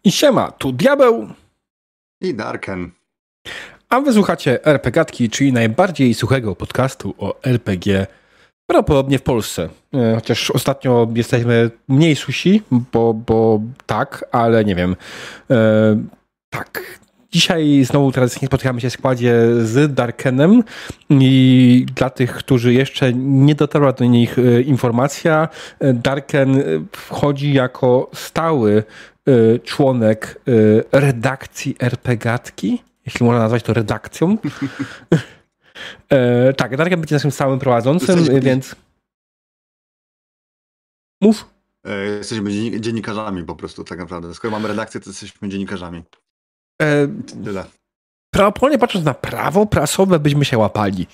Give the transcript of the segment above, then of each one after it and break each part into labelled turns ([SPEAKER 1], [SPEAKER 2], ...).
[SPEAKER 1] I siema, tu Diabeł
[SPEAKER 2] i Darken.
[SPEAKER 1] A wy słuchacie RPGatki, czyli najbardziej suchego podcastu o RPG prawdopodobnie w Polsce. Chociaż ostatnio jesteśmy mniej susi, bo tak, ale nie wiem. Tak. Dzisiaj znowu tradycyjnie spotykamy się w składzie z Darkenem i dla tych, którzy jeszcze nie dotarła do nich informacja, Darken wchodzi jako stały członek redakcji RPGatki, jeśli można nazwać to redakcją. Tak, Darken będzie naszym stałym prowadzącym, więc mów.
[SPEAKER 2] Jesteśmy dziennikarzami po prostu tak naprawdę. Skoro mamy redakcję, to jesteśmy dziennikarzami. Tyle.
[SPEAKER 1] Prawdopodobnie patrząc na prawo prasowe byśmy się łapali.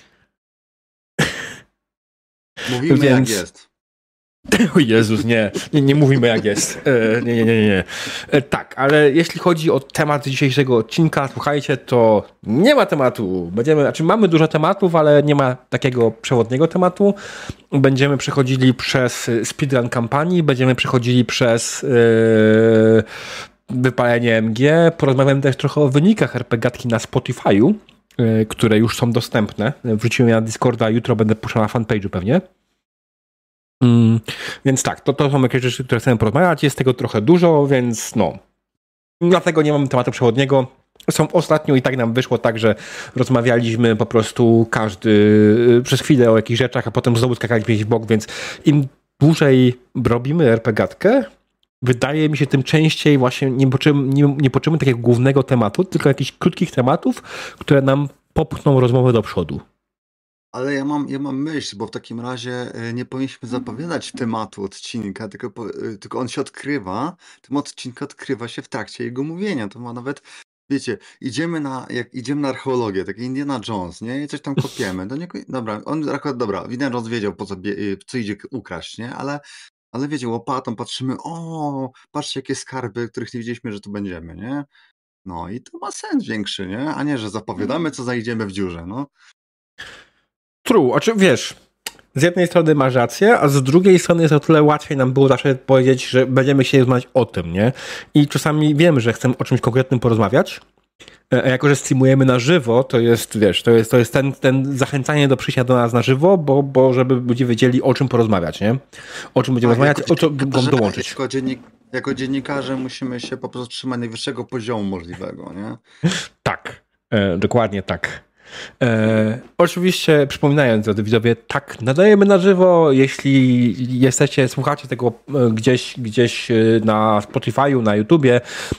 [SPEAKER 2] Mówimy jak jest.
[SPEAKER 1] O Jezus, nie mówimy jak jest. Nie. Tak, ale jeśli chodzi o temat dzisiejszego odcinka, słuchajcie, to nie ma tematu. Mamy dużo tematów, ale nie ma takiego przewodniego tematu. Będziemy przechodzili przez speedrun kampanii, będziemy przechodzili przez wypalenie MG. Porozmawiamy też trochę o wynikach RPGatki na Spotify'u, które już są dostępne. Wrzuciłem je na Discorda, jutro będę puszczał na fanpage'u pewnie. Więc tak, to są jakieś rzeczy, które chcemy porozmawiać. Jest tego trochę dużo, więc no. Dlatego nie mamy tematu przewodniego. Ostatnio i tak nam wyszło tak, że rozmawialiśmy po prostu każdy przez chwilę o jakichś rzeczach, a potem znowu skakaliśmy w bok, więc im dłużej robimy RPGatkę, wydaje mi się, tym częściej właśnie nie potrzebujemy takiego głównego tematu, tylko jakichś krótkich tematów, które nam popchną rozmowę do przodu.
[SPEAKER 2] Ale ja mam myśl, bo w takim razie nie powinniśmy zapowiadać tematu odcinka, tylko on się odkrywa, temat odcinka odkrywa się w trakcie jego mówienia. To ma nawet, wiecie, idziemy na archeologię, taki Indiana Jones, nie? I coś tam kopiemy. Dobra, Indiana Jones wiedział, co idzie ukraść, nie? Ale wiecie, łopatą patrzymy, patrzcie jakie skarby, których nie wiedzieliśmy, że tu będziemy, nie? No i to ma sens większy, nie? A nie, że zapowiadamy, co zajdziemy w dziurze, no.
[SPEAKER 1] True, wiesz, z jednej strony masz rację, a z drugiej strony jest o tyle łatwiej nam było zawsze powiedzieć, że będziemy się rozmawiać o tym, nie? I czasami wiemy, że chcemy o czymś konkretnym porozmawiać, a jako, że streamujemy na żywo, to jest, wiesz, to jest ten zachęcanie do przyjścia do nas na żywo, bo żeby ludzie wiedzieli, o czym porozmawiać, nie? O czym będziemy rozmawiać, o co mogą dołączyć.
[SPEAKER 2] Jako dziennikarze musimy się po prostu trzymać najwyższego poziomu możliwego, nie?
[SPEAKER 1] Tak, dokładnie tak. Oczywiście przypominając, drodzy widzowie, tak, nadajemy na żywo. Jeśli słuchacie tego gdzieś na Spotify'u, na YouTubie,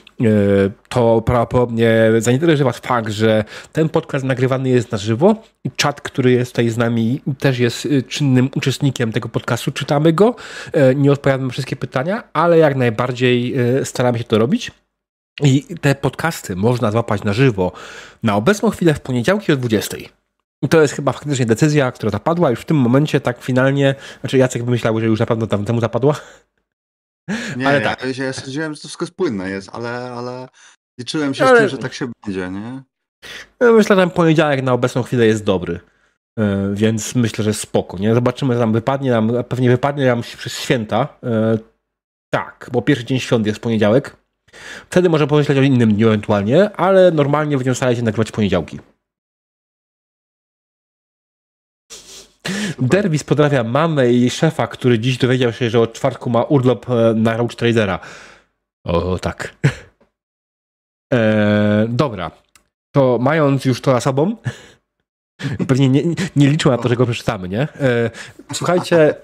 [SPEAKER 1] to prawdopodobnie zainteresuje was fakt, że ten podcast nagrywany jest na żywo i czat, który jest tutaj z nami, też jest czynnym uczestnikiem tego podcastu. Czytamy go, nie odpowiadamy na wszystkie pytania, ale jak najbardziej staramy się to robić. I te podcasty można złapać na żywo na obecną chwilę w poniedziałki o 20. I to jest chyba faktycznie decyzja, która zapadła już w tym momencie tak finalnie. Znaczy Jacek wymyślał, że już na pewno tam temu zapadła.
[SPEAKER 2] Nie, ale tak. Ja sądziłem, że to wszystko spójne jest, ale liczyłem się z tym, że tak się będzie, nie?
[SPEAKER 1] Myślę, że ten poniedziałek na obecną chwilę jest dobry. Więc myślę, że spoko, nie? Zobaczymy, tam pewnie wypadnie nam przez święta. Tak, bo pierwszy dzień świąt jest poniedziałek. Wtedy może pomyśleć o innym dniu ewentualnie, ale normalnie będziemy starać się nagrywać poniedziałki. Derwis pozdrawia mamę i szefa, który dziś dowiedział się, że od czwartku ma urlop na Roach Tradera. O, tak. Dobra. To mając już to za sobą, pewnie nie liczę na to, że go przeczytamy, nie? Słuchajcie,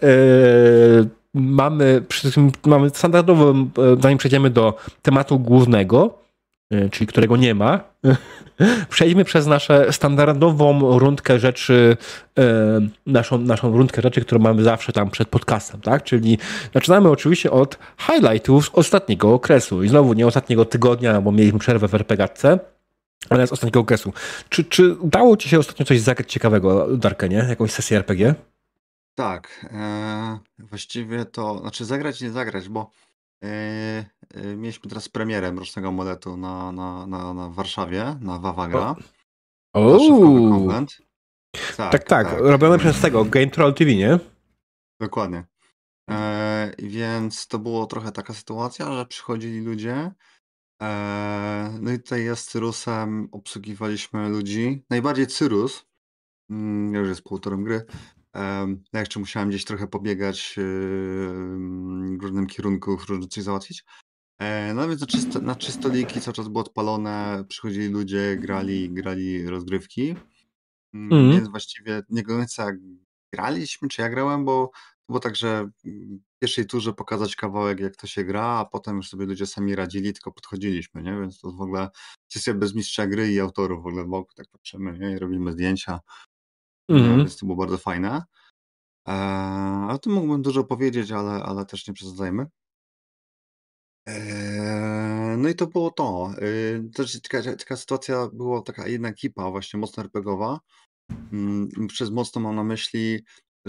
[SPEAKER 1] mamy standardowo, zanim przejdziemy do tematu głównego, czyli którego nie ma, przejdźmy przez naszą standardową rundkę rzeczy, naszą rundkę rzeczy, którą mamy zawsze tam przed podcastem, tak? Czyli zaczynamy oczywiście od highlightów z ostatniego okresu i znowu nie ostatniego tygodnia, bo mieliśmy przerwę w RPGatce, ale z ostatniego okresu. Czy udało ci się ostatnio coś zagrać ciekawego, Darkenie? Jakąś sesję RPG?
[SPEAKER 2] Tak, właściwie to, znaczy zagrać, nie zagrać, bo mieliśmy teraz premierę Mrocznego Moletu w Warszawie, na Wawagra. Warszawkowy konwent.
[SPEAKER 1] Tak. Robione przez tego, Game Troll TV, nie?
[SPEAKER 2] Dokładnie. Więc to było trochę taka sytuacja, że przychodzili ludzie No i tutaj ja z Cyrusem obsługiwaliśmy ludzi. Najbardziej Cyrus, już jest półtorem gry. Ja jeszcze musiałem gdzieś trochę pobiegać w różnym kierunku, różne coś załatwić. No więc na 3 stoliki cały czas było odpalone, przychodzili ludzie, grali rozgrywki.
[SPEAKER 1] Mhm.
[SPEAKER 2] Więc właściwie nie do końca graliśmy, czy ja grałem, bo było tak, że w pierwszej turze pokazać kawałek, jak to się gra, a potem już sobie ludzie sami radzili, tylko podchodziliśmy, nie? Więc to w ogóle sesja bez mistrza gry i autorów w ogóle wokół, tak patrzymy, nie? I robimy zdjęcia,
[SPEAKER 1] Mhm.
[SPEAKER 2] więc to było bardzo fajne. O tym mógłbym dużo powiedzieć, ale też nie przesadzajmy. No i to było to. Też taka sytuacja, była taka jedna ekipa właśnie mocno RPGowa. Przez mocno mam na myśli,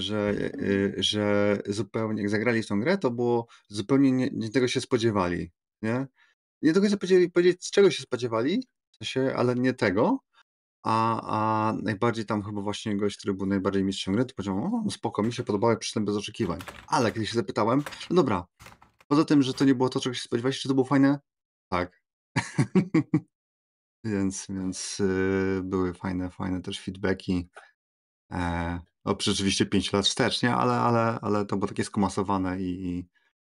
[SPEAKER 2] że zupełnie jak zagrali w tą grę, to było zupełnie nie tego się spodziewali, nie? Nie do końca powiedzieć, czego się spodziewali, w sensie, ale nie tego. A najbardziej tam chyba właśnie gość, który był najbardziej mistrzem gry, to powiedział: "O, no spoko, mi się podobało, przyszedłem bez oczekiwań". Ale kiedy się zapytałem: "No dobra, poza tym, że to nie było to, czego się spodziewałeś, czy to było fajne?" "Tak". Więc były fajne też feedbacki. Rzeczywiście 5 lat wstecz, nie? Ale to było takie skomasowane i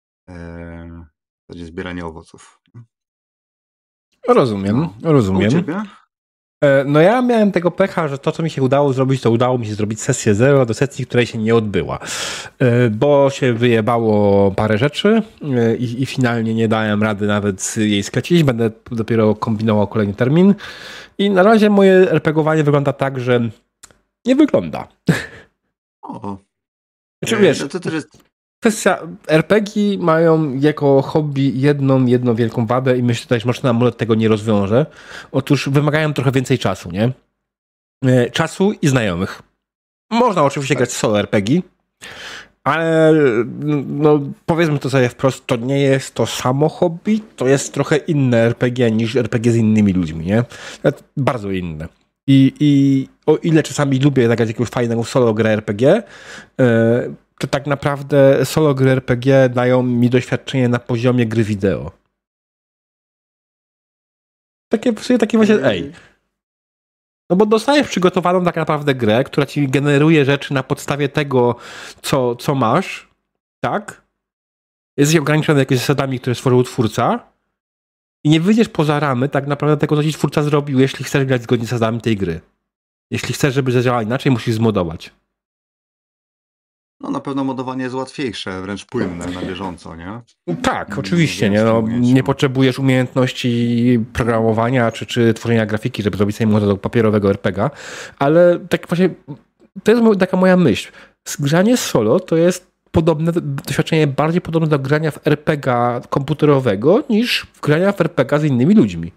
[SPEAKER 2] w zasadzie zbieranie owoców.
[SPEAKER 1] Rozumiem,
[SPEAKER 2] No. A u
[SPEAKER 1] rozumiem.
[SPEAKER 2] ciebie?
[SPEAKER 1] No ja miałem tego pecha, że to, co mi się udało zrobić, to udało mi się zrobić sesję 0 do sesji, której się nie odbyła. Bo się wyjebało parę rzeczy i finalnie nie dałem rady nawet jej sklecić. Będę dopiero kombinował kolejny termin. I na razie moje RPGowanie wygląda tak, że nie wygląda.
[SPEAKER 2] O,
[SPEAKER 1] Znaczy wiesz,
[SPEAKER 2] no to też jest...
[SPEAKER 1] kwestia RPG mają jako hobby jedną wielką wadę i myślę, że może amulet tego nie rozwiąże. Otóż wymagają trochę więcej czasu, nie? Czasu i znajomych. Można oczywiście
[SPEAKER 2] Tak.
[SPEAKER 1] grać solo RPG, ale no, powiedzmy to sobie wprost, to nie jest to samo hobby, to jest trochę inne RPG niż RPG z innymi ludźmi, nie? Bardzo inne. I o ile czasami lubię zagrać jakąś fajną solo grę RPG, to tak naprawdę solo gry RPG dają mi doświadczenie na poziomie gry wideo. Takie właśnie, ej, no bo dostajesz przygotowaną tak naprawdę grę, która ci generuje rzeczy na podstawie tego, co masz, tak? Jesteś ograniczony jakimiś zasadami, które stworzył twórca i nie wyjdziesz poza ramy tak naprawdę tego, co ci twórca zrobił, jeśli chcesz grać zgodnie z zasadami tej gry. Jeśli chcesz, żeby zadziałała inaczej, musisz zmodować.
[SPEAKER 2] No na pewno modowanie jest łatwiejsze, wręcz płynne, na bieżąco, nie?
[SPEAKER 1] Tak, oczywiście,
[SPEAKER 2] Mówiąc
[SPEAKER 1] nie?
[SPEAKER 2] w tym
[SPEAKER 1] No, nie
[SPEAKER 2] ujęciu.
[SPEAKER 1] potrzebujesz umiejętności programowania czy tworzenia grafiki, żeby zrobić sobie model papierowego RPGa, ale tak właśnie to jest taka moja myśl. Granie solo to jest podobne, doświadczenie bardziej podobne do grania w RPGa komputerowego niż w grania w RPGa z innymi ludźmi.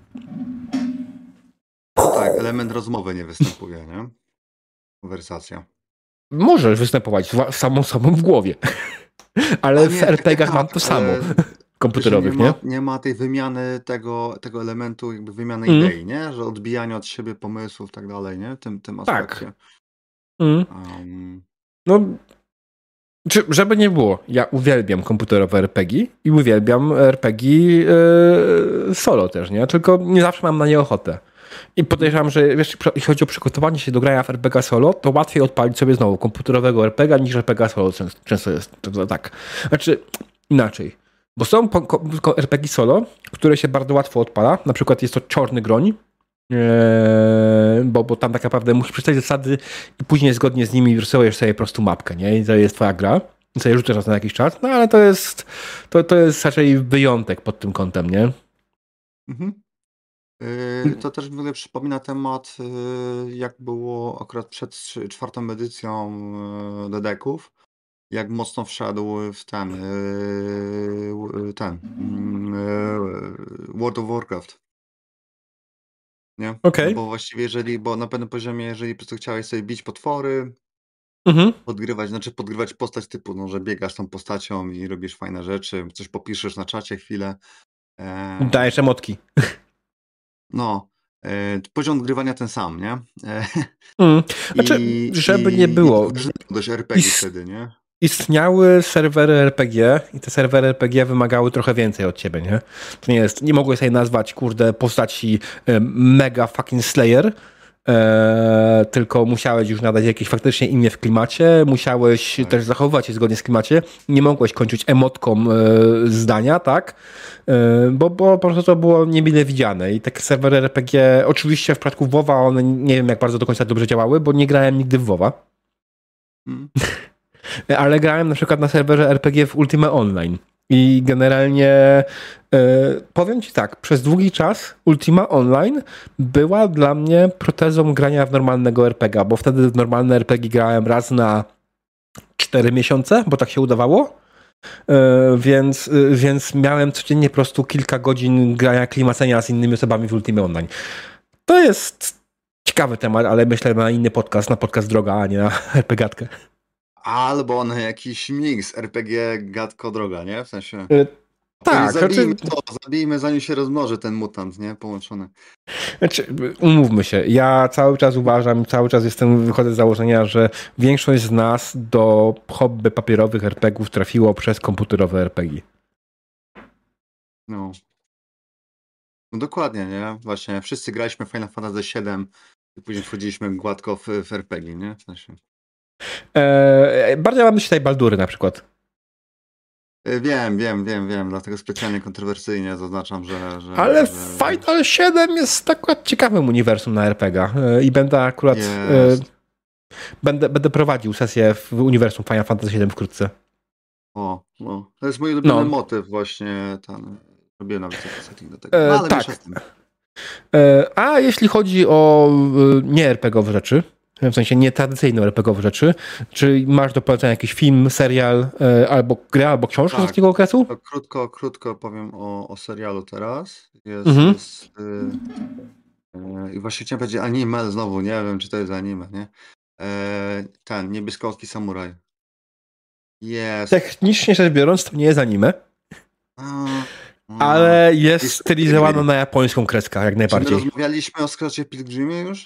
[SPEAKER 2] No tak, element rozmowy nie występuje, nie? Konwersacja.
[SPEAKER 1] Możesz występować samą sobą w głowie,
[SPEAKER 2] A
[SPEAKER 1] ale w
[SPEAKER 2] nie,
[SPEAKER 1] RPGach mam
[SPEAKER 2] tak,
[SPEAKER 1] to samo.
[SPEAKER 2] ale że
[SPEAKER 1] Komputerowych, nie?
[SPEAKER 2] nie ma tej wymiany tego elementu, jakby wymiany
[SPEAKER 1] Mm,
[SPEAKER 2] idei, nie? Że odbijania od siebie pomysłów i tak dalej, nie? Tym
[SPEAKER 1] tak.
[SPEAKER 2] aspekcie.
[SPEAKER 1] Mm.
[SPEAKER 2] Um,
[SPEAKER 1] No, żeby nie było, ja uwielbiam komputerowe RPG i uwielbiam RPG solo też, nie? Tylko nie zawsze mam na nie ochotę. I podejrzewam, że wiesz, jeśli chodzi o przygotowanie się do grania w RPG solo, to łatwiej odpalić sobie znowu komputerowego RPG niż RPG solo często jest. To tak. Znaczy, inaczej. Bo są RPG solo, które się bardzo łatwo odpala. Na przykład jest to Czarny Groń, bo tam tak naprawdę musisz przeczytać zasady i później zgodnie z nimi rysujesz sobie po prostu mapkę, nie? I to jest twoja gra. I sobie rzucasz raz na jakiś czas, no ale to jest raczej wyjątek pod tym kątem, nie?
[SPEAKER 2] mhm. To też w ogóle przypomina temat, jak było akurat przed 4. edycją Dedeków, jak mocno wszedł w World of Warcraft. Nie? No
[SPEAKER 1] Okej.
[SPEAKER 2] bo właściwie bo na pewnym poziomie, jeżeli po prostu chciałeś sobie bić potwory,
[SPEAKER 1] Mhm.
[SPEAKER 2] podgrywać postać typu, no, że biegasz tą postacią i robisz fajne rzeczy, coś popiszesz na czacie chwilę.
[SPEAKER 1] Dajesz emotki.
[SPEAKER 2] No, poziom odgrywania ten sam, nie?
[SPEAKER 1] Mm. Znaczy,
[SPEAKER 2] I,
[SPEAKER 1] żeby nie
[SPEAKER 2] i, i to
[SPEAKER 1] było.
[SPEAKER 2] też nie było dość RPG wtedy, nie?
[SPEAKER 1] istniały serwery RPG i te serwery RPG wymagały trochę więcej od ciebie, nie? To nie mogłeś sobie nazwać, kurde, postaci mega fucking slayer, tylko musiałeś już nadać jakieś faktycznie imię w klimacie, musiałeś też zachowywać się zgodnie z klimacie, nie mogłeś kończyć emotką zdania, tak? Bo po prostu to było niemile widziane i takie serwery RPG, oczywiście w przypadku WoWa one nie wiem jak bardzo do końca dobrze działały, bo nie grałem nigdy w WoWa. Ale grałem na przykład na serwerze RPG w Ultima Online i generalnie powiem ci tak, przez długi czas Ultima Online była dla mnie protezą grania w normalnego RPG, bo wtedy w normalne RPG grałem raz na 4 miesiące, bo tak się udawało, więc miałem codziennie po prostu kilka godzin grania klimacenia z innymi osobami w Ultima Online. To jest ciekawy temat, ale myślę na inny podcast, na podcast Droga, a nie na RPG-gatkę.
[SPEAKER 2] Albo na jakiś miks RPG gadko droga, nie? W sensie.
[SPEAKER 1] Tak,
[SPEAKER 2] Zabijmy zanim się rozmnoży ten mutant, nie? Połączony.
[SPEAKER 1] Znaczy, umówmy się, ja cały czas uważam, cały czas wychodzę z założenia, że większość z nas do hobby papierowych RPG-ów trafiło przez komputerowe RPG.
[SPEAKER 2] No dokładnie, nie? Właśnie wszyscy graliśmy Final Fantasy VII i później wchodziliśmy gładko w RPG, nie? W sensie.
[SPEAKER 1] Bardziej mam myśli tutaj Baldury na przykład.
[SPEAKER 2] Wiem, dlatego specjalnie kontrowersyjnie zaznaczam, że
[SPEAKER 1] ale Final 7 jest akurat ciekawym uniwersum na RPG i będę akurat będę prowadził sesję w uniwersum Final Fantasy 7 wkrótce.
[SPEAKER 2] To jest mój ulubiony motyw właśnie tam. Robię nawet setting do tego. No, ale
[SPEAKER 1] tak. A jeśli chodzi o nie RPG-owe rzeczy, w sensie nietradycyjne RPG-owe rzeczy, czy masz do polecenia jakiś film, serial, albo grę, albo książkę z takiego okresu?
[SPEAKER 2] Krótko powiem o serialu teraz. I właśnie chciałem powiedzieć anime znowu, nie wiem czy to jest anime, nie? Ten Niebieskooki Samuraj. Jest.
[SPEAKER 1] Technicznie rzecz biorąc to nie jest anime. Ale jest stylizowana na japońską kreskę, jak najbardziej.
[SPEAKER 2] Czy my rozmawialiśmy o Scottie Pilgrimie już?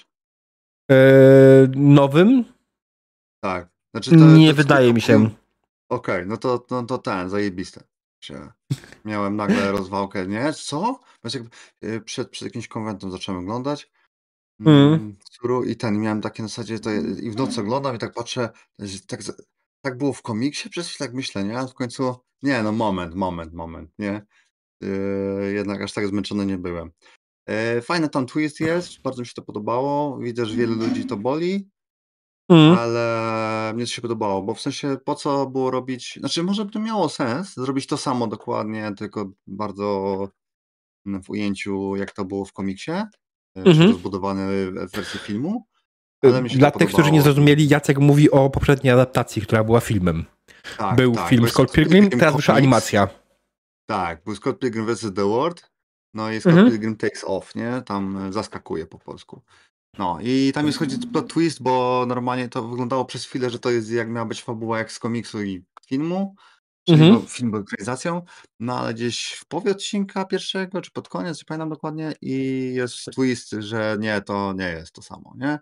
[SPEAKER 1] Nowym?
[SPEAKER 2] Tak. Znaczy
[SPEAKER 1] nie wydaje mi się.
[SPEAKER 2] Okej, no to ten, zajebiste. Miałem nagle rozwałkę, nie? Co? Przed jakimś konwentem zacząłem oglądać. I miałem takie na zasadzie, i w nocy oglądam i tak patrzę, tak było w komiksie, przez chwilę tak myślę, nie? A w końcu, nie no moment, nie? Jednak aż tak zmęczony nie byłem. Fajny tam twist jest, bardzo mi się to podobało. Widzę, że wielu ludzi to boli, ale mnie to się podobało, bo w sensie po co było robić, znaczy może by to miało sens, zrobić to samo dokładnie, tylko bardzo w ujęciu, jak to było w komiksie, czy rozbudowane w wersji filmu. Ale mi się
[SPEAKER 1] Dla
[SPEAKER 2] to
[SPEAKER 1] tych, którzy nie zrozumieli, Jacek mówi o poprzedniej adaptacji, która była filmem. Był film Scott Pilgrim, teraz wyszła animacja.
[SPEAKER 2] Tak, był Scott Pilgrim vs. The World, no i Scott Pilgrim Takes Off, nie? Tam zaskakuje po polsku. No i tam jest chodzi plot twist, bo normalnie to wyglądało przez chwilę, że to jest jak miała być fabuła jak z komiksu i filmu, czyli film był ekranizacją, no ale gdzieś w połowie odcinka pierwszego, czy pod koniec, nie pamiętam dokładnie, i jest twist, że nie, to nie jest to samo, nie?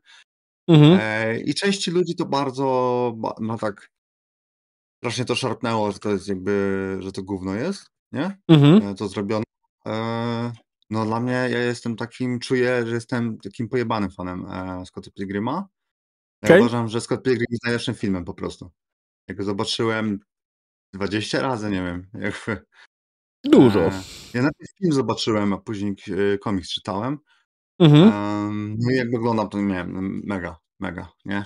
[SPEAKER 2] I części ludzi to bardzo, no tak, strasznie to szarpnęło, że to jest jakby, że to gówno jest, nie? To zrobione. No dla mnie, ja jestem takim, czuję, że jestem takim pojebanym fanem Scotta Pilgrima. Ja uważam, że Scott Pilgrim jest najlepszym filmem po prostu. Jak go zobaczyłem 20 razy, nie wiem.
[SPEAKER 1] Dużo.
[SPEAKER 2] Ja najpierw film zobaczyłem, a później komiks czytałem. No i jak wyglądam, to miałem mega, nie?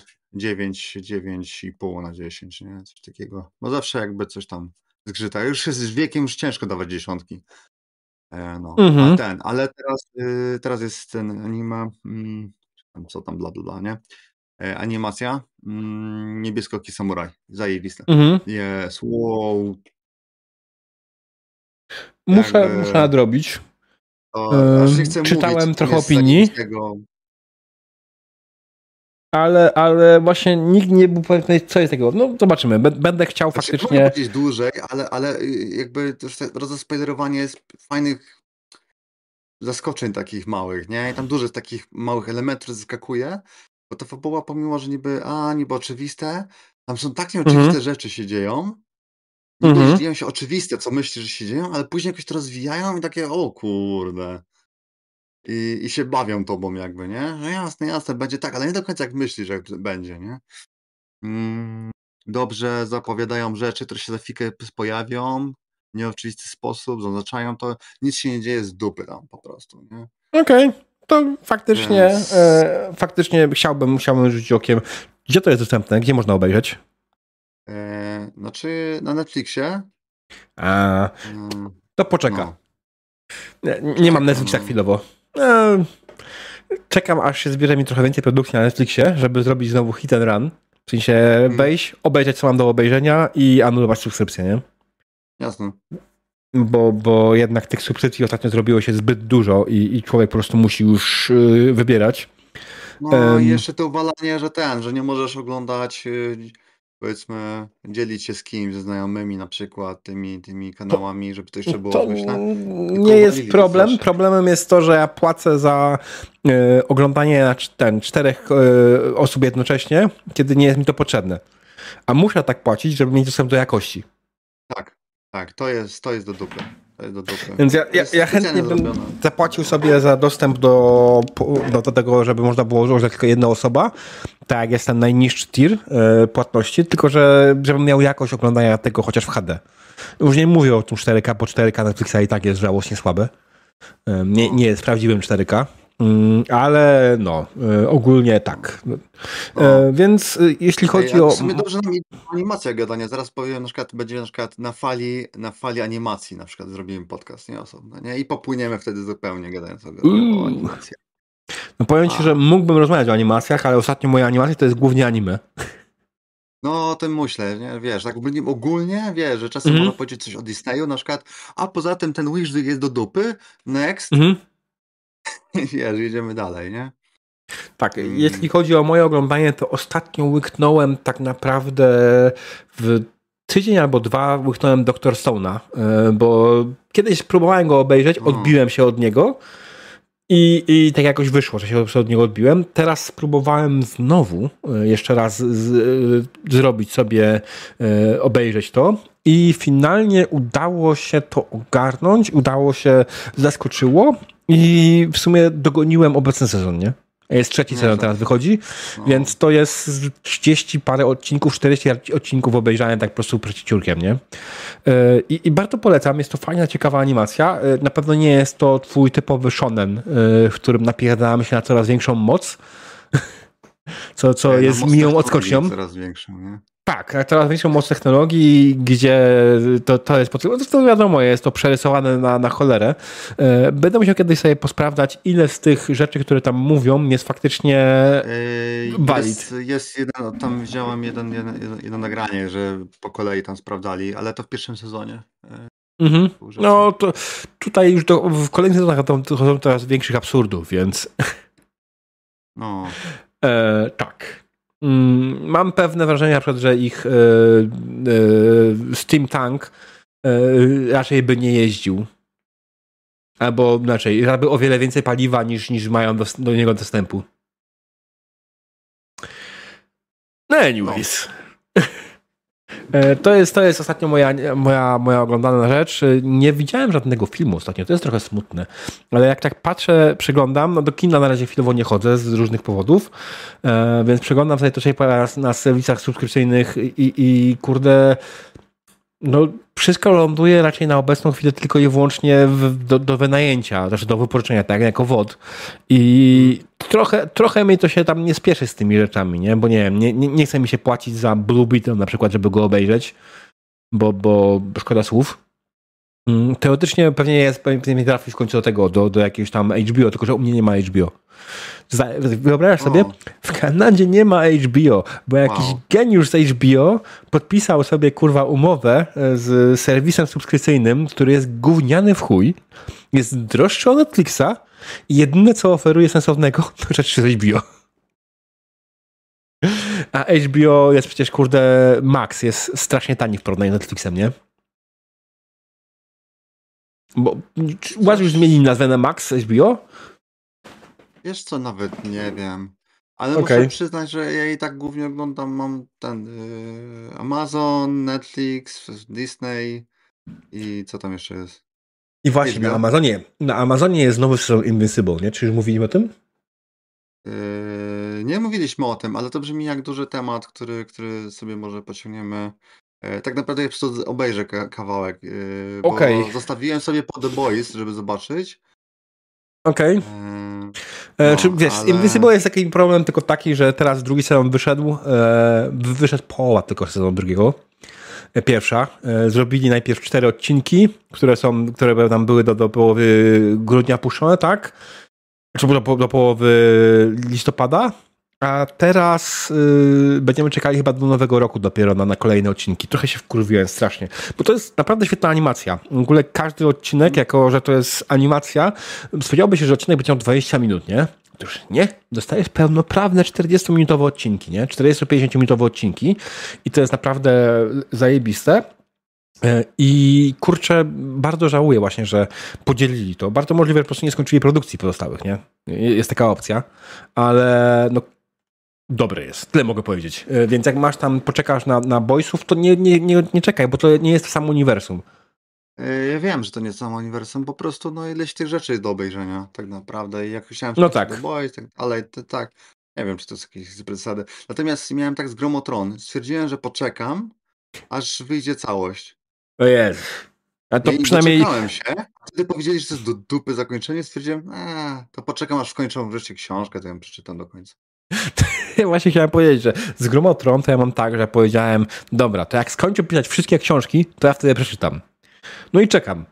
[SPEAKER 2] 9,5 na 10, nie? Coś takiego. Bo zawsze jakby coś tam zgrzyta. Już jest z wiekiem, już ciężko dawać dziesiątki. No, ale teraz jest ten anime, co tam, bla, bla, bla, nie? Animacja, Niebieskoki Samuraj, zajebiste. Jest, wow.
[SPEAKER 1] Muszę nadrobić.
[SPEAKER 2] Aż nie chcę
[SPEAKER 1] czytałem
[SPEAKER 2] mówić,
[SPEAKER 1] trochę opinii, ale właśnie nikt nie był pewny, co jest takiego. No zobaczymy, będę chciał faktycznie...
[SPEAKER 2] Mogę powiedzieć dłużej, ale jakby też rozespoilerowanie jest fajnych zaskoczeń takich małych, nie? I tam dużo z takich małych elementów zaskakuje, bo ta fabuła pomimo, że niby oczywiste, Tam są tak nieoczywiste rzeczy się dzieją. Niby dzieją się oczywiste, co myślisz, że się dzieją, ale później jakoś to rozwijają i takie, o kurde. I się bawią tobą jakby, nie? No jasne, będzie tak, ale nie do końca jak myślisz, jak będzie, nie? Dobrze zapowiadają rzeczy, które się za chwilkę pojawią w nieoczywisty sposób, zaznaczają to. Nic się nie dzieje z dupy tam po prostu, nie?
[SPEAKER 1] Okej, to faktycznie,
[SPEAKER 2] Więc
[SPEAKER 1] faktycznie chciałbym rzucić okiem. Gdzie to jest dostępne? Gdzie można obejrzeć?
[SPEAKER 2] znaczy na Netflixie.
[SPEAKER 1] A, to poczeka.
[SPEAKER 2] No,
[SPEAKER 1] Nie mam Netflixa chwilowo. Czekam, aż się zbierze mi trochę więcej produkcji na Netflixie, żeby zrobić znowu hit and run. W sensie wejść, obejrzeć co mam do obejrzenia i anulować subskrypcję, nie?
[SPEAKER 2] jasne.
[SPEAKER 1] Bo jednak tych subskrypcji ostatnio zrobiło się zbyt dużo i człowiek po prostu musi już wybierać.
[SPEAKER 2] No i jeszcze to uwalanie, że nie możesz oglądać, powiedzmy, dzielić się z kimś, ze znajomymi na przykład, tymi kanałami, żeby to jeszcze było
[SPEAKER 1] To
[SPEAKER 2] zmyślne.
[SPEAKER 1] nie jest problem. Problemem jest to, że ja płacę za oglądanie na 4 osób jednocześnie, kiedy nie jest mi to potrzebne. A muszę tak płacić, żeby mieć dostęp do jakości.
[SPEAKER 2] Tak, to jest do dupy. To jest do dupy.
[SPEAKER 1] Więc ja chętnie bym zapłacił sobie za dostęp do tego, żeby można było używać tylko jedna osoba, tak jak jest ten najniższy tier płatności, tylko żebym miał jakość oglądania tego chociaż w HD. Już nie mówię o tym 4K, bo 4K Netflixa i tak jest żałosnie słabe. Nie jest prawdziwym 4K. Ale ogólnie tak. Więc jeśli chodzi o...
[SPEAKER 2] W sumie dobrze nam animacja gadania. Zaraz powiem, będzie na fali animacji na przykład zrobimy podcast, nie osobno, nie? I popłyniemy wtedy zupełnie gadając o animacji.
[SPEAKER 1] No powiem ci, że mógłbym rozmawiać o animacjach, ale ostatnio moje animacje to jest głównie anime.
[SPEAKER 2] No o tym myślę, nie? Wiesz, tak ogólnie, wiesz, że czasem można powiedzieć coś o Disneyu, na przykład, a poza tym ten Wish jest do dupy, next, wiesz, jedziemy dalej, nie?
[SPEAKER 1] Tak, jeśli chodzi o moje oglądanie, to ostatnio łyknąłem tak naprawdę w tydzień albo 2 łyknąłem Dr. Stone'a, bo kiedyś próbowałem go obejrzeć, odbiłem się od niego i tak jakoś wyszło, że się od niego odbiłem. Teraz spróbowałem znowu jeszcze raz zrobić sobie, obejrzeć to i finalnie udało się to ogarnąć, zaskoczyło i w sumie dogoniłem obecny sezon, nie? Jest 3. sezon teraz wychodzi, więc to jest 30 parę odcinków, 40 odcinków obejrzałem tak po prostu przeciwciurkiem, nie? I bardzo polecam, jest to fajna, ciekawa animacja. Na pewno nie jest to twój typowy shonen, w którym napierdalamy się na coraz większą moc, co jest miłą odskocznią.
[SPEAKER 2] Coraz większą, nie?
[SPEAKER 1] Tak, coraz większą moc technologii, gdzie to jest potrzebne. To wiadomo, jest to przerysowane na cholerę. Będę musiał kiedyś sobie posprawdzać, ile z tych rzeczy, które tam mówią, jest faktycznie valid.
[SPEAKER 2] Jest jeden, tam widziałem jedno nagranie, że po kolei tam sprawdzali, ale to w pierwszym sezonie.
[SPEAKER 1] No to tutaj już w kolejnych sezonach dochodzą coraz większych absurdów, więc
[SPEAKER 2] no.
[SPEAKER 1] Tak. Mam pewne wrażenie, na przykład, że ich Steam Tank raczej by nie jeździł. Albo inaczej, żeby o wiele więcej paliwa niż mają do niego dostępu. No anyways. To jest ostatnio moja oglądana rzecz. Nie widziałem żadnego filmu ostatnio, to jest trochę smutne. Ale jak tak patrzę, przeglądam, no do kina na razie chwilowo nie chodzę z różnych powodów, więc przeglądam sobie to na serwisach subskrypcyjnych i kurde, no wszystko ląduje raczej na obecną chwilę tylko i wyłącznie do wynajęcia, znaczy do wypożyczenia, tak jak VOD. I trochę mnie to się tam nie spieszy z tymi rzeczami, nie? Bo nie wiem, nie chce mi się płacić za Blue Beetle na przykład, żeby go obejrzeć, bo szkoda słów. Teoretycznie pewnie trafi w końcu do tego, do jakiegoś tam HBO, tylko że u mnie nie ma HBO. Wyobrażasz sobie? W Kanadzie nie ma HBO, bo jakiś geniusz z HBO podpisał sobie kurwa umowę z serwisem subskrypcyjnym, który jest gówniany w chuj, jest droższy od Netflixa i jedyne co oferuje sensownego to rzeczy z HBO. A HBO jest przecież kurde Max, jest strasznie tani w porównaniu z Netflixem, nie? Bo uważasz, już zmienili nazwę na Max HBO?
[SPEAKER 2] Wiesz co, nawet nie wiem. Ale muszę przyznać, że ja i tak głównie oglądam, mam ten Amazon, Netflix, Disney i co tam jeszcze jest?
[SPEAKER 1] I właśnie
[SPEAKER 2] HBO?
[SPEAKER 1] Na Amazonie jest nowy sezon Invincible, nie? Czy już mówiliśmy o tym?
[SPEAKER 2] Nie mówiliśmy o tym, ale to brzmi jak duży temat, który sobie może pociągniemy. Tak naprawdę ja po prostu obejrzę kawałek, bo zostawiłem sobie po The Boys, żeby zobaczyć.
[SPEAKER 1] Okej. Czy wiesz, ale... Invincible jest taki problem tylko taki, że teraz drugi sezon wyszedł, wyszedł połowa tylko sezonu drugiego. Pierwsza. Zrobili najpierw 4 odcinki, które tam były do połowy grudnia puszczone, tak? Czy do połowy listopada, a teraz będziemy czekali chyba do nowego roku dopiero na kolejne odcinki. Trochę się wkurwiłem strasznie, bo to jest naprawdę świetna animacja. W ogóle każdy odcinek, jako że to jest animacja, spodziewałby się, że odcinek będzie miał 20 minut, nie? Otóż nie, dostajesz pełnoprawne 40-minutowe odcinki, nie? 40-50-minutowe odcinki i to jest naprawdę zajebiste. I kurczę, bardzo żałuję właśnie, że podzielili to. Bardzo możliwe, że po prostu nie skończyli produkcji pozostałych, nie? Jest taka opcja, ale no dobry jest, tyle mogę powiedzieć. Więc jak masz tam, poczekasz na Boysów, to nie czekaj, bo to nie jest to samo uniwersum.
[SPEAKER 2] Ja wiem, że to nie jest samo uniwersum, po prostu no ileś tych rzeczy jest do obejrzenia tak naprawdę i jak chciałem
[SPEAKER 1] no tak.
[SPEAKER 2] The Boys, ale tak, nie wiem, czy to jest jakieś zbyt zasady. Natomiast miałem tak z Grom o Tron, stwierdziłem, że poczekam, aż wyjdzie całość.
[SPEAKER 1] O jest. A to
[SPEAKER 2] i
[SPEAKER 1] przynajmniej...
[SPEAKER 2] doczekałem się, a wtedy powiedzieli, że to jest do dupy zakończenie, stwierdziłem, to poczekam, aż skończą wreszcie książkę, to ją przeczytam do końca.
[SPEAKER 1] Ja właśnie chciałem powiedzieć, że z Grom o Tron to ja mam tak, że powiedziałem, dobra, to jak skończę pisać wszystkie książki, to ja wtedy przeczytam. No i czekam.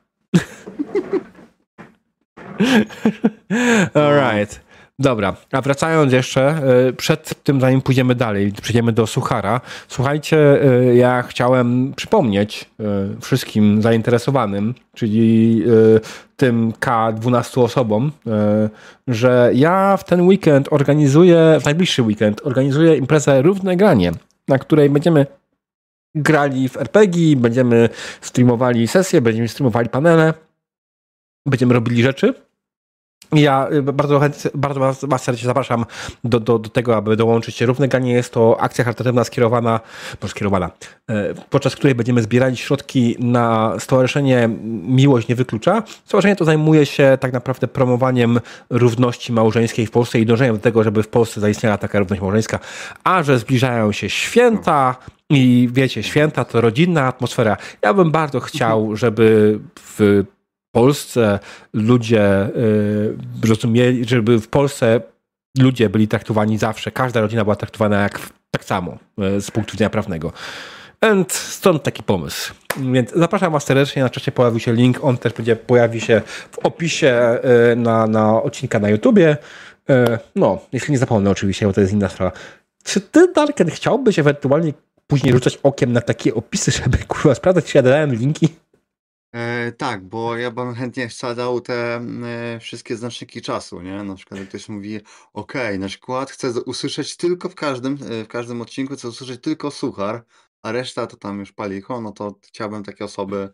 [SPEAKER 1] Alright. Dobra, a wracając jeszcze, przed tym zanim pójdziemy dalej, przejdziemy do Suchara. Słuchajcie, ja chciałem przypomnieć wszystkim zainteresowanym, czyli tym K12 osobom, że ja w ten weekend w najbliższy weekend organizuję imprezę Równe Granie, na której będziemy grali w RPG, będziemy streamowali sesje, będziemy streamowali panele, będziemy robili rzeczy. Ja bardzo was serdecznie zapraszam do tego, aby dołączyć się. Równe Granie jest to akcja charytatywna skierowana, podczas której będziemy zbierali środki na stowarzyszenie Miłość nie wyklucza. Stowarzyszenie to zajmuje się tak naprawdę promowaniem równości małżeńskiej w Polsce i dążeniem do tego, żeby w Polsce zaistniała taka równość małżeńska, a że zbliżają się święta i wiecie, święta to rodzinna atmosfera. Ja bym bardzo chciał, żeby w Polsce ludzie rozumieli, żeby w Polsce ludzie byli traktowani zawsze, każda rodzina była traktowana tak samo z punktu widzenia prawnego. And stąd taki pomysł. Więc zapraszam was serdecznie, na czacie pojawił się link, on też pojawi się w opisie na odcinka na YouTubie. No, jeśli nie zapomnę oczywiście, bo to jest inna sprawa. Czy ty, Darken, chciałbyś ewentualnie później rzucać okiem na takie opisy, żeby kurwa sprawdzać, czy ja dałem linki?
[SPEAKER 2] Tak, bo ja bym chętnie wsadzał te wszystkie znaczniki czasu, nie? Na przykład jak ktoś mówi, okej, na przykład chcę usłyszeć tylko w każdym odcinku chcę usłyszeć tylko suchar, a reszta to tam już palicho, no to chciałbym takie osoby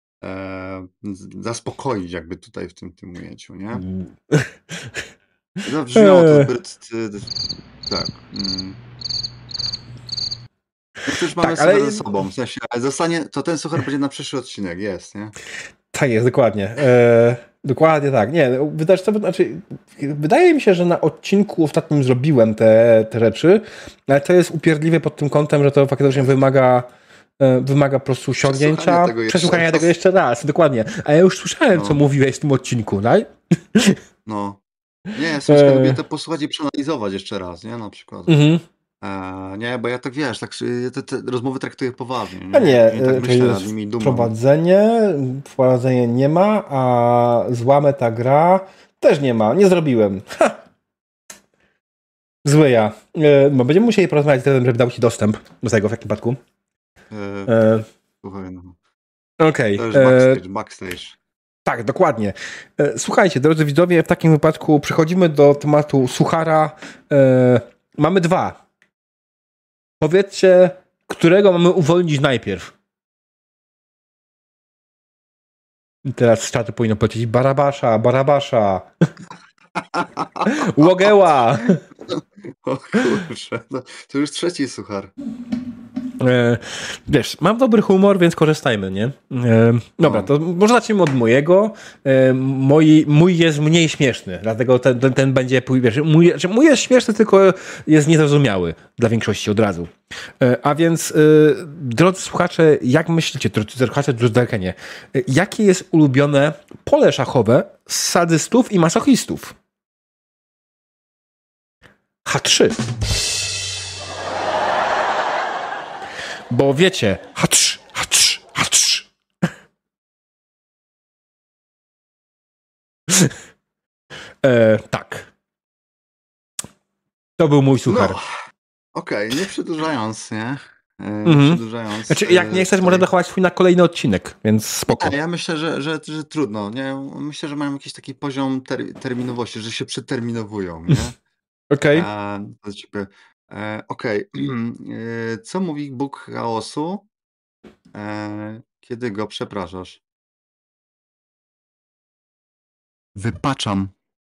[SPEAKER 2] zaspokoić jakby tutaj w tym ujęciu, nie? Zabrzmiało to zbyt... Tak. No to już mamy suchar ze sobą, w sensie, to ten suchar będzie na przyszły odcinek, jest, nie?
[SPEAKER 1] Tak jest, dokładnie. Dokładnie tak. Nie, wydaje mi się, że na odcinku ostatnim zrobiłem te rzeczy, ale to jest upierdliwe pod tym kątem, że to faktycznie wymaga po prostu siągnięcia, przesłuchania tego jeszcze raz, dokładnie. A ja już słyszałem, co mówiłeś w tym odcinku, tak?
[SPEAKER 2] No. Nie, ja lubię to posłuchać i przeanalizować jeszcze raz, nie? Na przykład. Nie, bo ja tak wiesz, te rozmowy traktuję poważnie. Nie?
[SPEAKER 1] A nie,
[SPEAKER 2] I tak myślę nad nimi, dumam. Wprowadzenie
[SPEAKER 1] nie ma, a złamę ta gra też nie ma. Nie zrobiłem. Zły ja. Będziemy musieli porozmawiać z tym, żeby dał ci dostęp do tego w jakim przypadku.
[SPEAKER 2] Słuchaj, no.
[SPEAKER 1] Okej.
[SPEAKER 2] To jest backstage.
[SPEAKER 1] Tak, dokładnie. Słuchajcie, drodzy widzowie, w takim wypadku przechodzimy do tematu suchara. Mamy 2. Powiedzcie, którego mamy uwolnić najpierw. I teraz z czatu powinno powiedzieć Barabasza. Łogeła!
[SPEAKER 2] O kurczę, to już trzeci suchar.
[SPEAKER 1] Wiesz, mam dobry humor, więc korzystajmy, nie? Dobra, to może zacznijmy od mojego. Mój jest mniej śmieszny, dlatego ten będzie, wiesz, mój jest śmieszny, tylko jest niezrozumiały dla większości od razu. A więc, drodzy słuchacze, jak myślicie, drodzy słuchacze, drodzy, jakie jest ulubione pole szachowe sadystów i masochistów? H3. Bo wiecie, H3, H3, H3. Tak. To był mój suchar.
[SPEAKER 2] No, okej, nie przedłużając, nie? Nie przedłużając.
[SPEAKER 1] Znaczy, jak nie chcesz, może dochować swój na kolejny odcinek, więc spoko.
[SPEAKER 2] Ja myślę, że trudno, nie? Myślę, że mają jakiś taki poziom terminowości, że się przeterminowują, nie?
[SPEAKER 1] Okej.
[SPEAKER 2] Okej. Co mówi Bóg chaosu, kiedy go przepraszasz? Wypaczam.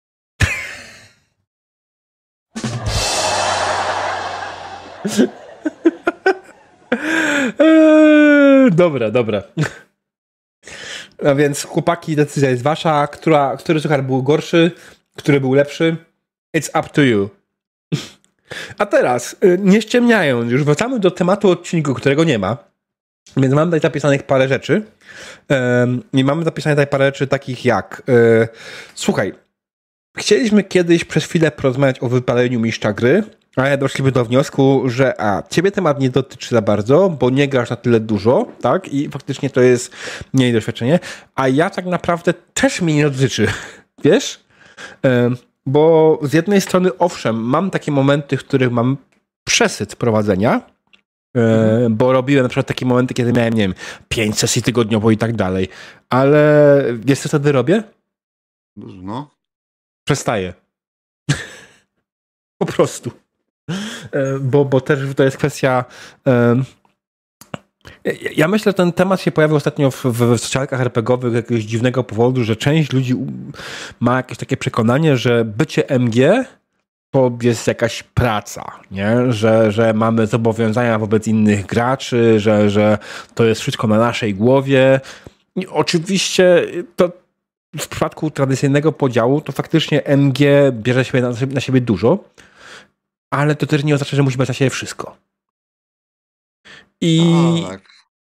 [SPEAKER 1] Dobra. A więc chłopaki, decyzja jest wasza. Który suchar był gorszy? Który był lepszy? It's up to you. A teraz, nie ściemniając, już wracamy do tematu odcinku, którego nie ma. Więc mam tutaj zapisanych parę rzeczy. I mamy zapisane tutaj parę rzeczy takich jak słuchaj, chcieliśmy kiedyś przez chwilę porozmawiać o wypaleniu mistrza gry, ale doszliśmy do wniosku, że ciebie temat nie dotyczy za bardzo, bo nie grasz na tyle dużo, tak? I faktycznie to jest mniej doświadczenie. A ja tak naprawdę też mnie nie dotyczy. Wiesz? Bo z jednej strony, owszem, mam takie momenty, w których mam przesyt prowadzenia, bo robiłem na przykład takie momenty, kiedy miałem, nie wiem, 5 sesji tygodniowo i tak dalej. Ale wiesz, co wtedy robię?
[SPEAKER 2] No.
[SPEAKER 1] Przestaję. Po prostu. Bo też to jest kwestia... Ja myślę, że ten temat się pojawił ostatnio w socjalkach RPGowych z jakiegoś dziwnego powodu, że część ludzi ma jakieś takie przekonanie, że bycie MG to jest jakaś praca, nie? Że mamy zobowiązania wobec innych graczy, że to jest wszystko na naszej głowie. I oczywiście to w przypadku tradycyjnego podziału to faktycznie MG bierze się na siebie dużo, ale to też nie oznacza, że musi brać na siebie wszystko.
[SPEAKER 2] Tak.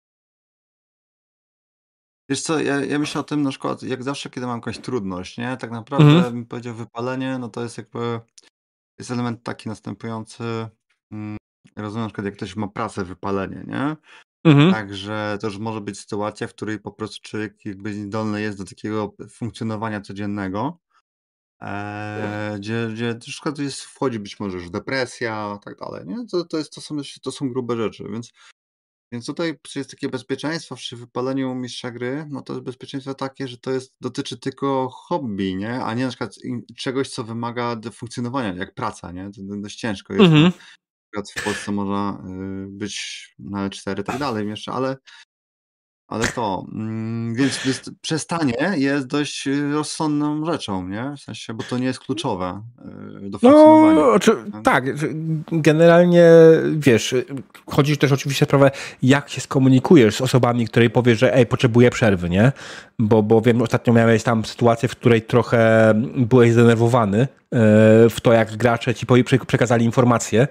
[SPEAKER 2] Wiesz co, ja myślę o tym na przykład, jak zawsze, kiedy mam jakąś trudność, nie? Tak naprawdę bym powiedział wypalenie, no to jest jakby jest element taki następujący. Rozumiem, na przykład jak ktoś ma pracę, wypalenie, nie? Także to już może być sytuacja, w której po prostu człowiek jakby zdolny jest do takiego funkcjonowania codziennego, gdzie na przykład wchodzi być może już depresja, tak dalej, nie? To są grube rzeczy, więc tutaj jest takie bezpieczeństwo przy wypaleniu mistrza gry, no to jest bezpieczeństwo takie, że dotyczy tylko hobby, nie? A nie na przykład czegoś, co wymaga funkcjonowania, jak praca, nie? To dość ciężko jest. Na przykład w Polsce można być na L4 i tak dalej jeszcze, ale więc przestanie jest dość rozsądną rzeczą, nie? W sensie, bo to nie jest kluczowe do funkcjonowania.
[SPEAKER 1] Tak, generalnie wiesz, chodzi też oczywiście o sprawę, jak się skomunikujesz z osobami, której powiesz, że potrzebuję przerwy, nie? Bo wiem, ostatnio miałeś tam sytuację, w której trochę byłeś zdenerwowany w to, jak gracze ci przekazali informacje.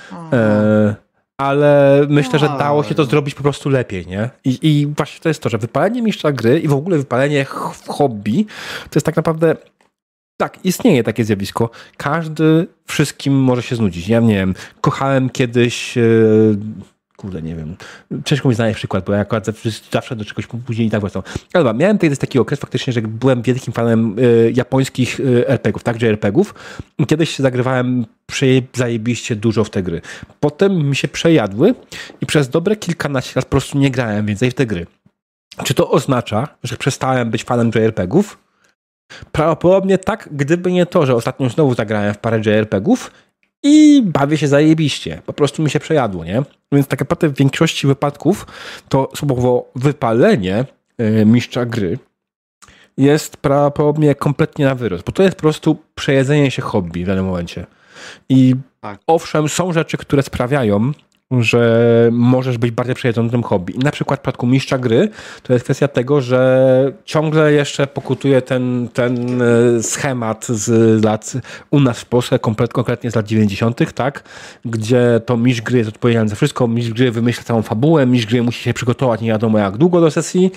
[SPEAKER 1] Ale myślę, że dało się to zrobić po prostu lepiej, nie? I właśnie to jest to, że wypalenie mistrza gry i w ogóle wypalenie w hobby to jest tak naprawdę... Tak, istnieje takie zjawisko. Każdy wszystkim może się znudzić. Ja nie wiem, kochałem kiedyś... Kurde, nie wiem. Ciężko mi znaleźć przykład, bo ja akurat zawsze do czegoś później i tak wracam. Ale dobra, miałem taki okres faktycznie, że byłem wielkim fanem japońskich RPG-ów, tak, JRPG-ów. I kiedyś się zagrywałem zajebiście dużo w te gry. Potem mi się przejadły i przez dobre kilkanaście lat po prostu nie grałem więcej w te gry. Czy to oznacza, że przestałem być fanem JRPG-ów? Prawdopodobnie tak, gdyby nie to, że ostatnio znowu zagrałem w parę JRPG-ów i bawię się zajebiście. Po prostu mi się przejadło, nie? Więc tak naprawdę w większości wypadków to słowo wypalenie mistrza gry jest prawdopodobnie kompletnie na wyrost, bo to jest po prostu przejedzenie się hobby w danym momencie. I
[SPEAKER 2] Tak.
[SPEAKER 1] owszem, są rzeczy, które sprawiają, że możesz być bardziej przejedzonym hobby. I na przykład w przypadku mistrza gry to jest kwestia tego, że ciągle jeszcze pokutuje ten schemat z lat u nas w Polsce, konkretnie z lat 90., tak? Gdzie to mistrz gry jest odpowiedzialny za wszystko, mistrz gry wymyśla całą fabułę, mistrz gry musi się przygotować nie wiadomo jak długo do sesji.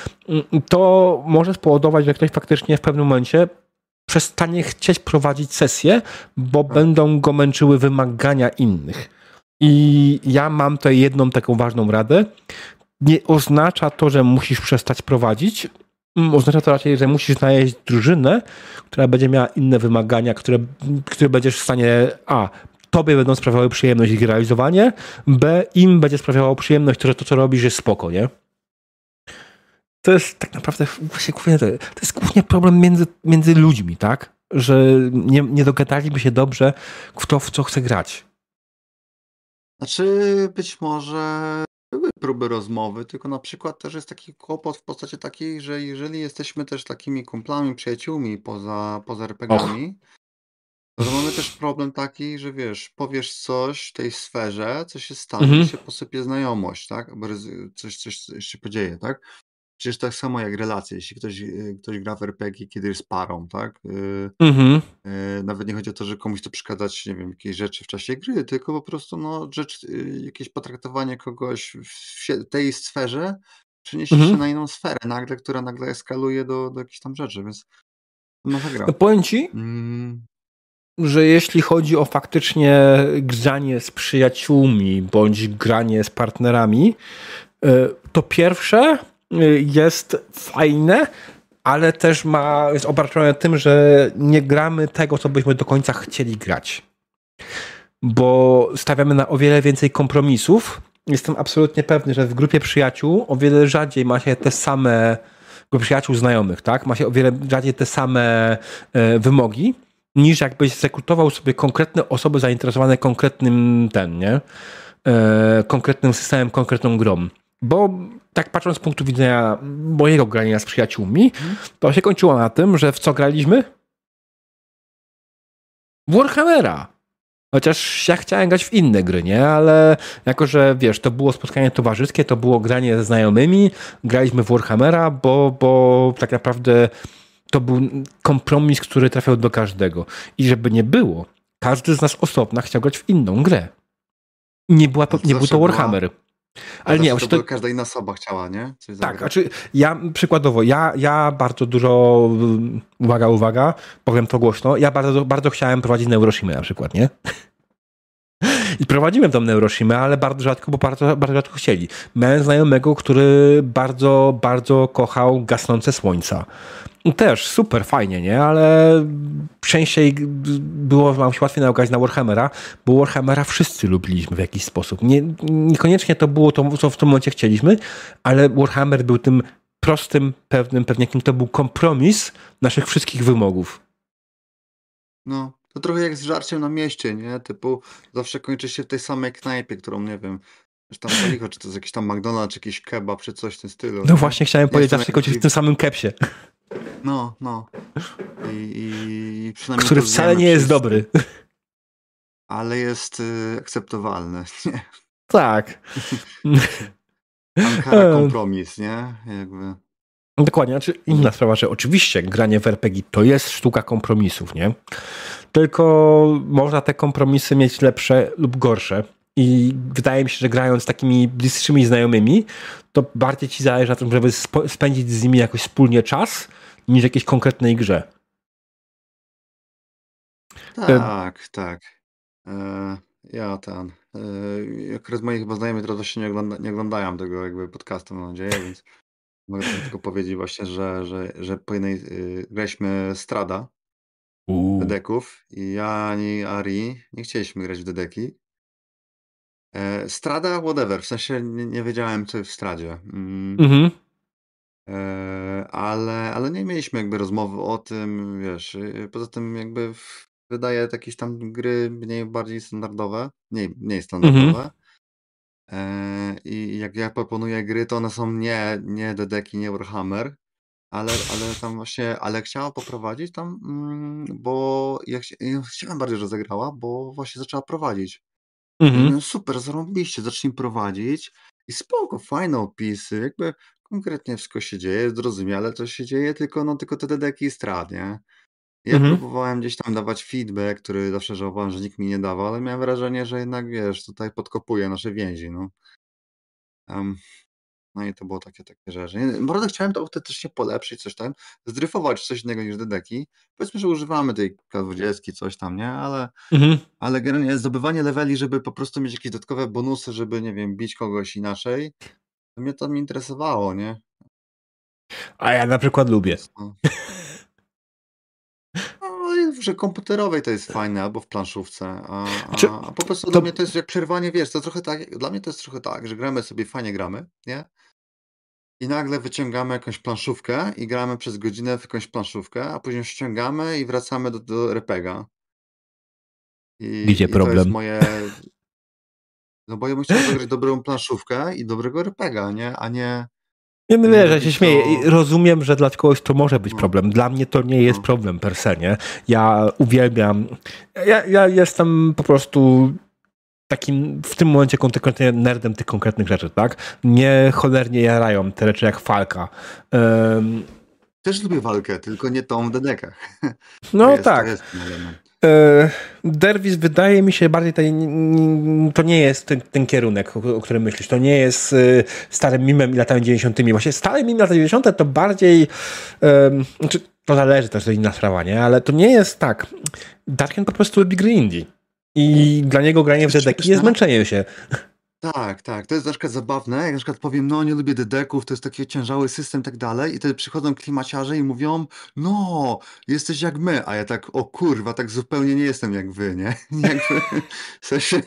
[SPEAKER 1] To może spowodować, że ktoś faktycznie w pewnym momencie przestanie chcieć prowadzić sesję, bo będą go męczyły wymagania innych. I ja mam tutaj jedną taką ważną radę. Nie oznacza to, że musisz przestać prowadzić. Oznacza to raczej, że musisz znaleźć drużynę, która będzie miała inne wymagania, które będziesz w stanie tobie będą sprawiały przyjemność ich realizowanie, b, im będzie sprawiało przyjemność to, że to, co robisz, jest spoko, nie? To jest tak naprawdę właśnie to jest głównie problem między ludźmi, tak? Że nie dogadaliby się dobrze, kto w co chce grać.
[SPEAKER 2] Znaczy, być może były próby rozmowy, tylko na przykład też jest taki kłopot w postaci takiej, że jeżeli jesteśmy też takimi kumplami, przyjaciółmi poza RPGami, to mamy też problem taki, że wiesz, powiesz coś w tej sferze, co się stanie i się posypie znajomość, tak? Bo coś się podzieje, tak? Przecież tak samo jak relacje. Jeśli ktoś gra w RPG, kiedy jest parą, tak? Nawet nie chodzi o to, że komuś to przeszkadzać, nie wiem, jakieś rzeczy w czasie gry, tylko po prostu jakieś potraktowanie kogoś w tej sferze przeniesie się na inną sferę nagle, która nagle eskaluje do jakichś tam rzeczy, więc masakra.
[SPEAKER 1] No powiem ci, że jeśli chodzi o faktycznie granie z przyjaciółmi bądź granie z partnerami, to pierwsze jest fajne, ale też jest obarczone tym, że nie gramy tego, co byśmy do końca chcieli grać. Bo stawiamy na o wiele więcej kompromisów. Jestem absolutnie pewny, że w grupie przyjaciół o wiele rzadziej ma się te same, grupie przyjaciół znajomych, tak? Ma się o wiele rzadziej te same wymogi, niż jakbyś zrekrutował sobie konkretne osoby zainteresowane konkretnym konkretnym systemem, konkretną grą. Bo tak patrząc z punktu widzenia mojego grania z przyjaciółmi, to się kończyło na tym, że w co graliśmy? Warhammera. Chociaż ja chciałem grać w inne gry, nie? Ale jako, że wiesz, to było spotkanie towarzyskie, to było granie ze znajomymi, graliśmy w Warhammera, bo tak naprawdę to był kompromis, który trafiał do każdego. I żeby nie było, każdy z nas osobna chciał grać w inną grę. Nie był to Warhammer.
[SPEAKER 2] Ale nie, to każda inna osoba chciała, nie? Coś
[SPEAKER 1] tak, znaczy ja przykładowo, ja bardzo dużo, uwaga, powiem to głośno, ja bardzo chciałem prowadzić Neuroshimę na przykład, nie? I prowadziłem tą Neuroshimę, ale bardzo rzadko, bo bardzo rzadko chcieli. Miałem znajomego, który bardzo, bardzo kochał Gasnące Słońca. Też super, fajnie, nie? Ale częściej było nam się łatwiej naukać na Warhammera, bo Warhammera wszyscy lubiliśmy w jakiś sposób. Niekoniecznie to było to, co w tym momencie chcieliśmy, ale Warhammer był tym prostym, pewnym pewniakiem. To był kompromis naszych wszystkich wymogów.
[SPEAKER 2] No, to trochę jak z żarciem na mieście, nie? Typu zawsze kończy się w tej samej knajpie, którą, nie wiem, czy tam palicho, czy to jest jakiś tam McDonald's, czy jakiś kebab, czy coś w tym stylu.
[SPEAKER 1] No właśnie chciałem powiedzieć, zawsze kończy się w tym samym kepsie.
[SPEAKER 2] No. I przynajmniej
[SPEAKER 1] który wcale nie jest dobry.
[SPEAKER 2] Ale jest akceptowalny, nie?
[SPEAKER 1] Tak.
[SPEAKER 2] Ankara kompromis, nie? Jakby.
[SPEAKER 1] Dokładnie, znaczy inna sprawa, że oczywiście granie w RPG to jest sztuka kompromisów, nie? Tylko można te kompromisy mieć lepsze lub gorsze. I wydaje mi się, że grając z takimi bliskszymi znajomymi, to bardziej ci zależy na tym, żeby spędzić z nimi jakoś wspólnie czas, niż jakiejś konkretnej grze.
[SPEAKER 2] Tak. Akurat moi chyba znajomi teraz właśnie nie oglądają tego jakby podcastu, mam nadzieję, więc mogę tylko powiedzieć właśnie, że po jednej graliśmy Strada dedeków i ja ani Ari nie chcieliśmy grać w dedeki. Strada, whatever, w sensie nie wiedziałem, co jest w Stradzie. Ale nie mieliśmy jakby rozmowy o tym, wiesz, poza tym jakby wydaje jakieś tam gry bardziej standardowe, mniej standardowe. I jak ja proponuję gry, to one są nie dedeki, nie Warhammer, ale tam właśnie, ale chciała poprowadzić tam, bo ja chciałem bardziej, że zagrała, bo właśnie zaczęła prowadzić. Ja
[SPEAKER 1] Mhm.
[SPEAKER 2] mówię: "Super, zarąbiście, zacznij prowadzić i spoko, fajne opisy, jakby konkretnie wszystko się dzieje, zrozumiale to się dzieje, tylko te dedeki i strat, nie?" Ja
[SPEAKER 1] Mhm.
[SPEAKER 2] próbowałem gdzieś tam dawać feedback, który zawsze żałowałem, że nikt mi nie dawał, ale miałem wrażenie, że jednak, wiesz, tutaj podkopuje nasze więzi, no. Em, no i to było takie rzeczy. Naprawdę chciałem to autentycznie polepszyć, coś tam, zdryfować w coś innego niż dedeki. Powiedzmy, że używamy tej K20, coś tam, nie?
[SPEAKER 1] Mhm.
[SPEAKER 2] Ale generalnie zdobywanie leveli, żeby po prostu mieć jakieś dodatkowe bonusy, żeby, nie wiem, bić kogoś inaczej, to mnie to nie interesowało, nie?
[SPEAKER 1] A ja na przykład lubię.
[SPEAKER 2] Więc no. No i w grze komputerowej to jest fajne, albo w planszówce,
[SPEAKER 1] Znaczy,
[SPEAKER 2] a po prostu dla
[SPEAKER 1] to
[SPEAKER 2] mnie to jest jak przerwanie, wiesz, to trochę tak, dla mnie to jest trochę tak, że gramy sobie, fajnie gramy, nie? I nagle wyciągamy jakąś planszówkę i gramy przez godzinę w jakąś planszówkę, a później ściągamy i wracamy do RPGa.
[SPEAKER 1] gdzie
[SPEAKER 2] I to jest
[SPEAKER 1] problem?
[SPEAKER 2] moje. No bo ja bym chciał zagrać dobrą planszówkę i dobrego RPGa, nie?
[SPEAKER 1] Nie, no
[SPEAKER 2] A nie
[SPEAKER 1] wiesz, ja się
[SPEAKER 2] robić
[SPEAKER 1] śmieję.
[SPEAKER 2] to.
[SPEAKER 1] I rozumiem, że dla kogoś to może być
[SPEAKER 2] No,
[SPEAKER 1] problem. Dla mnie to nie jest
[SPEAKER 2] no.
[SPEAKER 1] problem per se, nie? Ja uwielbiam. Ja jestem po prostu takim w tym momencie konsekwentnie nerdem tych konkretnych rzeczy, tak? Mnie cholernie jarają te rzeczy jak Falka. Um,
[SPEAKER 2] Też lubię walkę, tylko nie tą w dedekach. To
[SPEAKER 1] no
[SPEAKER 2] jest, to
[SPEAKER 1] tak.
[SPEAKER 2] jest ten element.
[SPEAKER 1] Derwis wydaje mi się bardziej, to nie jest ten kierunek, o którym myślisz. To nie jest starym mimem i latami 90. Właśnie stare mimy lata 90. to bardziej, znaczy, to zależy, to jest inna sprawa, nie? Ale to nie jest tak. Darken po prostu lubi gry indie. I dla niego granie w
[SPEAKER 2] To jest
[SPEAKER 1] dedeki jest
[SPEAKER 2] śmieszne.
[SPEAKER 1] zmęczenie się.
[SPEAKER 2] Tak, tak. To jest na przykład zabawne, jak na przykład powiem: "No, nie lubię dedeków, to jest taki ociężały system", i tak dalej, i wtedy przychodzą klimaciarze i mówią: "No, jesteś jak my", a ja tak: "O kurwa, tak zupełnie nie jestem jak wy", nie? Jakby w sensie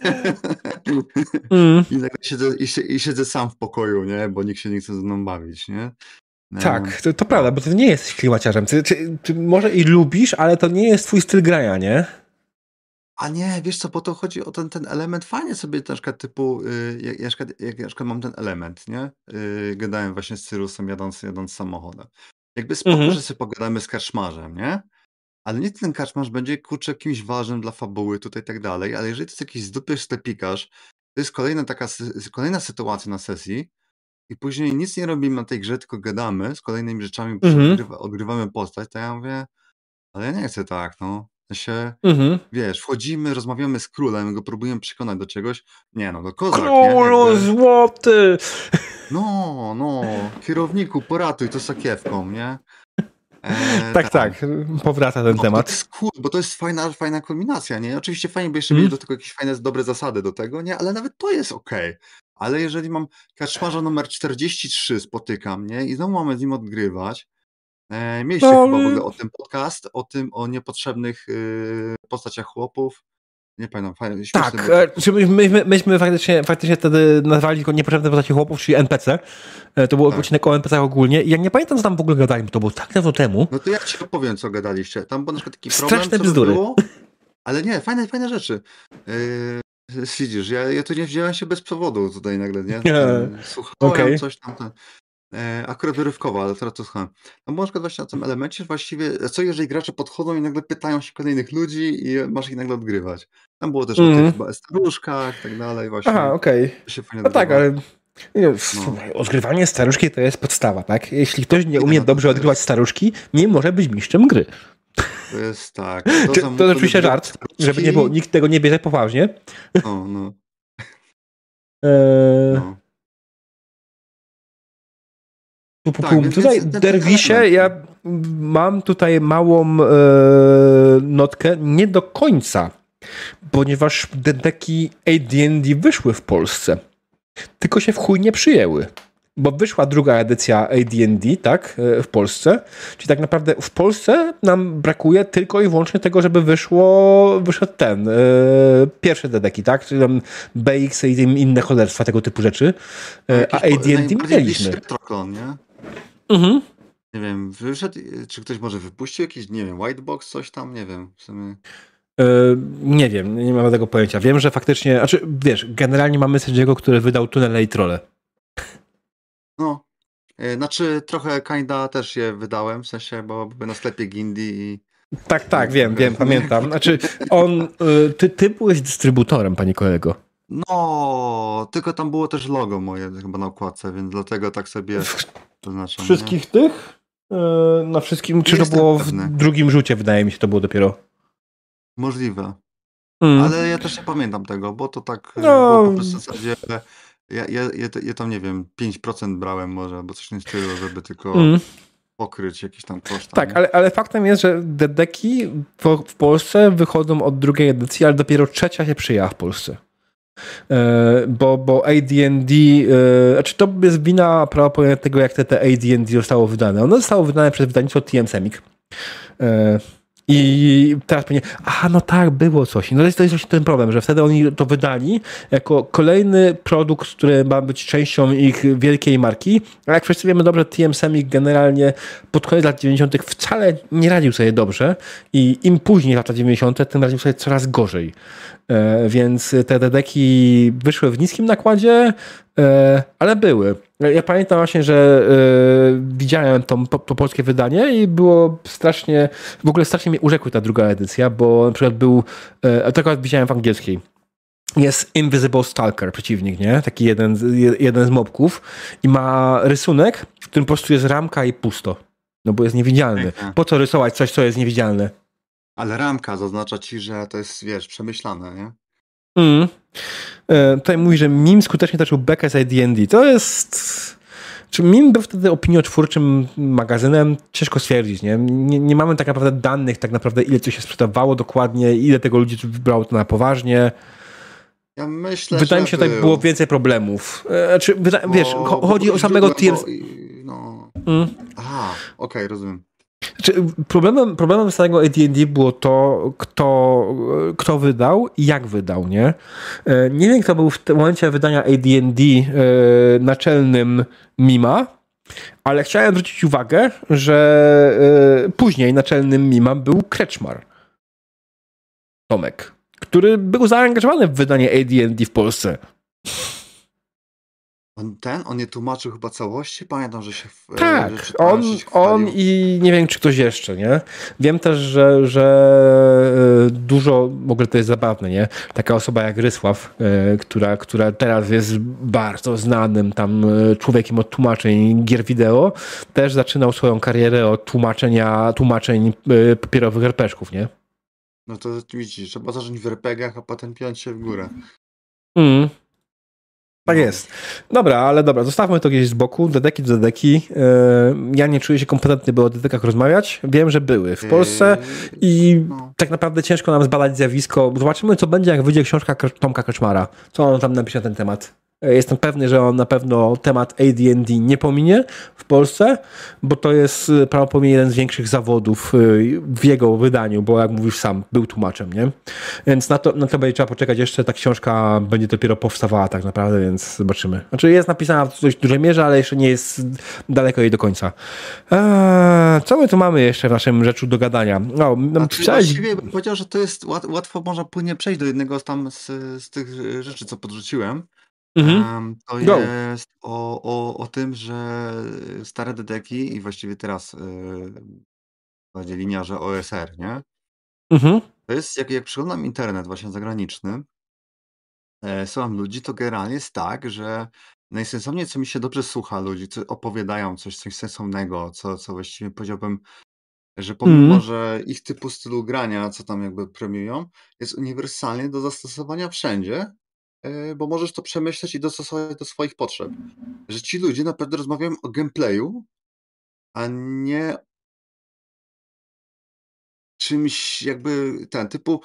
[SPEAKER 2] i nagle siedzę sam w pokoju, nie, bo nikt się nie chce ze mną bawić, nie?
[SPEAKER 1] Tak, to prawda,
[SPEAKER 2] No.
[SPEAKER 1] bo ty nie jesteś klimaciarzem. Ty może i lubisz, ale to nie jest twój styl grania, nie?
[SPEAKER 2] A nie, wiesz co, bo to chodzi o ten element, fajnie sobie na przykład typu, jak na przykład mam ten element, nie? Gadałem właśnie z Cyrusem jadąc samochodem. Jakby spoko,
[SPEAKER 1] Mhm.
[SPEAKER 2] że sobie pogadamy z karczmarzem, nie? Ale nie ten karczmarz będzie, kurczę, kimś ważnym dla fabuły tutaj i tak dalej, ale jeżeli to jest jakiś z dupy sklepikarz, to jest kolejna sytuacja na sesji i później nic nie robimy na tej grze, tylko gadamy z kolejnymi rzeczami, po prostu
[SPEAKER 1] Mhm.
[SPEAKER 2] odgrywamy postać, to ja mówię: "Ale ja nie chcę tak, no". W sensie,
[SPEAKER 1] Mhm.
[SPEAKER 2] wiesz, wchodzimy, rozmawiamy z królem, go próbujemy przekonać do czegoś. Nie no, to kozak, nie?
[SPEAKER 1] Królu
[SPEAKER 2] Jakby,
[SPEAKER 1] złoty!
[SPEAKER 2] no, kierowniku, poratuj to sakiewką, nie?
[SPEAKER 1] Tak,
[SPEAKER 2] Ten.
[SPEAKER 1] tak, powraca ten
[SPEAKER 2] No, bo to
[SPEAKER 1] temat.
[SPEAKER 2] jest bo to jest fajna kulminacja, nie? Oczywiście fajnie, bo jeszcze mieli
[SPEAKER 1] Mhm.
[SPEAKER 2] do tego jakieś fajne, dobre zasady do tego, nie? Ale nawet to jest okej. Ale jeżeli mam kaczmarza numer 43 spotykam, nie? I znowu mamy z nim odgrywać. Mieliście
[SPEAKER 1] No,
[SPEAKER 2] chyba w ogóle o tym podcast, o niepotrzebnych postaciach chłopów. Nie pamiętam, fajny, śmieszny
[SPEAKER 1] tak,
[SPEAKER 2] był tytuł.
[SPEAKER 1] czy myśmy faktycznie wtedy nazwali go Niepotrzebne postaci chłopów, czyli NPC. To był
[SPEAKER 2] Tak.
[SPEAKER 1] odcinek o NPC ogólnie. I ja nie pamiętam, co tam w ogóle gadali, bo to było tak dawno temu.
[SPEAKER 2] No to ja ci opowiem, co gadaliście. Tam był na przykład taki problem,
[SPEAKER 1] Straszne
[SPEAKER 2] co by
[SPEAKER 1] bzdury.
[SPEAKER 2] było, ale nie, fajne rzeczy. Widzisz, ja tu nie wziąłem się bez powodu tutaj nagle, nie? Słuchałem
[SPEAKER 1] Okej.
[SPEAKER 2] coś tam. Akurat wyrywkowo, ale teraz to słuchałem. No bo na przykład właśnie na tym elemencie, że właściwie, co jeżeli gracze podchodzą i nagle pytają się kolejnych ludzi i masz ich nagle odgrywać. Tam było też o tych
[SPEAKER 1] Mhm.
[SPEAKER 2] chyba staruszkach i tak dalej
[SPEAKER 1] Aha,
[SPEAKER 2] właśnie.
[SPEAKER 1] okej.
[SPEAKER 2] To się fajnie
[SPEAKER 1] No tak,
[SPEAKER 2] odgrywa.
[SPEAKER 1] ale nie,
[SPEAKER 2] No,
[SPEAKER 1] słuchaj, odgrywanie staruszki to jest podstawa, tak? Jeśli ktoś nie
[SPEAKER 2] nie,
[SPEAKER 1] umie
[SPEAKER 2] no to
[SPEAKER 1] dobrze odgrywać
[SPEAKER 2] jest,
[SPEAKER 1] staruszki, nie może być mistrzem gry.
[SPEAKER 2] to jest tak. Kto za
[SPEAKER 1] To
[SPEAKER 2] młody
[SPEAKER 1] oczywiście
[SPEAKER 2] odgrywa
[SPEAKER 1] żart, żeby nie było,
[SPEAKER 2] staruszki?
[SPEAKER 1] nikt tego nie bierze poważnie.
[SPEAKER 2] No.
[SPEAKER 1] Eee,
[SPEAKER 2] No. Tak, więc
[SPEAKER 1] Tutaj,
[SPEAKER 2] ten
[SPEAKER 1] derwisie,
[SPEAKER 2] element.
[SPEAKER 1] ja mam tutaj małą notkę, nie do końca, ponieważ dedeki AD&D wyszły w Polsce, tylko się w chuj nie przyjęły. Bo wyszła druga edycja AD&D, tak, w Polsce. Czyli tak naprawdę w Polsce nam brakuje tylko i wyłącznie tego, żeby wyszedł ten, pierwsze dedeki, tak? Czyli tam BX i inne cholerstwa, tego typu rzeczy.
[SPEAKER 2] No,
[SPEAKER 1] A
[SPEAKER 2] jakiś
[SPEAKER 1] AD&D
[SPEAKER 2] najbardziej bliższy
[SPEAKER 1] mieliśmy.
[SPEAKER 2] retroklon, nie?
[SPEAKER 1] Mhm.
[SPEAKER 2] Nie wiem, wyszedł, czy ktoś może wypuścił jakiś, nie wiem, whitebox, coś tam, nie wiem, w sumie.
[SPEAKER 1] Nie wiem, nie mam tego pojęcia. Wiem, że faktycznie, znaczy wiesz, generalnie mamy sędziego, który wydał Tunele i Trolle.
[SPEAKER 2] No, Znaczy trochę kinda też je wydałem, w sensie, bo były na sklepie Gindy i
[SPEAKER 1] Tak, wiem,
[SPEAKER 2] trochę...
[SPEAKER 1] pamiętam. Znaczy, ty byłeś dystrybutorem, panie kolego.
[SPEAKER 2] No, tylko tam było też logo moje chyba na okładce, więc dlatego tak sobie
[SPEAKER 1] W
[SPEAKER 2] zaznaczam, nie?
[SPEAKER 1] wszystkich tych? Na wszystkim,
[SPEAKER 2] Nie
[SPEAKER 1] czy to
[SPEAKER 2] jestem
[SPEAKER 1] było w
[SPEAKER 2] pewny.
[SPEAKER 1] drugim rzucie, wydaje mi się, to było dopiero.
[SPEAKER 2] Możliwe.
[SPEAKER 1] Mm.
[SPEAKER 2] Ale ja też nie pamiętam tego, bo to tak było
[SPEAKER 1] No,
[SPEAKER 2] po prostu w zasadzie, ja tam nie wiem, 5% brałem może, albo coś w tym stylu, żeby tylko
[SPEAKER 1] mm.
[SPEAKER 2] pokryć jakieś tam koszta,
[SPEAKER 1] Tak,
[SPEAKER 2] nie?
[SPEAKER 1] ale faktem jest, że dedeki w Polsce wychodzą od drugiej edycji, ale dopiero trzecia się przyjęła w Polsce. Bo AD&D, znaczy to jest wina prawdopodobnie tego, jak te AD&D zostało wydane. Ono zostało wydane przez wydawnictwo TM Semik. I teraz pewnie, no tak, było coś. No to jest właśnie ten problem, że wtedy oni to wydali jako kolejny produkt, który ma być częścią ich wielkiej marki, a jak wszyscy wiemy dobrze, TM Semik generalnie pod koniec lat 90. wcale nie radził sobie dobrze i im później lata 90., tym radził sobie coraz gorzej. Więc te dedeki wyszły w niskim nakładzie, ale były. Ja pamiętam właśnie, że widziałem to polskie wydanie i było strasznie, w ogóle strasznie mnie urzekła ta druga edycja, bo na przykład był, to akurat widziałem w angielskiej, jest Invisible Stalker, przeciwnik, nie? Taki jeden z mobków i ma rysunek, w którym po prostu jest ramka i pusto. No bo jest niewidzialny.
[SPEAKER 2] Piękne.
[SPEAKER 1] Po co rysować coś, co jest niewidzialne?
[SPEAKER 2] Ale ramka zaznacza ci, że to jest, wiesz, przemyślane, nie?
[SPEAKER 1] Tutaj mówi, że MIM skutecznie toczył bekę z AD&D. To jest... Czy MIM był wtedy opiniotwórczym magazynem? Ciężko stwierdzić, nie? Nie mamy tak naprawdę danych, tak naprawdę ile to się sprzedawało dokładnie, ile tego ludzi wybrało to na poważnie.
[SPEAKER 2] Ja myślę,
[SPEAKER 1] Wydaje mi
[SPEAKER 2] że
[SPEAKER 1] się, że tutaj było więcej problemów. Wiesz, chodzi o samego tier...
[SPEAKER 2] No.
[SPEAKER 1] Mm.
[SPEAKER 2] Aha, okej, rozumiem.
[SPEAKER 1] Problemem samego AD&D było to, kto wydał i jak wydał, nie? Nie wiem, kto był w tym momencie wydania AD&D naczelnym Mima, ale chciałem zwrócić uwagę, że później naczelnym Mima był Kreczmar. Tomek, który był zaangażowany w wydanie AD&D w Polsce.
[SPEAKER 2] On nie tłumaczył chyba całości? Pamiętam, że się
[SPEAKER 1] Tak,
[SPEAKER 2] że czytałem, że się
[SPEAKER 1] on
[SPEAKER 2] chwalił.
[SPEAKER 1] i nie wiem, czy ktoś jeszcze, nie? Wiem też, że dużo, w ogóle to jest zabawne, nie? Taka osoba jak Rysław, która teraz jest bardzo znanym tam człowiekiem od tłumaczeń gier wideo, też zaczynał swoją karierę od tłumaczeń papierowych RPG-ków, nie?
[SPEAKER 2] No to widzisz, trzeba zacząć w RPG-ach, a potem piąć się w górę.
[SPEAKER 1] Tak
[SPEAKER 2] No.
[SPEAKER 1] jest. Dobra, zostawmy to gdzieś z boku. Dedeki do dedeki. Ja nie czuję się kompetentny, by o dedekach rozmawiać. Wiem, że były w Polsce i tak naprawdę ciężko nam zbadać zjawisko. Zobaczymy, co będzie, jak wyjdzie książka Tomka Kreczmara. Co on tam napisze na ten temat. Jestem pewny, że on na pewno temat AD&D nie pominie w Polsce, bo to jest prawdopodobnie jeden z większych zawodów w jego wydaniu, bo jak mówisz sam, był tłumaczem, nie? Więc na to będzie trzeba poczekać jeszcze. Ta książka będzie dopiero powstawała tak naprawdę, więc zobaczymy. Znaczy jest napisana w dość dużej mierze, ale jeszcze nie jest daleko jej do końca. Co my tu mamy jeszcze w naszym rzeczu do gadania?
[SPEAKER 2] Właściwie bym powiedział, że to jest łatwo można płynnie przejść do jednego z tych rzeczy, co podrzuciłem. To jest o tym, że stare dedeki i właściwie teraz bardziej liniarze OSR, nie? To jest, jak przeglądam internet właśnie zagraniczny, słucham ludzi, to generalnie jest tak, że najsensowniej, co mi się dobrze słucha ludzi, co opowiadają coś sensownego, co właściwie powiedziałbym, że pomimo, że ich typu stylu grania, co tam jakby premiują, jest uniwersalnie do zastosowania wszędzie, bo możesz to przemyśleć i dostosować do swoich potrzeb. Że ci ludzie naprawdę rozmawiają o gameplayu, a nie czymś jakby typu,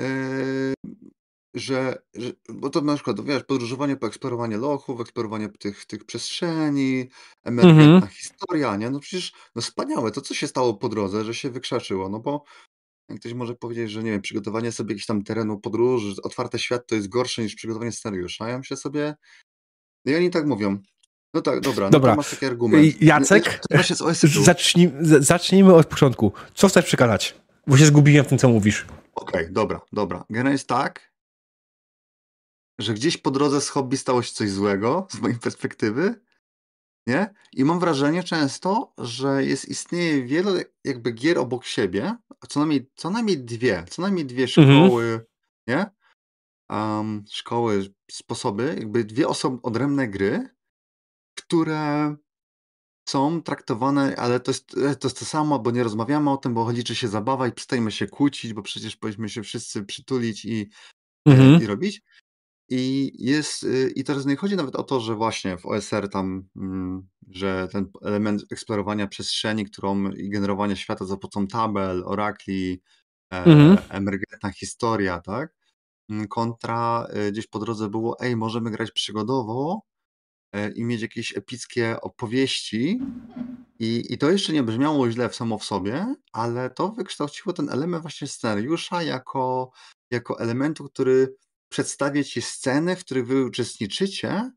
[SPEAKER 2] bo to na przykład, wiesz, podróżowanie po eksplorowanie lochów, eksplorowanie tych przestrzeni, emergentna historia, nie? No przecież, no wspaniałe, to co się stało po drodze, że się wykrzaczyło, no bo ktoś może powiedzieć, że nie wiem, przygotowanie sobie jakiegoś tam terenu podróży, otwarte świat to jest gorsze niż przygotowanie scenariusza. Ja myślę sobie, i oni tak mówią. No tak, dobra, no to masz taki argument.
[SPEAKER 1] Jacek,
[SPEAKER 2] Właśnie z OS-u.
[SPEAKER 1] zacznijmy od początku. Co chcesz przekazać? Bo się zgubiłem w tym, co mówisz.
[SPEAKER 2] Okej, dobra. Generalnie jest tak, że gdzieś po drodze z hobby stało się coś złego, z mojej perspektywy, nie? I mam wrażenie często, że istnieje wiele jakby gier obok siebie, co najmniej dwie
[SPEAKER 1] Mhm.
[SPEAKER 2] szkoły, nie? Szkoły, sposoby, jakby dwie odrębne gry, które są traktowane, ale to jest to samo, bo nie rozmawiamy o tym, bo liczy się zabawa i przestajemy się kłócić, bo przecież powinniśmy się wszyscy przytulić
[SPEAKER 1] Mhm.
[SPEAKER 2] i robić. I teraz nie chodzi nawet o to, że właśnie w OSR tam, że ten element eksplorowania przestrzeni, i generowania świata za pomocą tabel, orakli,
[SPEAKER 1] Mhm.
[SPEAKER 2] emergentna historia, tak? Kontra gdzieś po drodze było, możemy grać przygodowo i mieć jakieś epickie opowieści. I to jeszcze nie brzmiało źle samo w sobie, ale to wykształciło ten element właśnie scenariusza jako elementu, który przedstawia ci sceny, w których wy uczestniczycie,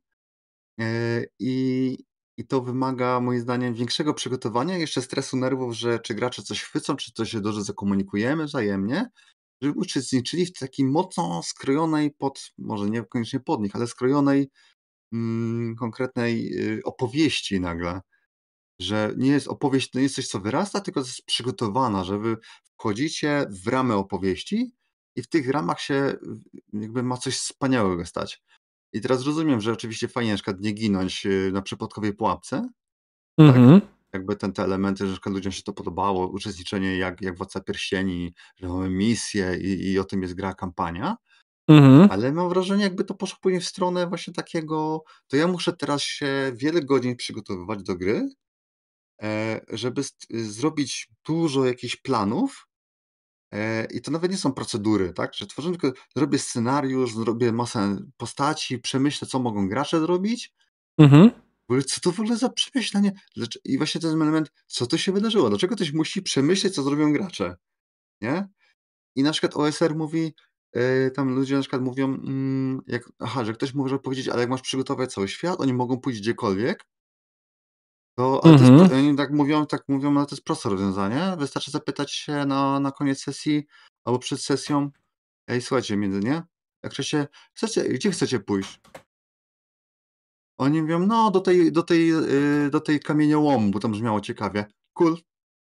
[SPEAKER 2] i to wymaga moim zdaniem większego przygotowania, jeszcze stresu nerwów, że czy gracze coś chwycą, czy to się dobrze zakomunikujemy wzajemnie, żeby uczestniczyli w takiej mocno skrojonej może niekoniecznie pod nich, ale skrojonej, konkretnej, opowieści nagle. Że nie jest opowieść, to nie jest coś, co wyrasta, tylko to jest przygotowana, że wy wchodzicie w ramy opowieści i w tych ramach się jakby ma coś wspaniałego stać. I teraz rozumiem, że oczywiście fajnie na przykład nie ginąć na przypadkowej pułapce, tak?
[SPEAKER 1] Mhm.
[SPEAKER 2] Jakby te elementy, że na przykład ludziom się to podobało, uczestniczenie jak Władca Pierścieni, że mamy misję i o tym jest gra, kampania,
[SPEAKER 1] Mhm.
[SPEAKER 2] ale mam wrażenie, jakby to poszło później w stronę właśnie takiego, to ja muszę teraz się wiele godzin przygotowywać do gry, żeby zrobić dużo jakichś planów, i to nawet nie są procedury, tak, że tworzymy tylko zrobię scenariusz, zrobię masę postaci, przemyślę, co mogą gracze zrobić.
[SPEAKER 1] Mhm.
[SPEAKER 2] W ogóle co to w ogóle za przemyślenie? I właśnie to jest element, co tu się wydarzyło? Dlaczego ktoś musi przemyśleć, co zrobią gracze, nie? I na przykład OSR mówi, tam ludzie na przykład mówią, że ktoś może powiedzieć: „Ale jak masz przygotować cały świat, oni mogą pójść gdziekolwiek”. Ale to jest
[SPEAKER 1] Mhm.
[SPEAKER 2] oni tak mówią, ale to jest proste rozwiązanie. Wystarczy zapytać się na koniec sesji albo przed sesją: „Ej, słuchajcie, nie? Jak gdzie chcecie pójść?” Oni mówią: „No, do tej kamieniołomu”, bo tam brzmiało ciekawie. Cool.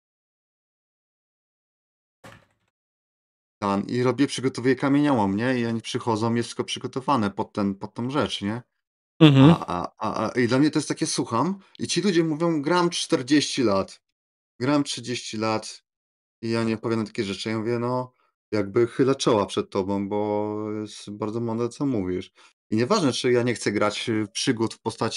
[SPEAKER 2] I przygotowuję kamieniołom, nie? I oni przychodzą, jest wszystko przygotowane pod tą rzecz, nie?
[SPEAKER 1] Mhm.
[SPEAKER 2] I dla mnie to jest takie, słucham i ci ludzie mówią: „Gram 40 lat, gram 30 lat”. I ja nie opowiadam takie rzeczy. Ja mówię, no, jakby chylę czoła przed tobą, bo jest bardzo mądre, co mówisz. I nieważne, czy ja nie chcę grać przygód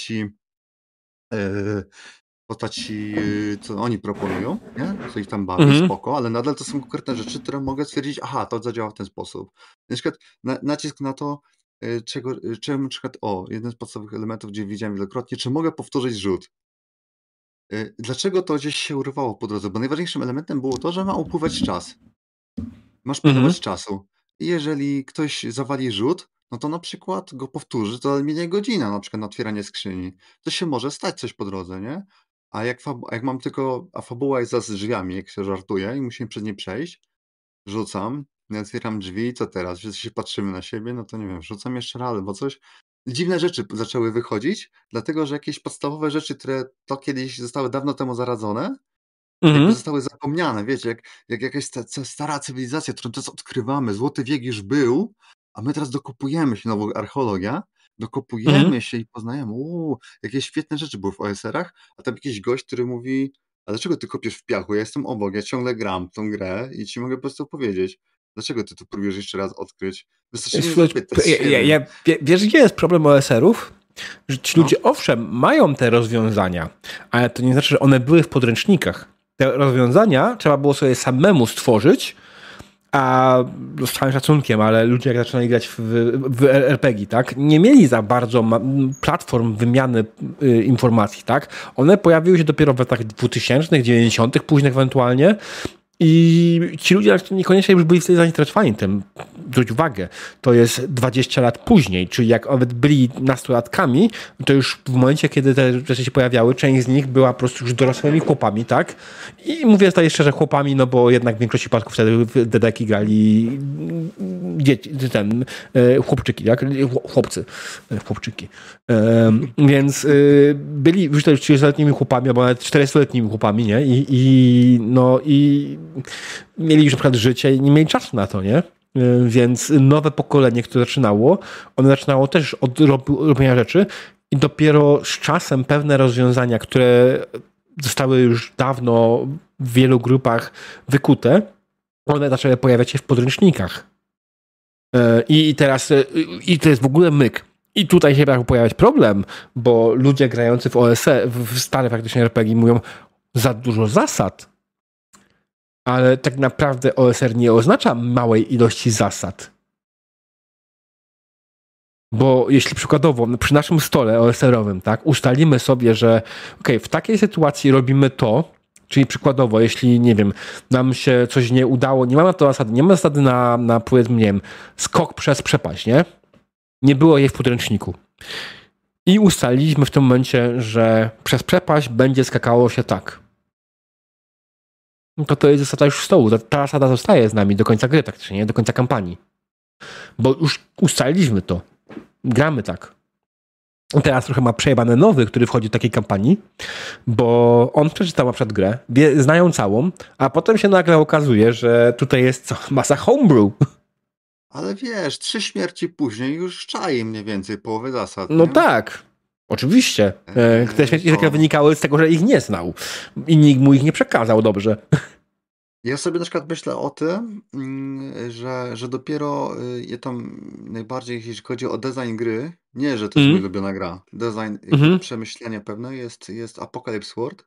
[SPEAKER 2] e, co oni proponują, nie? Co ich tam bawi,
[SPEAKER 1] Mhm.
[SPEAKER 2] spoko, ale nadal to są konkretne rzeczy, które mogę stwierdzić, aha, to zadziała w ten sposób. Na przykład nacisk na to, czemu na przykład, jeden z podstawowych elementów, gdzie widziałem wielokrotnie, czy mogę powtórzyć rzut. Dlaczego to gdzieś się urwało po drodze? Bo najważniejszym elementem było to, że ma upływać czas. Masz
[SPEAKER 1] Mhm.
[SPEAKER 2] pilnować czasu. I jeżeli ktoś zawali rzut, no to na przykład go powtórzy, to minie godzina na przykład na otwieranie skrzyni. To się może stać coś po drodze, nie? A jak mam tylko a fabuła jest za drzwiami, jak się żartuje i musimy przez nie przejść, rzucam, nie otwieram drzwi, co teraz? Wszyscy się patrzymy na siebie, no to nie wiem, rzucam jeszcze raz albo coś. Dziwne rzeczy zaczęły wychodzić, dlatego że jakieś podstawowe rzeczy, które to kiedyś zostały dawno temu zaradzone, jakby
[SPEAKER 1] Mhm.
[SPEAKER 2] zostały zapomniane, wiecie, jak jakaś stara cywilizacja, którą teraz odkrywamy, złoty wiek już był, a my teraz dokopujemy się, nowo archeologia,
[SPEAKER 1] Mhm.
[SPEAKER 2] dokopujemy się i poznajemy, jakie świetne rzeczy były w OSR-ach, a tam jakiś gość, który mówi: „A dlaczego ty kopiesz w piachu? Ja jestem obok, ja ciągle gram w tą grę i ci mogę po prostu powiedzieć. Dlaczego ty to próbujesz jeszcze raz odkryć? Wystarczy mnie
[SPEAKER 1] Słuchaj,
[SPEAKER 2] zapytać, nie wiem”.
[SPEAKER 1] wiesz, gdzie jest problem OSR-ów? Że ci
[SPEAKER 2] No.
[SPEAKER 1] ludzie, owszem, mają te rozwiązania, ale to nie znaczy, że one były w podręcznikach. Te rozwiązania trzeba było sobie samemu stworzyć, a z całym szacunkiem, ale ludzie jak zaczynali grać w RPG, tak, nie mieli za bardzo platform wymiany informacji, tak. One pojawiły się dopiero w latach 2000, 90., późnych ewentualnie I ci ludzie niekoniecznie już byli wtedy zainteresowani tym. Zwróć uwagę, to jest 20 lat później, czyli jak nawet byli nastolatkami, to już w momencie, kiedy te rzeczy się pojawiały, część z nich była po prostu już dorosłymi chłopami, tak? I mówię tutaj szczerze chłopami, no bo jednak w większości przypadków wtedy w dedeki grali dzieci, chłopczyki, tak? Chłopczyki. Więc byli już 30-letnimi chłopami, albo nawet 40-letnimi chłopami, nie? I mieli już na przykład życie i nie mieli czasu na to, nie? Więc nowe pokolenie, które zaczynało, ono zaczynało też od robienia rzeczy i dopiero z czasem pewne rozwiązania, które zostały już dawno w wielu grupach wykute, one zaczęły pojawiać się w podręcznikach. I teraz to jest w ogóle myk. I tutaj się zaczął pojawiać problem, bo ludzie grający w OSR, w stare faktycznie RPG mówią za dużo zasad. Ale tak naprawdę OSR nie oznacza małej ilości zasad. Bo jeśli przykładowo przy naszym stole OSR-owym, tak, ustalimy sobie, że w takiej sytuacji robimy to, czyli przykładowo, jeśli, nie wiem, nam się coś nie udało, nie mamy zasady na powiedzmy, nie wiem, skok przez przepaść, nie? Nie było jej w podręczniku. I ustaliliśmy w tym momencie, że przez przepaść będzie skakało się tak. To jest zasada już stołu. Ta zasada zostaje z nami do końca gry, praktycznie, nie? Do końca kampanii. Bo już ustaliliśmy to. Gramy tak. Teraz trochę ma przejebane nowy, który wchodzi do takiej kampanii, bo on przeczytał na przykład grę, znają całą, a potem się nagle okazuje, że tutaj jest masa homebrew.
[SPEAKER 2] Ale wiesz, 3 śmierci później już czai mniej więcej połowy zasad.
[SPEAKER 1] No
[SPEAKER 2] nie?
[SPEAKER 1] tak. Oczywiście. Te śmierci wynikały z tego, że ich nie znał. I nikt mu ich nie przekazał dobrze.
[SPEAKER 2] Ja sobie na przykład myślę o tym, że dopiero je tam najbardziej, jeśli chodzi o design gry, nie, że to jest moja ulubiona gra, design, przemyślenia pewne jest Apocalypse World.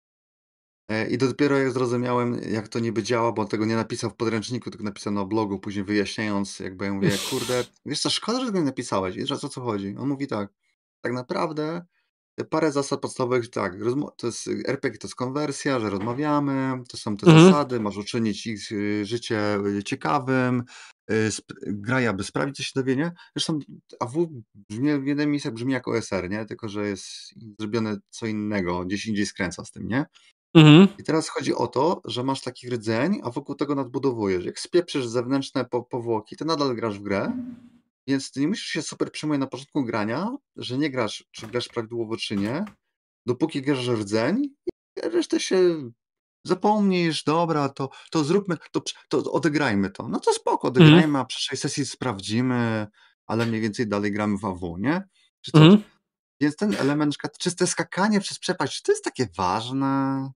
[SPEAKER 2] I dopiero jak zrozumiałem, jak to niby działa, bo on tego nie napisał w podręczniku, tylko napisał na blogu, później wyjaśniając, jakby ja mówię, kurde, wiesz co, szkoda, że tego nie napisałeś, wiesz o co chodzi. On mówi tak naprawdę parę zasad podstawowych, tak, to jest RPG, to jest konwersja, że rozmawiamy, to są te zasady, masz uczynić ich życie ciekawym, graj, aby sprawić, co się dowie, nie? Zresztą AW w jednym miejscu brzmi jak OSR, nie? Tylko, że jest zrobione co innego, gdzieś indziej skręca z tym, nie? I teraz chodzi o to, że masz taki rdzeń, a wokół tego nadbudowujesz. Jak spieprzysz zewnętrzne powłoki, to nadal grasz w grę, więc ty nie musisz się super przejmować na początku grania, że nie grasz, czy grasz prawidłowo, czy nie, dopóki grasz rdzeń i resztę się zapomnisz, dobra, to zróbmy, to odegrajmy to. No to spoko, odegrajmy, a przy 6 sesji sprawdzimy, ale mniej więcej dalej gramy w AW, nie? Czy coś. Więc ten element, czyste skakanie przez przepaść, czy to jest takie ważne?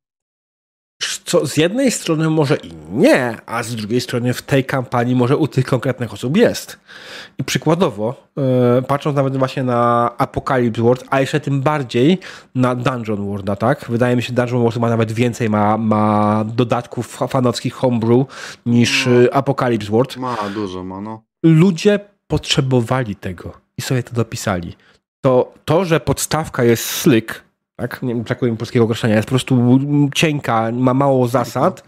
[SPEAKER 1] Co z jednej strony może i nie, a z drugiej strony w tej kampanii może u tych konkretnych osób jest. I przykładowo, patrząc nawet właśnie na Apocalypse World, a jeszcze tym bardziej na Dungeon Worlda, tak? Wydaje mi się, że Dungeon World ma nawet więcej, ma dodatków fanowskich homebrew niż Apocalypse World.
[SPEAKER 2] Ma, dużo ma, no.
[SPEAKER 1] Ludzie potrzebowali tego i sobie to dopisali. To, że podstawka jest slick, tak? Nie brakuje mi polskiego określenia, jest po prostu cienka, ma mało zasad,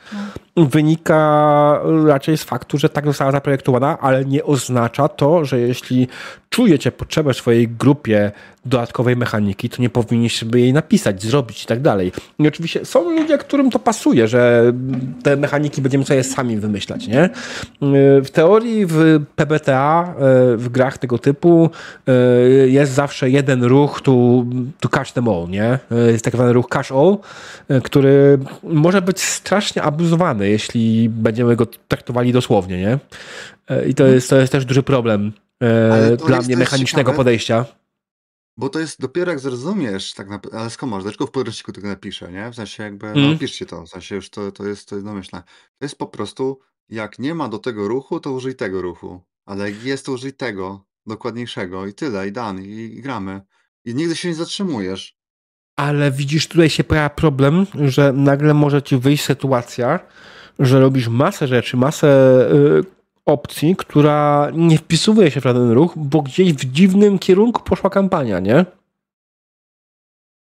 [SPEAKER 1] wynika raczej z faktu, że tak została zaprojektowana, ale nie oznacza to, że jeśli czujecie potrzebę w swojej grupie dodatkowej mechaniki, to nie powinniście sobie jej napisać, zrobić i tak dalej. I oczywiście są ludzie, którym to pasuje, że te mechaniki będziemy sobie sami wymyślać, nie? W teorii w PBTA, w grach tego typu jest zawsze jeden ruch to catch them all, nie? Jest tak zwany ruch catch all, który może być strasznie abuzowany, jeśli będziemy go traktowali dosłownie, nie? I to jest też duży problem dla mnie mechanicznego ciekawe, podejścia.
[SPEAKER 2] Bo to jest dopiero jak zrozumiesz, tak naprawdę, ale skąd masz? Dlaczego w podręczniku tego napiszę, nie? W sensie jakby, no piszcie to, w sensie już to jest domyślne. To jest po prostu, jak nie ma do tego ruchu, to użyj tego ruchu. Ale jak jest, to użyj tego, dokładniejszego i tyle, i dane, i gramy. I nigdy się nie zatrzymujesz.
[SPEAKER 1] Ale widzisz, tutaj się pojawia problem, że nagle może ci wyjść sytuacja, że robisz masę rzeczy, masę opcji, która nie wpisuje się w żaden ruch, bo gdzieś w dziwnym kierunku poszła kampania, nie?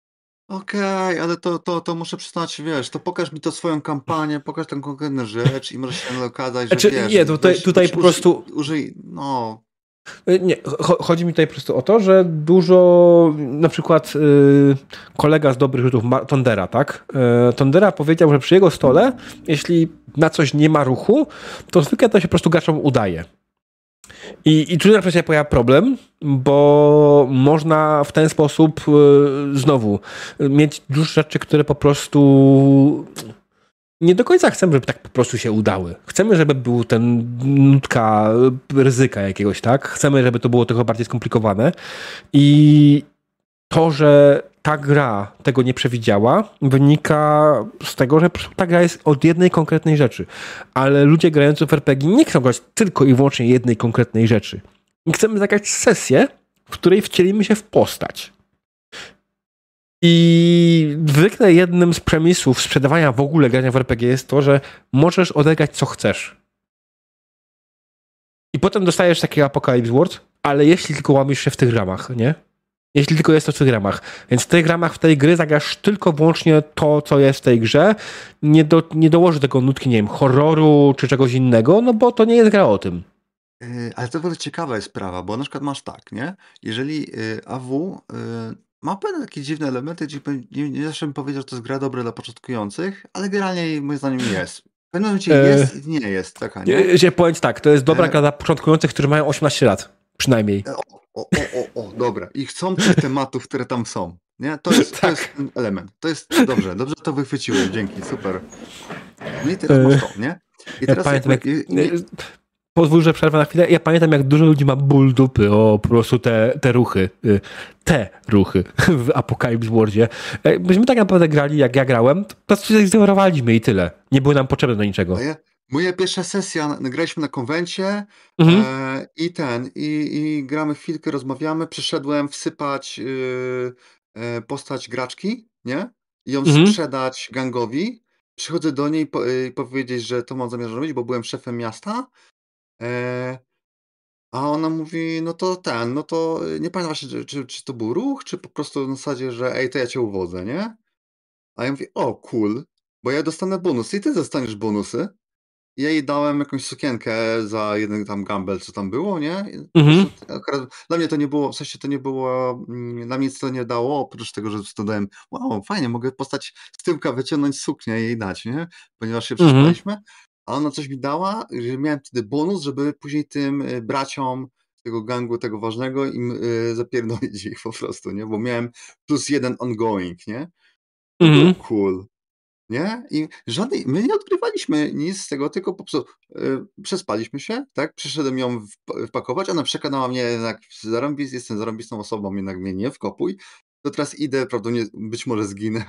[SPEAKER 2] Okej, ale to muszę przyznać, wiesz, to pokaż mi to swoją kampanię, pokaż tę konkretną rzecz i może się okazać, że
[SPEAKER 1] Znaczy,
[SPEAKER 2] wiesz,
[SPEAKER 1] nie, tutaj po prostu
[SPEAKER 2] no.
[SPEAKER 1] nie, chodzi mi tutaj po prostu o to, że dużo, na przykład kolega z dobrych rzutów, Tondera, tak? Tondera powiedział, że przy jego stole, jeśli na coś nie ma ruchu, to zwykle to się po prostu graczom udaje. I tu na się pojawia problem, bo można w ten sposób znowu mieć dużo rzeczy, które po prostu nie do końca chcemy, żeby tak po prostu się udały. Chcemy, żeby był ten nutka ryzyka jakiegoś, tak? Chcemy, żeby to było trochę bardziej skomplikowane. I to, że ta gra tego nie przewidziała, wynika z tego, że ta gra jest od jednej konkretnej rzeczy. Ale ludzie grający w RPG nie chcą grać tylko i wyłącznie jednej konkretnej rzeczy. I chcemy zagrać sesję, w której wcielimy się w postać. I zwykle jednym z premisów sprzedawania w ogóle grania w RPG jest to, że możesz odegrać co chcesz. I potem dostajesz taki Apocalypse World, ale jeśli tylko łamiesz się w tych ramach, nie? Jeśli tylko jest to w tych ramach. Więc w tych ramach w tej gry zagrasz tylko wyłącznie to, co jest w tej grze. Nie dołoży tego nutki, nie wiem, horroru czy czegoś innego, no bo to nie jest gra o tym.
[SPEAKER 2] Ale to bardzo ciekawa jest sprawa, bo na przykład masz tak, nie? Jeżeli AW ma pewne takie dziwne elementy, gdzie nie zawsze bym powiedział, że to jest gra dobra dla początkujących, ale generalnie moim zdaniem jest. W pewnym momencie jest i nie jest taka, nie?
[SPEAKER 1] Powiem tak, to jest dobra
[SPEAKER 2] E,
[SPEAKER 1] gra dla początkujących, którzy mają 18 lat. Przynajmniej.
[SPEAKER 2] dobra. I chcą tych tematów, które tam są. Nie? To jest
[SPEAKER 1] Tak.
[SPEAKER 2] ten element. To jest dobrze to wychwyciłem, dzięki, super. No i teraz masz to, nie? I
[SPEAKER 1] Ja
[SPEAKER 2] teraz
[SPEAKER 1] pamiętam,
[SPEAKER 2] jakby,
[SPEAKER 1] pozwól, że przerwę na chwilę. Ja pamiętam, jak dużo ludzi ma ból dupy o po prostu te ruchy. Te ruchy w Apocalypse Worldzie. Myśmy tak naprawdę grali, jak ja grałem, to po prostu się zignorowaliśmy i tyle. Nie były nam potrzebne do niczego.
[SPEAKER 2] moja pierwsza sesja, graliśmy na konwencie
[SPEAKER 1] Mhm.
[SPEAKER 2] i gramy chwilkę, rozmawiamy. Przyszedłem wsypać postać graczki, nie? I ją
[SPEAKER 1] Mhm.
[SPEAKER 2] sprzedać gangowi. Przychodzę do niej i powiedzieć, że to mam zamiar robić, bo byłem szefem miasta. E, A ona mówi, no to nie pamiętam właśnie, czy to był ruch, czy po prostu na zasadzie, że ej, to ja cię uwodzę, nie? A ja mówię, o cool, bo ja dostanę bonusy i ty dostaniesz bonusy. I ja jej dałem jakąś sukienkę za jeden tam gamble, co tam było, nie? I po
[SPEAKER 1] Mhm.
[SPEAKER 2] prostu akurat dla mnie to nie było, w sensie to nie było, dla mnie nic to nie dało, oprócz tego, że dodałem, wow, fajnie, mogę postać z tyłka wyciągnąć suknię i jej dać, nie? Ponieważ się
[SPEAKER 1] Mhm.
[SPEAKER 2] przespaliśmy. A ona coś mi dała, że miałem wtedy bonus, żeby później tym braciom tego gangu, tego ważnego, im zapierdolić ich po prostu, nie? Bo miałem +1 ongoing, nie? To było
[SPEAKER 1] Mhm.
[SPEAKER 2] cool. Nie? I my nie odkrywaliśmy nic z tego, tylko po prostu przespaliśmy się, tak? Przyszedłem ją wpakować, ona przekonała mnie jednak, jestem zarąbistą osobą, jednak mnie nie wkopuj. To teraz idę, prawdopodobnie być może zginę,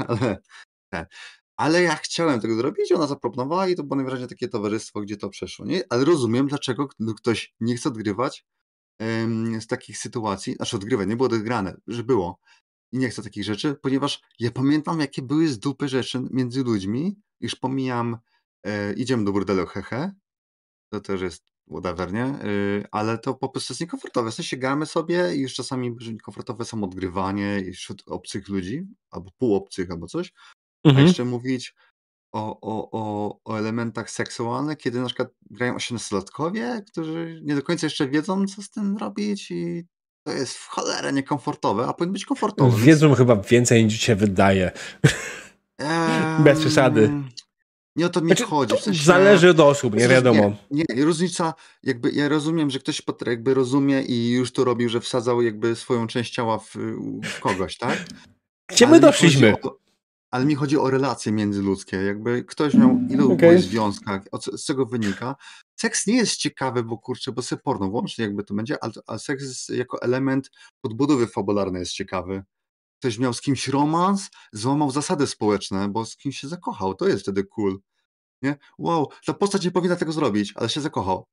[SPEAKER 2] ale ja chciałem tego zrobić, ona zaproponowała i to było najwyraźniej takie towarzystwo, gdzie to przeszło, nie? Ale rozumiem, dlaczego ktoś nie chce odgrywać z takich sytuacji, znaczy odgrywać, nie było odegrane, że było. I nie chcę takich rzeczy, ponieważ ja pamiętam, jakie były z dupy rzeczy między ludźmi, już pomijam, idziemy do burdelu, hehe, to też jest whatever, nie? Ale to po prostu jest niekomfortowe. W sensie gramy sobie i już czasami niekomfortowe są odgrywanie wśród obcych ludzi, albo półobcych, albo coś. A
[SPEAKER 1] Mhm.
[SPEAKER 2] jeszcze mówić o elementach seksualnych, kiedy na przykład grają 18-latkowie, którzy nie do końca jeszcze wiedzą, co z tym robić i to jest w cholerę niekomfortowe, a powinno być komfortowe, więc
[SPEAKER 1] Wiedzą chyba więcej niż się wydaje. Bez przesady.
[SPEAKER 2] Em, nie o to mi
[SPEAKER 1] Znaczy,
[SPEAKER 2] chodzi.
[SPEAKER 1] to
[SPEAKER 2] W sensie,
[SPEAKER 1] zależy od osób, nie wiadomo.
[SPEAKER 2] różnica, jakby ja rozumiem, że ktoś jakby rozumie i już to robił, że wsadzał jakby swoją część ciała w kogoś, tak?
[SPEAKER 1] Gdzie my
[SPEAKER 2] Ale mi chodzi
[SPEAKER 1] doszliśmy?
[SPEAKER 2] o relacje międzyludzkie. Jakby ktoś miał, ilu byłeś
[SPEAKER 1] Okej.
[SPEAKER 2] w związkach, z czego wynika. Seks nie jest ciekawy, bo kurczę, bo sobie porno włącznie jakby to będzie, ale seks jest jako element podbudowy fabularnej jest ciekawy. Ktoś miał z kimś romans, złamał zasady społeczne, bo z kimś się zakochał. To jest wtedy cool. Nie? Wow, ta postać nie powinna tego zrobić, ale się zakochał.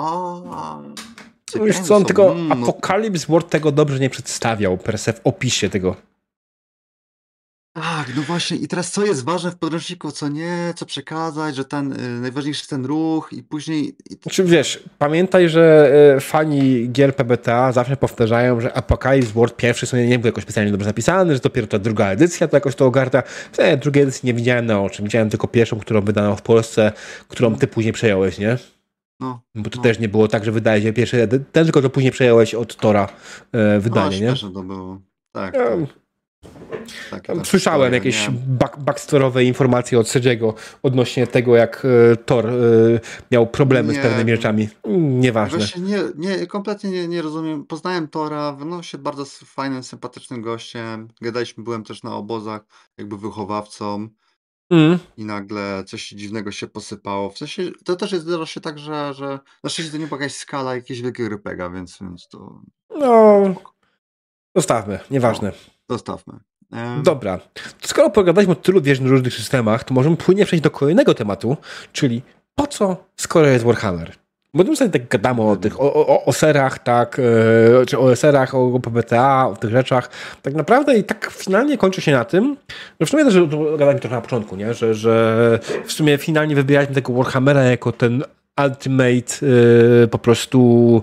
[SPEAKER 1] Wiesz
[SPEAKER 2] Sypiają
[SPEAKER 1] co,
[SPEAKER 2] ze
[SPEAKER 1] on
[SPEAKER 2] sobą.
[SPEAKER 1] tylko Apocalypse World tego dobrze nie przedstawiał per se w opisie tego.
[SPEAKER 2] Tak, no właśnie i teraz co jest ważne w podręczniku, co nie, co przekazać, że najważniejszy ten ruch i później
[SPEAKER 1] Znaczy wiesz, pamiętaj, że fani gier PBTA zawsze powtarzają, że Apocalypse World pierwszy sobie nie był jakoś specjalnie dobrze napisany, że dopiero ta druga edycja to jakoś to ogarnia. Drugiej edycji nie widziałem na oczy, widziałem tylko pierwszą, którą wydano w Polsce, którą ty później przejąłeś, nie?
[SPEAKER 2] no,
[SPEAKER 1] Bo to
[SPEAKER 2] no.
[SPEAKER 1] też nie było tak, że wydaje się pierwszy ten, tylko to później przejąłeś od Tora
[SPEAKER 2] No,
[SPEAKER 1] wydanie, nie?
[SPEAKER 2] śmieszne to było. Tak, tak. Takie ta
[SPEAKER 1] Słyszałem
[SPEAKER 2] historia,
[SPEAKER 1] jakieś
[SPEAKER 2] nie?
[SPEAKER 1] backstory'owe informacje od Sergiego odnośnie tego, jak Thor miał problemy z
[SPEAKER 2] Nie
[SPEAKER 1] pewnymi
[SPEAKER 2] wiem.
[SPEAKER 1] rzeczami. Nieważne.
[SPEAKER 2] Właśnie kompletnie nie rozumiem. Poznałem Tora, wydawał się bardzo fajnym, sympatycznym gościem. Byłem też na obozach, jakby wychowawcą
[SPEAKER 1] Mm.
[SPEAKER 2] i nagle coś dziwnego się posypało. W sensie, to też zdarza się tak, że na szczęście to nie była jakaś skala jakiegoś wielkiego RPGa, więc to
[SPEAKER 1] No,
[SPEAKER 2] spoko.
[SPEAKER 1] zostawmy,
[SPEAKER 2] No,
[SPEAKER 1] nieważne.
[SPEAKER 2] zostawmy.
[SPEAKER 1] Dobra. Skoro pogadaliśmy o tylu różnych systemach, to możemy płynnie przejść do kolejnego tematu, czyli po co, skoro jest Warhammer? Bo my sobie tak gadamy o tych, o serach, tak, czy o serach, o PBTA, o tych rzeczach. Tak naprawdę i tak finalnie kończy się na tym, że w sumie też gadaliśmy trochę na początku, nie? Że w sumie finalnie wybieraliśmy tego Warhammera jako ten ultimate po prostu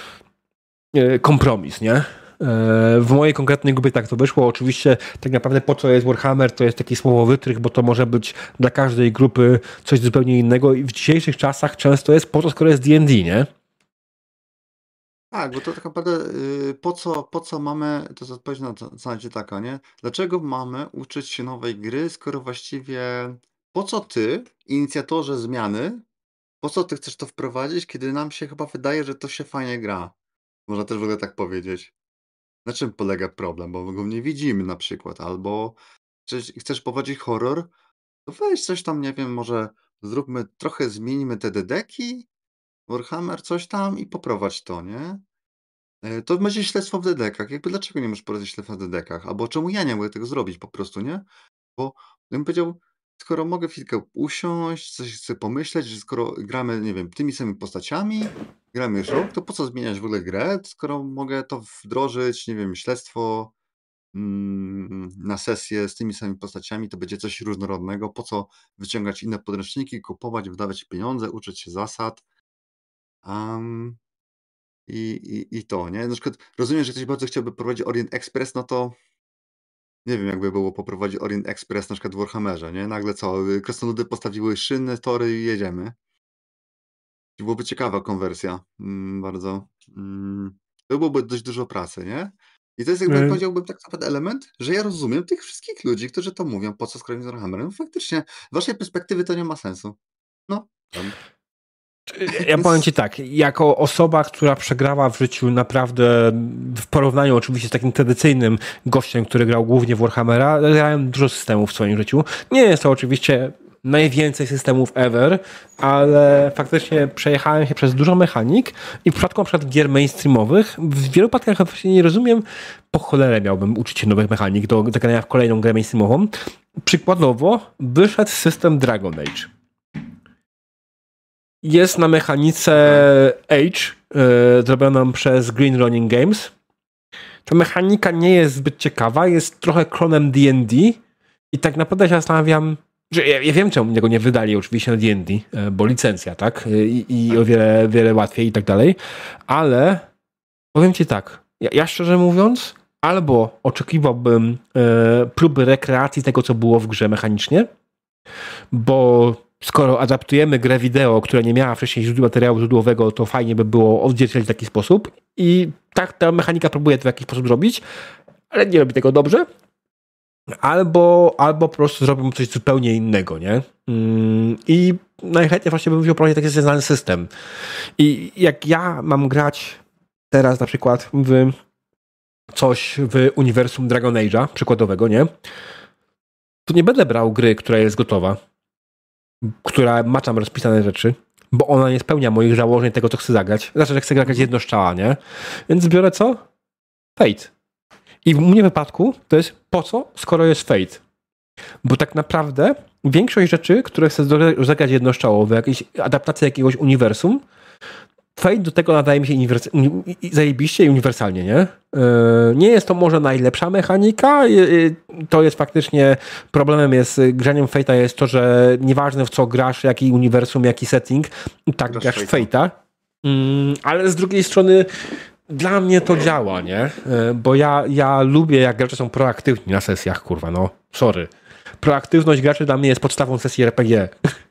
[SPEAKER 1] kompromis, nie? W mojej konkretnej grupie tak to wyszło. Oczywiście tak naprawdę po co jest Warhammer, to jest taki słowo wytrych, bo to może być dla każdej grupy coś zupełnie innego i w dzisiejszych czasach często jest po co, skoro jest D&D, nie?
[SPEAKER 2] Tak, bo to tak naprawdę po co mamy, to jest odpowiedź na zasadzie taka, nie? Dlaczego mamy uczyć się nowej gry, skoro właściwie po co ty, inicjatorze zmiany, po co ty chcesz to wprowadzić, kiedy nam się chyba wydaje, że to się fajnie gra? Można też w ogóle tak powiedzieć. Na czym polega problem? Bo my go nie widzimy na przykład, albo chcesz prowadzić horror, to weź coś tam, nie wiem, może zmieńmy te dedeki, Warhammer, coś tam i poprowadź to, nie? To będzie śledztwo w dedekach. Jakby dlaczego nie możesz prowadzić śledztwa w dedekach? Albo czemu ja nie mogę tego zrobić po prostu, nie? Bo ja bym powiedział, skoro mogę chwilkę usiąść, coś sobie pomyśleć, że skoro gramy, nie wiem, tymi samymi postaciami, gramy już rok, to po co zmieniać w ogóle grę, skoro mogę to wdrożyć, nie wiem, śledztwo na sesję z tymi samymi postaciami, to będzie coś różnorodnego. Po co wyciągać inne podręczniki, kupować, wydawać pieniądze, uczyć się zasad? Am, i to, nie? Na przykład rozumiem, że ktoś bardzo chciałby prowadzić Orient Express, no to nie wiem, jakby było poprowadzić Orient Express na przykład w Warhammerze, nie? Nagle co, krasnoludy postawiły szyny, tory i jedziemy. I byłoby ciekawa konwersja, bardzo. To byłoby dość dużo pracy, nie? I to jest jakby, powiedziałbym, tak naprawdę element, że ja rozumiem tych wszystkich ludzi, którzy to mówią, po co skoro z Warhammerem. No faktycznie, z waszej perspektywy to nie ma sensu. No, tam.
[SPEAKER 1] Ja powiem
[SPEAKER 2] Więc
[SPEAKER 1] ci tak, jako osoba, która przegrała w życiu naprawdę w porównaniu oczywiście z takim tradycyjnym gościem, który grał głównie w Warhammera, grałem dużo systemów w swoim życiu. Nie jest to oczywiście najwięcej systemów ever, ale faktycznie przejechałem się przez dużo mechanik i w przypadku na przykład gier mainstreamowych w wielu przypadkach właśnie nie rozumiem, po cholerę miałbym uczyć się nowych mechanik do zagrania w kolejną grę mainstreamową. Przykładowo wyszedł system Dragon Age. Jest na mechanice Age, zrobioną przez Green Running Games. Ta mechanika nie jest zbyt ciekawa, jest trochę klonem D&D i tak naprawdę się zastanawiam, że ja wiem, czemu tego nie wydali oczywiście na D&D, bo licencja, tak? I o wiele, wiele łatwiej i tak dalej, ale powiem ci tak, ja szczerze mówiąc, albo oczekiwałbym próby rekreacji tego, co było w grze mechanicznie, bo skoro adaptujemy grę wideo, która nie miała wcześniej materiału źródłowego, to fajnie by było odzwierciedlić w taki sposób. I tak ta mechanika próbuje to w jakiś sposób zrobić, ale nie robi tego dobrze. Albo po prostu zrobią coś zupełnie innego, nie? I najchętniej właśnie bym wziął taki znany system. I jak ja mam grać teraz na przykład w coś w uniwersum Dragon Age'a, przykładowego, nie? To nie będę brał gry, która jest gotowa, która ma tam rozpisane rzeczy, bo ona nie spełnia moich założeń tego, co chcę zagrać. Znaczy, że chcę grać jedno strzała, nie? Więc biorę co? Fate. I w mnie wypadku to jest po co, skoro jest Fate? Bo tak naprawdę większość rzeczy, które chcę zagrać jednostrzałowe, jakieś adaptacje jakiegoś uniwersum, Fate do tego nadaje mi się zajebiście i uniwersalnie, nie? Nie jest to może najlepsza mechanika. To jest faktycznie problemem jest graniem Fate'a jest to, że nieważne w co grasz, jaki uniwersum, jaki setting, tak grasz Fate'a. Ale z drugiej strony dla mnie to działa, nie? Bo ja lubię, jak gracze są proaktywni na sesjach, kurwa, no. Sorry. Proaktywność graczy dla mnie jest podstawą sesji RPG.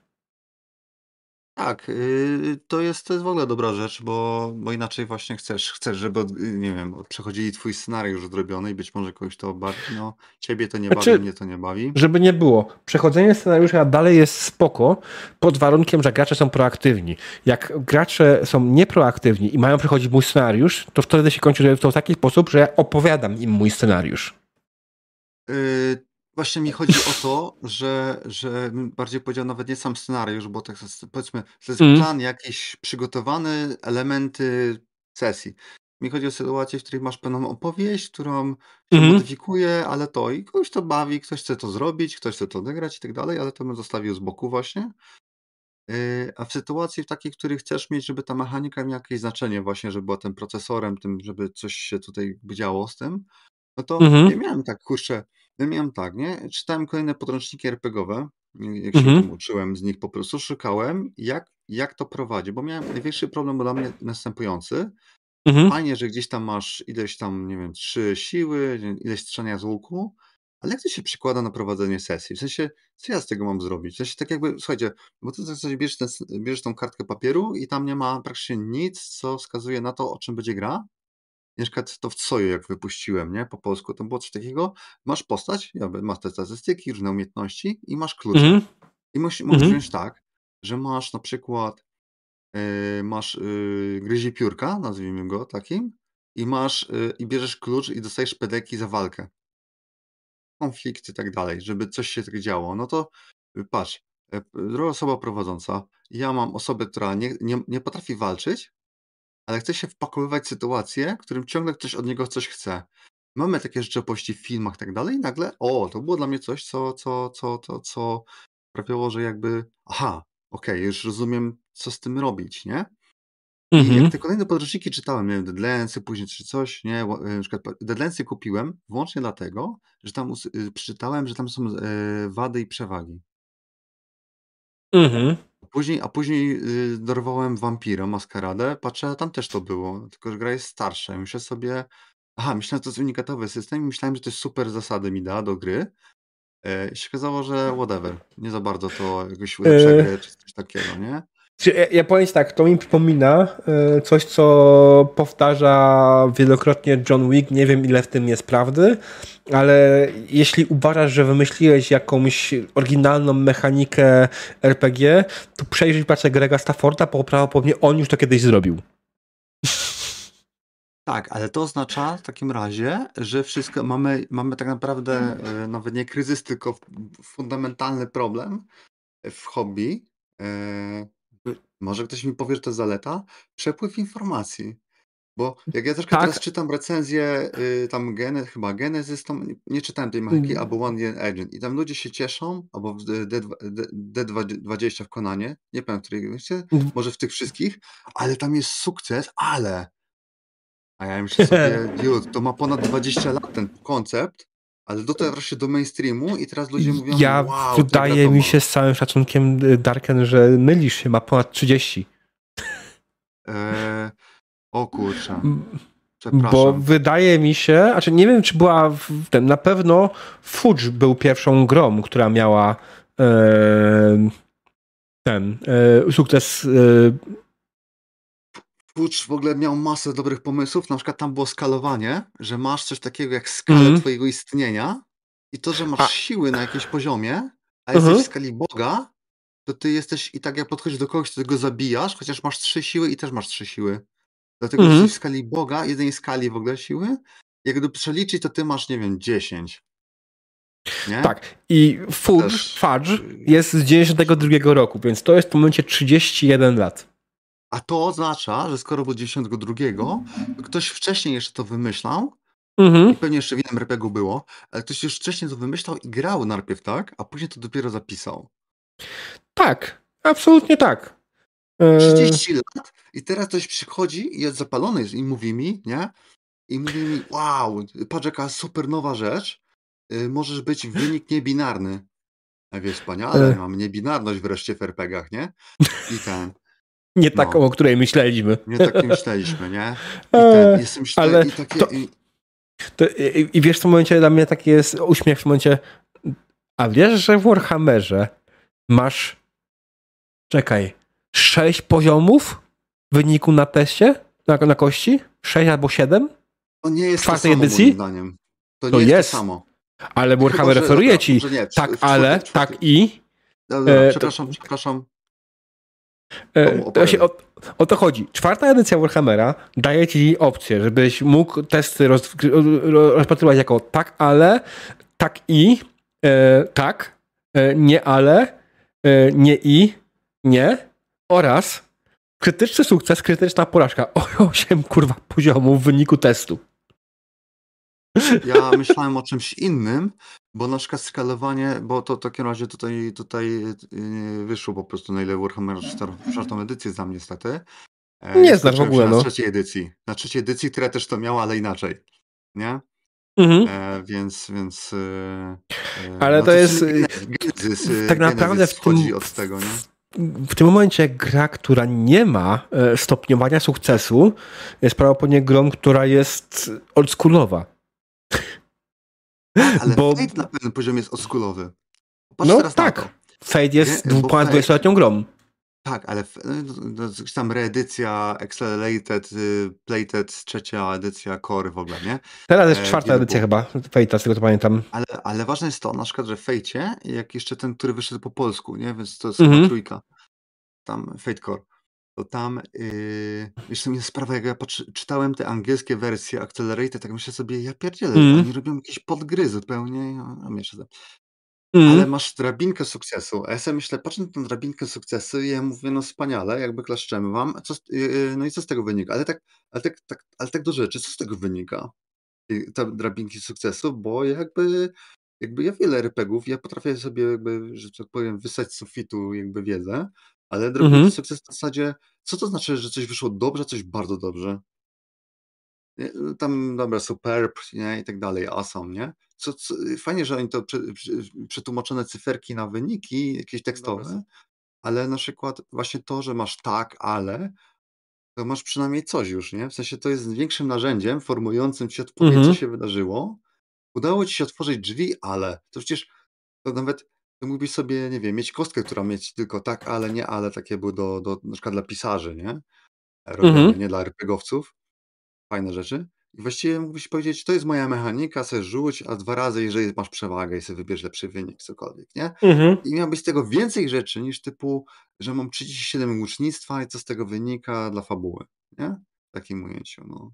[SPEAKER 2] Tak, to jest w ogóle dobra rzecz, bo inaczej właśnie chcesz, żeby, nie wiem, przechodzili twój scenariusz odrobiony i być może kogoś to bawi. No, ciebie to nie bawi, mnie to nie bawi.
[SPEAKER 1] Żeby nie było, przechodzenie scenariusza dalej jest spoko, pod warunkiem, że gracze są proaktywni. Jak gracze są nieproaktywni i mają przechodzić mój scenariusz, to wtedy się kończy to w taki sposób, że ja opowiadam im mój scenariusz.
[SPEAKER 2] Właśnie mi chodzi o to, że bardziej powiedział nawet nie sam scenariusz, bo tak powiedzmy, to jest plan jakiś przygotowany, elementy sesji. Mi chodzi o sytuację, w której masz pewną opowieść, którą się modyfikuje, ale to i kogoś to bawi, ktoś chce to zrobić, ktoś chce to odegrać i tak dalej, ale to bym zostawił z boku właśnie. A w sytuacji w takiej, w której chcesz mieć, żeby ta mechanika miała jakieś znaczenie właśnie, żeby była tym procesorem, tym, żeby coś się tutaj działo z tym, no to ja miałem tak, kurczę, ja miałem tak, nie? Czytałem kolejne podręczniki RPGowe, jak się tam uczyłem z nich, po prostu szukałem, jak to prowadzi, bo miałem największy problem dla mnie następujący. Fajnie, że gdzieś tam masz ileś tam, nie wiem, 3 siły, ileś strzelania z łuku, ale jak to się przekłada na prowadzenie sesji? W sensie, co ja z tego mam zrobić? W sensie, tak jakby, słuchajcie, bo ty w zasadzie bierzesz tą kartkę papieru i tam nie ma praktycznie nic, co wskazuje na to, o czym będzie gra. Na przykład to w Tsoju, jak wypuściłem, nie? Po polsku, to było coś takiego, masz postać, masz te statystyki, różne umiejętności i masz klucze. I możesz wziąć tak, że masz na przykład masz gryzi piórka, nazwijmy go takim, i masz i bierzesz klucz i dostajesz pedeki za walkę. Konflikty i tak dalej, żeby coś się tak działo. No to patrz, druga osoba prowadząca, ja mam osobę, która nie potrafi walczyć, ale chce się wpakowywać w sytuację, w którym ciągle ktoś od niego coś chce. Mamy takie rzeczy opowieści w filmach i tak dalej, i nagle, to było dla mnie coś, co sprawiało, że jakby, aha, okej, już rozumiem, co z tym robić, nie? I jak te kolejne podręczniki czytałem, nie wiem, Deadlandsy później czy coś, nie, na przykład Deadlandsy kupiłem wyłącznie dlatego, że tam przeczytałem, że tam są wady i przewagi. A później dorwałem Vampira, Maskaradę, patrzę, a tam też to było, tylko że gra jest starsza. I myślę sobie, myślałem, że to jest unikatowy system i myślałem, że to jest super zasady mi da do gry. I się okazało, że whatever, nie za bardzo to jakoś ulepsza grę czy coś takiego, nie?
[SPEAKER 1] Ja powiem tak, to mi przypomina coś, co powtarza wielokrotnie John Wick. Nie wiem, ile w tym jest prawdy, ale jeśli uważasz, że wymyśliłeś jakąś oryginalną mechanikę RPG, to przejrzyj pracę Grega Stafforda, bo prawdopodobnie on już to kiedyś zrobił.
[SPEAKER 2] Tak, ale to oznacza w takim razie, że wszystko mamy tak naprawdę nawet nie kryzys, tylko fundamentalny problem w hobby. Może ktoś mi powie, że to jest zaleta? Przepływ informacji. Bo jak ja troszkę teraz czytam recenzję tam chyba Genesis, tam nie czytałem tej mechaniki, albo One Year Agent i tam ludzie się cieszą, albo w D20 w Konanie, nie pamiętam, w której może w tych wszystkich, ale tam jest sukces, a ja myślę sobie, dude, to ma ponad 20 lat ten koncept, ale dotarł się do mainstreamu i teraz ludzie mówią, wow,
[SPEAKER 1] wydaje mi się z całym szacunkiem, Darken, że mylisz się, ma ponad 30.
[SPEAKER 2] O kurczę. Przepraszam.
[SPEAKER 1] Bo wydaje mi się, znaczy nie wiem, czy była na pewno Fudge był pierwszą grą, która miała sukces.
[SPEAKER 2] Fudge w ogóle miał masę dobrych pomysłów, na przykład tam było skalowanie, że masz coś takiego jak skalę twojego istnienia i to, że masz siły na jakimś poziomie, a jesteś w skali Boga, to ty jesteś i tak jak podchodzisz do kogoś, to go zabijasz, chociaż masz 3 siły i też masz 3 siły. Dlatego jesteś w skali Boga, jednej skali w ogóle siły. Jak gdyby przeliczyć, to ty masz, nie wiem, 10. Nie?
[SPEAKER 1] Tak. I Fudge jest z 92 roku, więc to jest w tym momencie 31 lat.
[SPEAKER 2] A to oznacza, że skoro był 92, to ktoś wcześniej jeszcze to wymyślał i pewnie jeszcze w innym RPG-u było, ale ktoś już wcześniej to wymyślał i grał najpierw, tak? A później to dopiero zapisał.
[SPEAKER 1] Tak, absolutnie tak. E,
[SPEAKER 2] 30 lat i teraz ktoś przychodzi i jest zapalony jest i mówi mi, nie? I mówi mi, wow, patrz jaka super nowa rzecz, możesz być wynik niebinarny. Ja mówię, wspaniale,
[SPEAKER 1] e,
[SPEAKER 2] mamy niebinarność wreszcie w RPG-ach, nie? I
[SPEAKER 1] nie taką,
[SPEAKER 2] no,
[SPEAKER 1] o której myśleliśmy.
[SPEAKER 2] nie tak myśleliśmy, nie? Jestem
[SPEAKER 1] Ale
[SPEAKER 2] i takie,
[SPEAKER 1] to, i wiesz, w tym momencie dla mnie taki jest uśmiech w tym momencie, a wiesz, że w Warhammerze masz, czekaj, 6 poziomów w wyniku na teście, na kości? 6 albo 7?
[SPEAKER 2] to nie
[SPEAKER 1] W
[SPEAKER 2] jest to
[SPEAKER 1] czwartej
[SPEAKER 2] samo
[SPEAKER 1] edycji?
[SPEAKER 2] moim zdaniem. To
[SPEAKER 1] To
[SPEAKER 2] nie jest to
[SPEAKER 1] jest,
[SPEAKER 2] samo.
[SPEAKER 1] ale
[SPEAKER 2] Chyba,
[SPEAKER 1] Warhammer
[SPEAKER 2] że,
[SPEAKER 1] referuje
[SPEAKER 2] dobra,
[SPEAKER 1] ci
[SPEAKER 2] może nie,
[SPEAKER 1] tak, ale, tak i.
[SPEAKER 2] Dobra,
[SPEAKER 1] To,
[SPEAKER 2] przepraszam, komu
[SPEAKER 1] to się
[SPEAKER 2] opowiadaj.
[SPEAKER 1] o to chodzi. Czwarta edycja Warhammera daje ci opcję, żebyś mógł testy rozpatrywać jako tak, ale, tak i, tak, nie ale, nie i, nie oraz krytyczny sukces, krytyczna porażka. 8 kurwa poziomów w wyniku testu.
[SPEAKER 2] Ja myślałem o czymś innym, bo na przykład skalowanie, bo to w takim razie tutaj wyszło po prostu na ile Warhammer 4. edycję znam niestety. Ja
[SPEAKER 1] Nie znasz w
[SPEAKER 2] skończyłem się
[SPEAKER 1] ogóle,
[SPEAKER 2] na
[SPEAKER 1] no.
[SPEAKER 2] trzeciej edycji. Na trzeciej edycji, która też to miała, ale inaczej. Nie?
[SPEAKER 1] Mhm.
[SPEAKER 2] Więc
[SPEAKER 1] Ale
[SPEAKER 2] no
[SPEAKER 1] to
[SPEAKER 2] to w
[SPEAKER 1] jest
[SPEAKER 2] sumie Genesis,
[SPEAKER 1] tak naprawdę
[SPEAKER 2] wchodzi od tego, nie?
[SPEAKER 1] w tym momencie gra, która nie ma stopniowania sukcesu, jest prawdopodobnie grą, która jest oldschoolowa.
[SPEAKER 2] Tak, ale
[SPEAKER 1] Bo,
[SPEAKER 2] Fate na pewnym poziomie jest oldschoolowy. Patrz
[SPEAKER 1] no
[SPEAKER 2] teraz na to.
[SPEAKER 1] tak, Fate jest
[SPEAKER 2] Bo
[SPEAKER 1] ponad
[SPEAKER 2] Fate,
[SPEAKER 1] 20-letnią grą.
[SPEAKER 2] tak, ale gdzieś tam reedycja, Accelerated, Plated, trzecia edycja Core w ogóle, nie?
[SPEAKER 1] Teraz jest czwarta
[SPEAKER 2] Kiedy
[SPEAKER 1] edycja
[SPEAKER 2] było.
[SPEAKER 1] chyba Fate'a, z tego co pamiętam.
[SPEAKER 2] Ale ważne jest to, na przykład, że w Fejcie, jak jeszcze ten, który wyszedł po polsku, nie? Więc to jest chyba
[SPEAKER 1] Mhm.
[SPEAKER 2] trójka, tam Fate Core, to tam, jeszcze mnie sprawa, jak ja czytałem te angielskie wersje Accelerated, tak myślę sobie, ja pierdzielę,
[SPEAKER 1] Mhm.
[SPEAKER 2] oni robią jakieś podgry zupełnie, a mieszczę. Ale
[SPEAKER 1] Mhm.
[SPEAKER 2] masz drabinkę sukcesu. A ja sobie myślę, patrzę na tę drabinkę sukcesu i ja mówię, no wspaniale, jakby klaszczemy wam. No i co z tego wynika? Ale tak do rzeczy, co z tego wynika? Te drabinki sukcesu, bo jakby ja wiele RPGów, ja potrafię sobie jakby, że tak powiem, wysać z sufitu jakby wiedzę, ale drabinki
[SPEAKER 1] Mhm.
[SPEAKER 2] sukcesu w zasadzie, co to znaczy, że coś wyszło dobrze, coś bardzo dobrze? Nie, tam dobra, superb, nie, i tak dalej, awesome, nie? Fajnie, że oni to przetłumaczone cyferki na wyniki, jakieś tekstowe, ale na przykład właśnie to, że masz tak, ale, to masz przynajmniej coś już, nie? W sensie to jest większym narzędziem formującym ci odpowiedź, co
[SPEAKER 1] Mhm.
[SPEAKER 2] się wydarzyło. Udało ci się otworzyć drzwi, ale. To przecież to nawet to mógłbyś sobie, nie wiem, mieć kostkę, która mieć tylko tak, ale, nie ale, takie były na przykład dla pisarzy, nie? Robione,
[SPEAKER 1] Mhm.
[SPEAKER 2] nie dla RPGowców. Fajne rzeczy. I właściwie mógłbyś powiedzieć, to jest moja mechanika, se rzuć, a 2 razy, jeżeli masz przewagę i sobie wybierz lepszy wynik, cokolwiek, nie?
[SPEAKER 1] Mhm.
[SPEAKER 2] I miałbyś z tego więcej rzeczy niż typu, że mam 37 łucznictwa i co z tego wynika dla fabuły, nie? W takim ujęciu, no.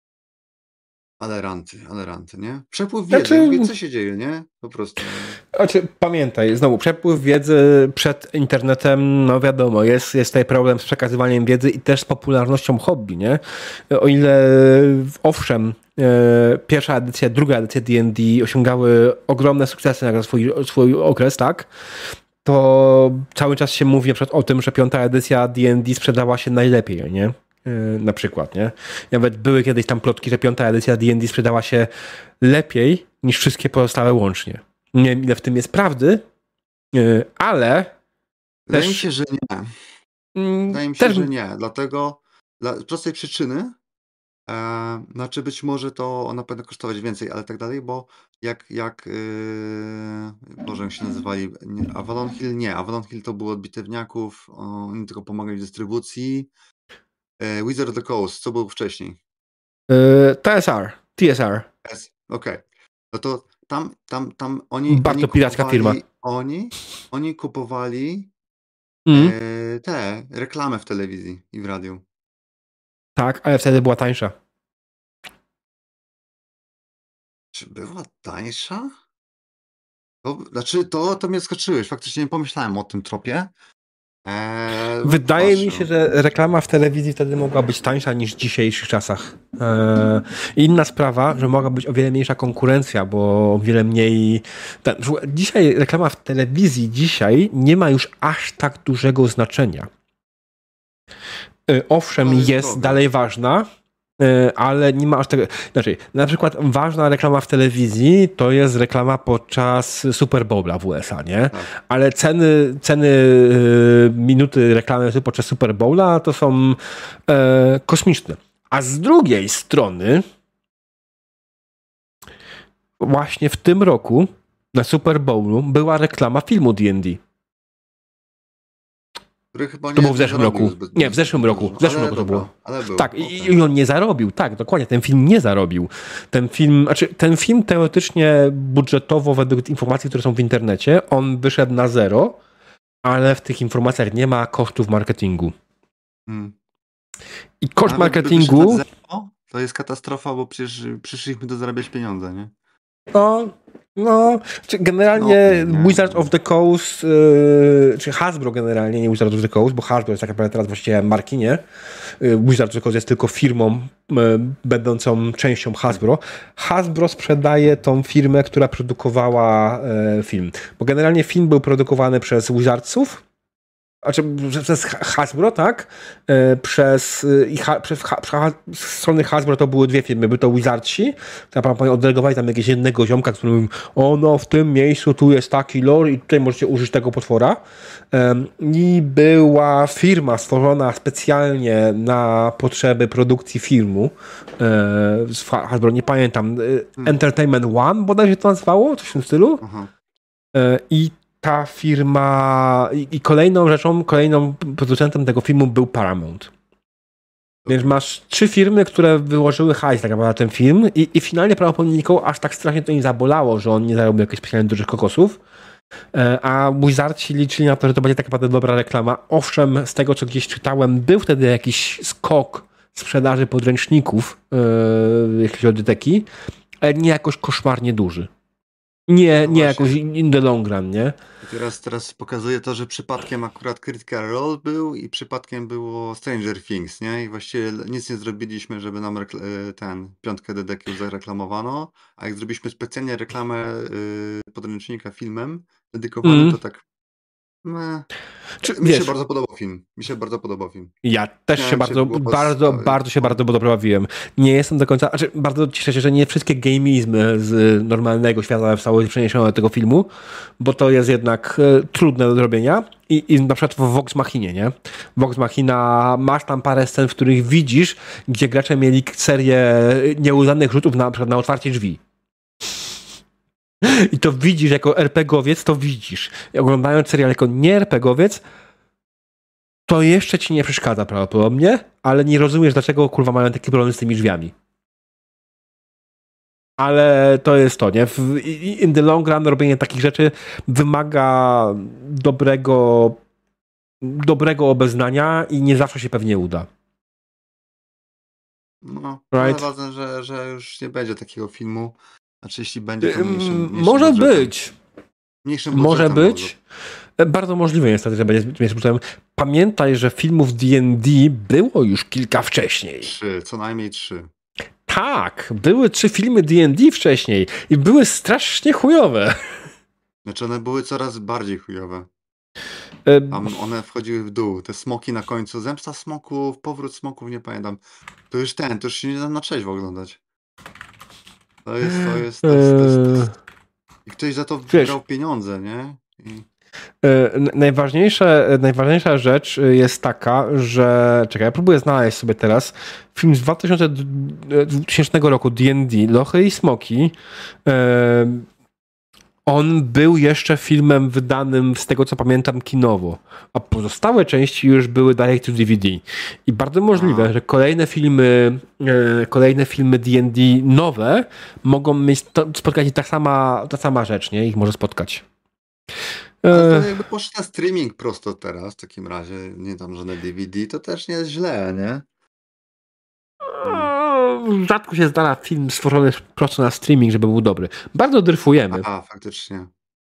[SPEAKER 2] Ale ranty, nie? Przepływ wiedzy,
[SPEAKER 1] Znaczy,
[SPEAKER 2] mówię, co się dzieje, nie? Po prostu, no.
[SPEAKER 1] pamiętaj, znowu, przepływ wiedzy przed internetem, no wiadomo, jest tutaj problem z przekazywaniem wiedzy i też z popularnością hobby, nie? O ile, owszem, pierwsza edycja, druga edycja D&D osiągały ogromne sukcesy na swój okres, tak? To cały czas się mówi na przykład o tym, że piąta edycja D&D sprzedała się najlepiej, nie? Na przykład, nie? Nawet były kiedyś tam plotki, że piąta edycja D&D sprzedała się lepiej niż wszystkie pozostałe łącznie. Nie wiem, ile w tym jest prawdy, ale
[SPEAKER 2] Wydaje mi
[SPEAKER 1] też
[SPEAKER 2] się, że nie. Wydaje mi się,
[SPEAKER 1] też
[SPEAKER 2] że nie. Dlatego, z prostej przyczyny, znaczy być może to ona powinna kosztować więcej, ale tak dalej, bo Boże, jak się nazywali, Avalon Hill nie, Avalon Hill to było od bitewniaków, oni tylko pomagali w dystrybucji. Wizard of the Coast, co było wcześniej?
[SPEAKER 1] TSR.
[SPEAKER 2] Okej. No to tam oni
[SPEAKER 1] Bardzo piracka firma.
[SPEAKER 2] kupowali, oni kupowali
[SPEAKER 1] Mm,
[SPEAKER 2] te reklamy w telewizji i w radiu.
[SPEAKER 1] tak, ale wtedy była tańsza.
[SPEAKER 2] Czy była tańsza? Znaczy, to mnie skoczyłeś. Faktycznie nie pomyślałem o tym tropie. No
[SPEAKER 1] Wydaje mi
[SPEAKER 2] patrz,
[SPEAKER 1] się, że reklama w telewizji wtedy mogła być tańsza niż w dzisiejszych czasach. Inna sprawa, że mogła być o wiele mniejsza konkurencja, bo o wiele mniej... Dzisiaj reklama w telewizji nie ma już aż tak dużego znaczenia. Owszem, jest dalej ważna, ale nie ma aż tego. Znaczy, na przykład ważna reklama w telewizji to jest reklama podczas Super Bowla w USA, nie?
[SPEAKER 2] Tak.
[SPEAKER 1] Ale ceny minuty reklamy podczas Super Bowla to są kosmiczne. A z drugiej strony właśnie w tym roku na Super Bowlu była reklama filmu D&D.
[SPEAKER 2] Który chyba
[SPEAKER 1] To było w zeszłym roku. Nie, w zeszłym roku. W zeszłym roku to było.
[SPEAKER 2] Ale był.
[SPEAKER 1] Tak, i on nie zarobił. Tak, dokładnie. Ten film nie zarobił. Ten film teoretycznie budżetowo, według informacji, które są w internecie, on wyszedł na zero, ale w tych informacjach nie ma kosztów marketingu. I koszt marketingu...
[SPEAKER 2] To jest katastrofa, bo przecież przyszliśmy do zarabiać pieniądze, nie?
[SPEAKER 1] Generalnie Wizards of the Coast, czy Hasbro generalnie, nie Wizards of the Coast, bo Hasbro jest tak naprawdę teraz właścicielem marki, nie? Wizards of the Coast jest tylko firmą będącą częścią Hasbro. Hasbro sprzedaje tą firmę, która produkowała film. Bo generalnie film był przez Wizardsów, przez Hasbro, tak? Przez strony Hasbro to były dwie firmy. Były to Wizardsi, które oddelegowali tam jakiegoś jednego ziomka, który mówił, w tym miejscu tu jest taki lore i tutaj możecie użyć tego potwora. I była firma stworzona specjalnie na potrzeby produkcji filmu z Hasbro, nie pamiętam, Entertainment One bodajże to nazywało, coś w tym stylu. I ta firma i kolejną producentem tego filmu był Paramount. Więc masz 3 firmy, które wyłożyły hajs tak naprawdę na ten film i finalnie prawdopodobnie aż tak strasznie to nie zabolało, że on nie zarobił jakichś specjalnie dużych kokosów. A Wizardsi liczyli na to, że to będzie tak naprawdę dobra reklama. Owszem, z tego co gdzieś czytałem, był wtedy jakiś skok sprzedaży podręczników, jeśli chodzi o dyteki, ale nie jakoś koszmarnie duży. Nie jakoś in the long run, nie?
[SPEAKER 2] Teraz pokazuje to, że przypadkiem akurat Critical Role był i przypadkiem było Stranger Things, nie? I właściwie nic nie zrobiliśmy, żeby nam piątkę detektywów zareklamowano, a jak zrobiliśmy specjalnie reklamę podręcznika filmem dedykowanym, to tak Mi się bardzo podobał film.
[SPEAKER 1] Ja też się bardzo się dobrze bawiłem. Nie jestem do końca... bardzo cieszę się, że nie wszystkie gamizmy z normalnego świata zostały przeniesione do tego filmu, bo to jest jednak trudne do zrobienia. I na przykład w Vox Machinie, nie? Vox Machina, masz tam parę scen, w których widzisz, gdzie gracze mieli serię nieudanych rzutów na przykład na otwarcie drzwi. I to widzisz jako RPGowiec, to widzisz. I oglądając serial jako nie RPGowiec, to jeszcze ci nie przeszkadza prawdopodobnie, ale nie rozumiesz, dlaczego kurwa mają taki problem z tymi drzwiami. Ale to jest to, nie? In the long run robienie takich rzeczy wymaga dobrego obeznania i nie zawsze się pewnie uda.
[SPEAKER 2] Right? Ważne, że już nie będzie takiego filmu. Znaczy, jeśli będzie, to mniejszym
[SPEAKER 1] może
[SPEAKER 2] budżetem.
[SPEAKER 1] Być.
[SPEAKER 2] Mniejszym
[SPEAKER 1] może być. Bardzo możliwe niestety, że będzie mniejszym budżetem. Pamiętaj, że filmów D&D było już kilka wcześniej.
[SPEAKER 2] 3, co najmniej 3.
[SPEAKER 1] Tak, były 3 filmy D&D wcześniej i były strasznie chujowe.
[SPEAKER 2] Znaczy one były coraz bardziej chujowe. One wchodziły w dół. Te smoki na końcu. Zemsta smoków, powrót smoków, nie pamiętam. To już się nie da na trzeźwo oglądać. To jest. I ktoś za to brał pieniądze, nie?
[SPEAKER 1] Najważniejsza rzecz jest taka, że... Czekaj, ja próbuję znaleźć sobie teraz film z 2000 roku D&D, Lochy i Smoki. On był jeszcze filmem wydanym, z tego co pamiętam, kinowo, a pozostałe części już były direct to DVD. I bardzo możliwe, że kolejne filmy D&D nowe mogą spotkać ta sama rzecz, nie? Ich może spotkać.
[SPEAKER 2] Ale to jakby poszedł na streaming prosto teraz, w takim razie, nie tam żadne DVD, to też nie jest źle, nie?
[SPEAKER 1] Rzadko się zdarza film stworzony prosto na streaming, żeby był dobry. Bardzo dryfujemy.
[SPEAKER 2] Faktycznie.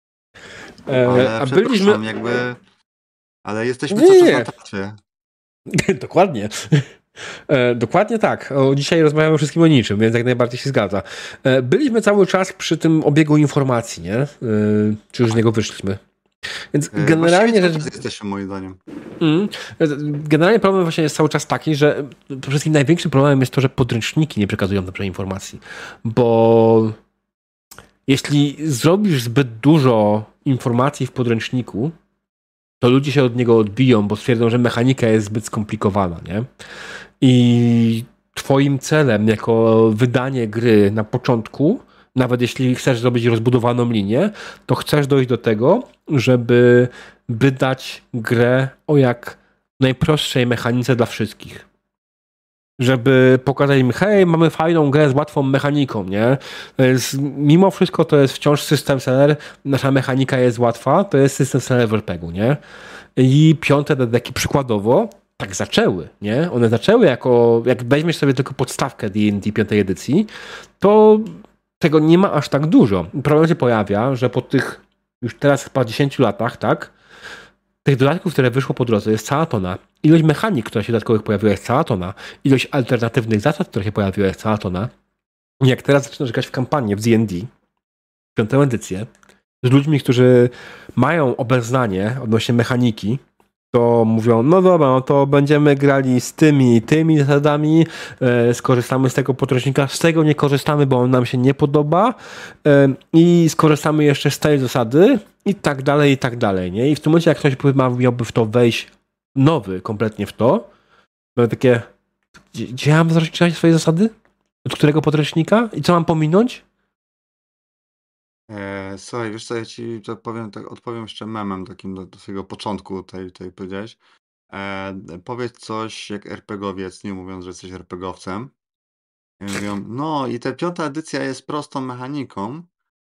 [SPEAKER 1] A byliśmy...
[SPEAKER 2] Ale jesteśmy cały czas na tacie.
[SPEAKER 1] Dokładnie. Dokładnie tak. Dzisiaj rozmawiamy o wszystkim o niczym, więc jak najbardziej się zgadza. Byliśmy cały czas przy tym obiegu informacji, nie? Czy już z niego wyszliśmy? Więc
[SPEAKER 2] Właściwie
[SPEAKER 1] generalnie
[SPEAKER 2] cały czas jesteśmy, moim zdaniem.
[SPEAKER 1] Generalnie problem właśnie jest cały czas taki, że przede wszystkim największym problemem jest to, że podręczniki nie przekazują dobrze informacji. Bo jeśli zrobisz zbyt dużo informacji w podręczniku, to ludzie się od niego odbiją, bo stwierdzą, że mechanika jest zbyt skomplikowana, nie? I twoim celem jako wydanie gry na początku, nawet jeśli chcesz zrobić rozbudowaną linię, to chcesz dojść do tego, żeby wydać grę o jak najprostszej mechanice dla wszystkich. Żeby pokazać im, hej, mamy fajną grę z łatwą mechaniką, nie? Mimo wszystko to jest wciąż system seller, nasza mechanika jest łatwa, to jest system seller w RPG-u, nie? I piąte dedeki przykładowo tak zaczęły, nie? One zaczęły jako, jak weźmiesz sobie tylko podstawkę D&D piątej edycji, to tego nie ma aż tak dużo. Problem się pojawia, że po tych już teraz chyba 10 latach, tak? Tych dodatków, które wyszło po drodze, jest cała tona. Ilość mechanik, która się dodatkowych pojawiła, jest cała tona. Ilość alternatywnych zasad, które się pojawiły, jest cała tona. I jak teraz zaczynasz grać w kampanię w D&D, piątą edycję, z ludźmi, którzy mają obeznanie odnośnie mechaniki, to mówią, no dobra, no to będziemy grali z tymi i tymi zasadami, skorzystamy z tego podręcznika, z tego nie korzystamy, bo on nam się nie podoba i skorzystamy jeszcze z tej zasady i tak dalej, nie? I w tym momencie, jak ktoś miałby w to wejść nowy kompletnie w to, to takie, gdzie ja mam zacząć swoje zasady? Od którego podręcznika? I co mam pominąć?
[SPEAKER 2] Słuchaj, wiesz co, ja ci to powiem, tak odpowiem jeszcze memem takim do swojego początku tej powiedziałeś. Powiedz coś jak RPGowiec, nie mówiąc, że jesteś RPGowcem. I mówią, no i ta piąta edycja jest prostą mechaniką.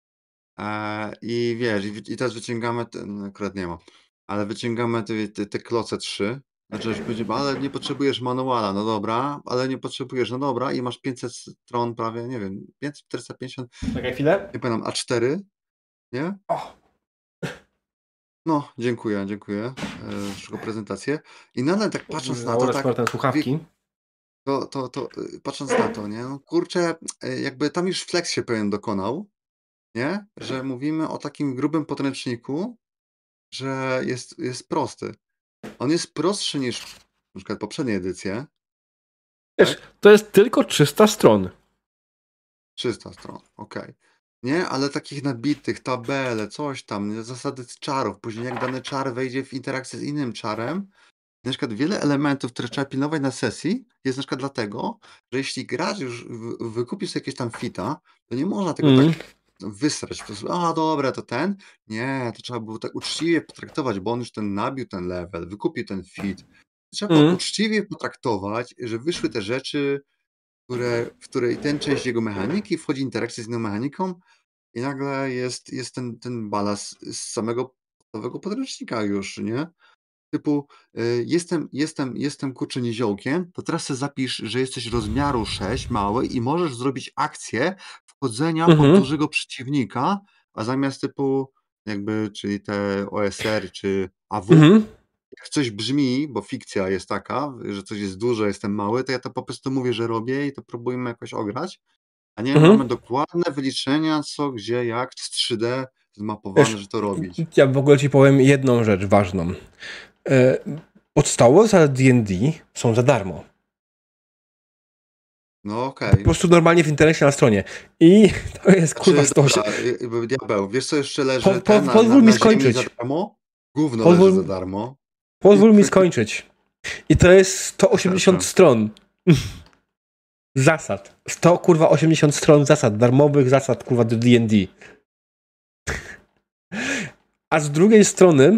[SPEAKER 2] I wiesz, i teraz wyciągamy, no akurat nie ma, ale wyciągamy te kloce 3. Znaczy, że będzie, ale nie potrzebujesz manuala, no dobra, ale nie potrzebujesz, no dobra, i masz 500 stron prawie, nie wiem, 500, 450,
[SPEAKER 1] Czekaj chwilę.
[SPEAKER 2] nie pamiętam, A4, nie?
[SPEAKER 1] O.
[SPEAKER 2] No, dziękuję za szybką prezentację. I nadal tak patrząc na to, tak,
[SPEAKER 1] Ten słuchawki.
[SPEAKER 2] patrząc na to, nie? No, kurczę, jakby tam już flex się pewien dokonał, nie? Że mówimy o takim grubym podręczniku, że jest prosty. On jest prostszy niż na przykład poprzednie edycje.
[SPEAKER 1] Wiesz,
[SPEAKER 2] Tak?
[SPEAKER 1] to jest tylko 300 stron.
[SPEAKER 2] 300 stron, okej. Nie, ale takich nabitych, tabele, coś tam, zasady czarów. Później jak dany czar wejdzie w interakcję z innym czarem, na przykład wiele elementów, które trzeba pilnować na sesji, jest na przykład dlatego, że jeśli gracz już wykupił sobie jakieś tam fita, to nie można tego tak wysrać. Po prostu, a dobra, to ten. Nie, to trzeba było tak uczciwie potraktować, bo on już ten nabił ten level, wykupił ten fit. Trzeba było uczciwie potraktować, że wyszły te rzeczy, w której ten część jego mechaniki wchodzi w interakcję z inną mechaniką i nagle jest ten balans z samego podstawowego podręcznika już, nie? Typu, jestem kurczę niziołkiem, to teraz sobie zapisz, że jesteś rozmiaru 6, mały i możesz zrobić akcję wchodzenia pod dużego przeciwnika, a zamiast typu jakby, czyli te OSR czy AW, jak coś brzmi, bo fikcja jest taka, że coś jest duże, jestem mały, to ja to po prostu mówię, że robię i to próbujemy jakoś ograć, a nie mamy dokładne wyliczenia, co, gdzie, jak, z 3D zmapowane, że to robić.
[SPEAKER 1] Ja w ogóle ci powiem jedną rzecz ważną. Podstawowe zasady D&D są za darmo.
[SPEAKER 2] No okej.
[SPEAKER 1] Po prostu normalnie w internecie na stronie. I to jest kurwa 108.
[SPEAKER 2] Diabeł, wiesz co jeszcze leży
[SPEAKER 1] pozwól mi skończyć.
[SPEAKER 2] Za darmo? Gówno leży za darmo.
[SPEAKER 1] Pozwól mi skończyć. I to jest 180 stron. Zasad. 80 stron zasad. Darmowych zasad kurwa do D&D. A z drugiej strony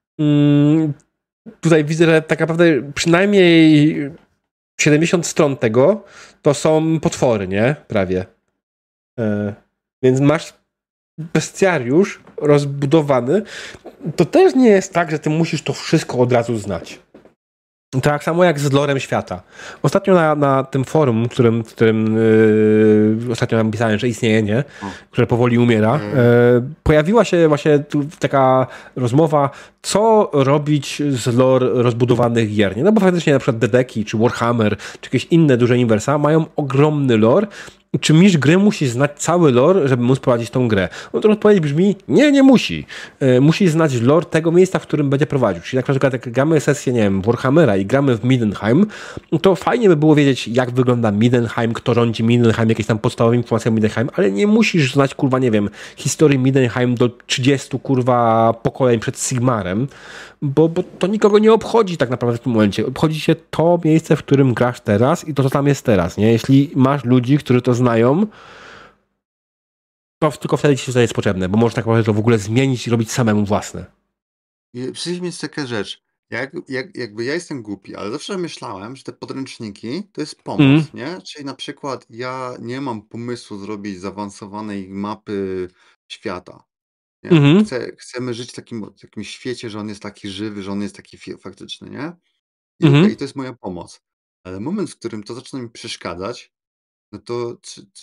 [SPEAKER 1] tutaj widzę, że tak naprawdę przynajmniej 70 stron tego to są potwory, nie? Prawie. Więc masz bestiariusz rozbudowany. To też nie jest tak, że ty musisz to wszystko od razu znać. Tak samo jak z lorem świata. Ostatnio na tym forum, którym ostatnio napisałem, że istnieje, nie? Które powoli umiera, pojawiła się właśnie tu taka rozmowa, co robić z lore rozbudowanych gier, nie? No bo faktycznie na przykład Dedeki, czy Warhammer, czy jakieś inne duże uniwersa mają ogromny lore czy mistrz gry musi znać cały lore, żeby móc prowadzić tą grę? No to odpowiedź brzmi, nie musi. Musi znać lore tego miejsca, w którym będzie prowadził. Czyli na przykład jak gramy sesję, nie wiem, Warhammera i gramy w Middenheim, to fajnie by było wiedzieć, jak wygląda Middenheim, kto rządzi Middenheim, jakieś tam podstawowe informacje o Middenheim, ale nie musisz znać, kurwa, nie wiem, historii Middenheim do 30, kurwa, pokoleń przed Sigmarem, bo to nikogo nie obchodzi tak naprawdę w tym momencie. Obchodzi się to miejsce, w którym grasz teraz i to, co tam jest teraz, nie? Jeśli masz ludzi, którzy to znają, to tylko wtedy ci się jest potrzebne, bo możesz tak naprawdę to w ogóle zmienić i robić samemu własne.
[SPEAKER 2] I przecież jest taka rzecz. Jakby ja jestem głupi, ale zawsze myślałem, że te podręczniki to jest pomoc, nie? Czyli na przykład ja nie mam pomysłu zrobić zaawansowanej mapy świata. Nie? Chcemy żyć w takim świecie, że on jest taki żywy, że on jest taki faktyczny, nie? I okej, to jest moja pomoc. Ale moment, w którym to zaczyna mi przeszkadzać, no to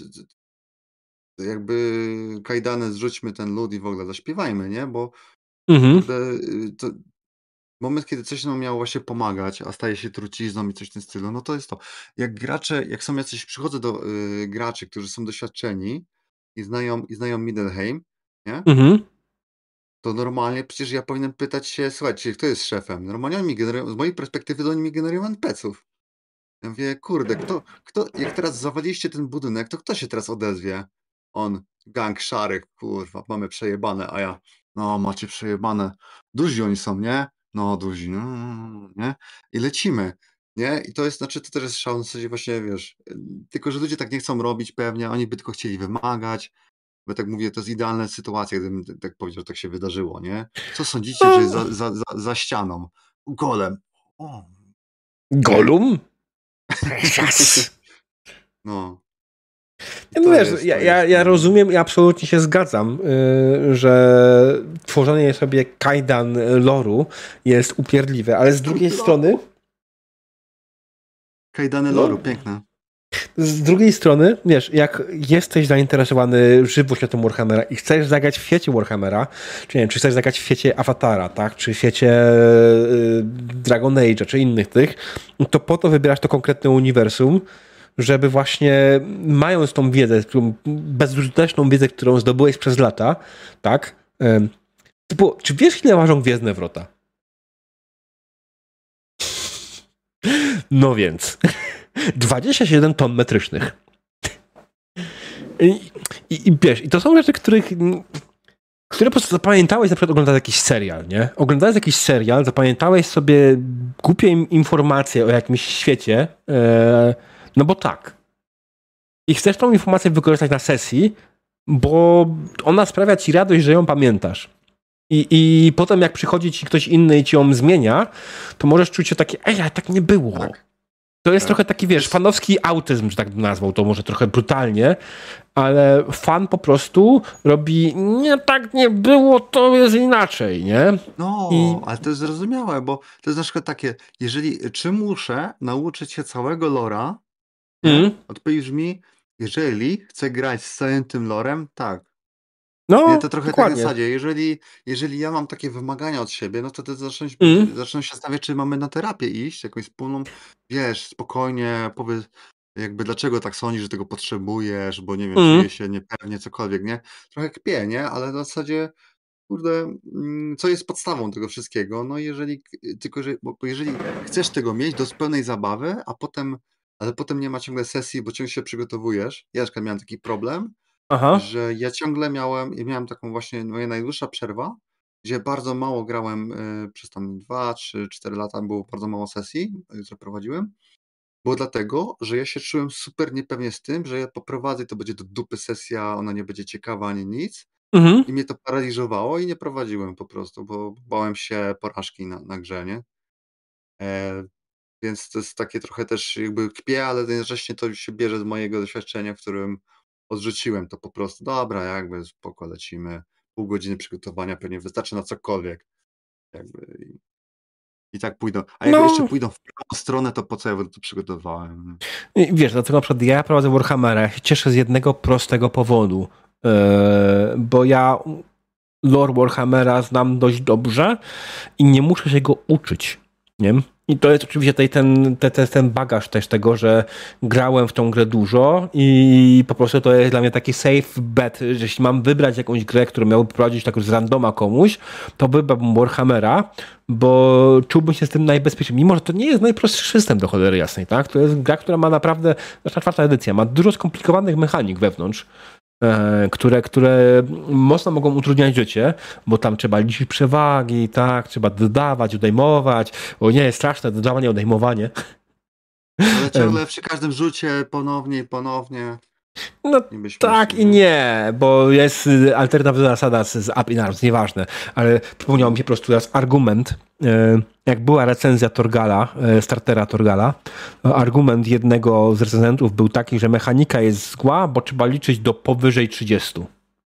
[SPEAKER 2] jakby kajdany, zrzućmy ten lód i w ogóle zaśpiewajmy, nie? Bo kurde, to moment, kiedy coś nam miało właśnie pomagać, a staje się trucizną i coś w tym stylu, no to jest to. Jak gracze, jak są jacyś, przychodzę do graczy, którzy są doświadczeni i znają Middenheim, nie? To normalnie przecież ja powinienem pytać się, słuchajcie, kto jest szefem? Normalnie oni mi generują, z mojej perspektywy to oni mi generują NPC-ów. Ja mówię, kurde, jak teraz zawaliliście ten budynek, to kto się teraz odezwie? On, gang szarych, kurwa, mamy przejebane, a ja, no macie przejebane. Duzi oni są, nie? No, duzi, no, nie? I lecimy, nie? I to jest, znaczy, to też jest szał, w zasadzie właśnie, wiesz, tylko, że ludzie tak nie chcą robić pewnie, oni by tylko chcieli wymagać, bo tak mówię, to jest idealna sytuacja, gdybym tak powiedział, że tak się wydarzyło, nie? Co sądzicie, że jest za ścianą? Golem. O,
[SPEAKER 1] Golum? Precious.
[SPEAKER 2] no.
[SPEAKER 1] No wiesz, ja rozumiem i absolutnie się zgadzam, że tworzenie sobie kajdan loru jest upierdliwe, ale z drugiej strony...
[SPEAKER 2] Kajdany loru, piękne.
[SPEAKER 1] Z drugiej strony, wiesz, jak jesteś zainteresowany żywo światem Warhammera i chcesz zagrać w świecie Warhammera, czy nie wiem, czy chcesz zagrać w świecie Awatara, tak, czy w świecie Dragon Age'a, czy innych tych, to po to wybierasz to konkretne uniwersum, żeby właśnie mając tą wiedzę, bezużyteczną wiedzę, którą zdobyłeś przez lata, tak, typu, czy wiesz, ile ważą Gwiezdne Wrota? No więc... 27 ton metrycznych. I wiesz, i to są rzeczy, które po prostu zapamiętałeś, na przykład oglądając jakiś serial, nie? Oglądając jakiś serial, zapamiętałeś sobie głupie informacje o jakimś świecie, no bo tak. I chcesz tą informację wykorzystać na sesji, bo ona sprawia ci radość, że ją pamiętasz. I potem jak przychodzi ci ktoś inny i ci ją zmienia, to możesz czuć się takie, ale tak nie było. Tak. To jest trochę taki, wiesz, fanowski autyzm, że tak bym nazwał to może trochę brutalnie, ale fan po prostu robi, nie, tak nie było, to jest inaczej, nie?
[SPEAKER 2] No, ale to jest zrozumiałe, bo to jest na przykład takie, czy muszę nauczyć się całego lora, odpowiedź brzmi, jeżeli chcę grać z całym tym lorem, tak.
[SPEAKER 1] No,
[SPEAKER 2] nie, to trochę
[SPEAKER 1] dokładnie.
[SPEAKER 2] tak w zasadzie, jeżeli ja mam takie wymagania od siebie, no to zaczną się zastanawiać, czy mamy na terapię iść, jakąś wspólną, wiesz, spokojnie, powiedz, jakby dlaczego tak sądzisz, że tego potrzebujesz, bo nie wiem, czuję się niepewnie, cokolwiek, nie? Trochę kpię, nie? Ale w zasadzie, kurde, co jest podstawą tego wszystkiego? No bo jeżeli chcesz tego mieć do pełnej zabawy, ale potem nie ma ciągle sesji, bo ciągle się przygotowujesz. Ja na przykład miałem taki problem, że ja ciągle miałem taką właśnie, moja najdłuższa przerwa, gdzie bardzo mało grałem, przez tam 2, 3, 4 lata było bardzo mało sesji, które prowadziłem. Było dlatego, że ja się czułem super niepewnie z tym, że ja poprowadzę i to będzie do dupy sesja, ona nie będzie ciekawa ani nic. I mnie to paraliżowało i nie prowadziłem po prostu, bo bałem się porażki na grze, nie? Więc to jest takie trochę też jakby kpię, ale jednocześnie to się bierze z mojego doświadczenia, w którym odrzuciłem to po prostu. Dobra, jakby spoko, lecimy. Pół godziny przygotowania pewnie wystarczy na cokolwiek. Jakby i tak pójdą. A jak jeszcze pójdą w prawą stronę, to po co ja to przygotowałem?
[SPEAKER 1] Wiesz, dlatego na przykład ja prowadzę Warhammera, ja się cieszę z jednego prostego powodu. Bo ja lore Warhammera znam dość dobrze i nie muszę się go uczyć. Nie? I to jest oczywiście tutaj ten bagaż też tego, że grałem w tą grę dużo i po prostu to jest dla mnie taki safe bet, że jeśli mam wybrać jakąś grę, którą miałbym prowadzić tak z randoma komuś, to wybrałbym Warhammera, bo czułbym się z tym najbezpieczniej. Mimo, że to nie jest najprostszy system do cholery jasnej, tak? To jest gra, która ma naprawdę, nasza czwarta edycja, ma dużo skomplikowanych mechanik wewnątrz, które mocno mogą utrudniać życie, bo tam trzeba liczyć przewagi, tak, trzeba dodawać, odejmować. O nie, straszne dodawanie, odejmowanie.
[SPEAKER 2] Ale ciągle przy każdym rzucie ponownie i ponownie.
[SPEAKER 1] No
[SPEAKER 2] Niby
[SPEAKER 1] tak
[SPEAKER 2] śmiesznie,
[SPEAKER 1] i
[SPEAKER 2] nie?
[SPEAKER 1] nie, bo jest alternatywna zasada z up in arms, nieważne, ale przypomniał mi się po prostu teraz argument, jak była recenzja Torgala, startera Torgala, argument jednego z recenzentów był taki, że mechanika jest zła, bo trzeba liczyć do powyżej 30.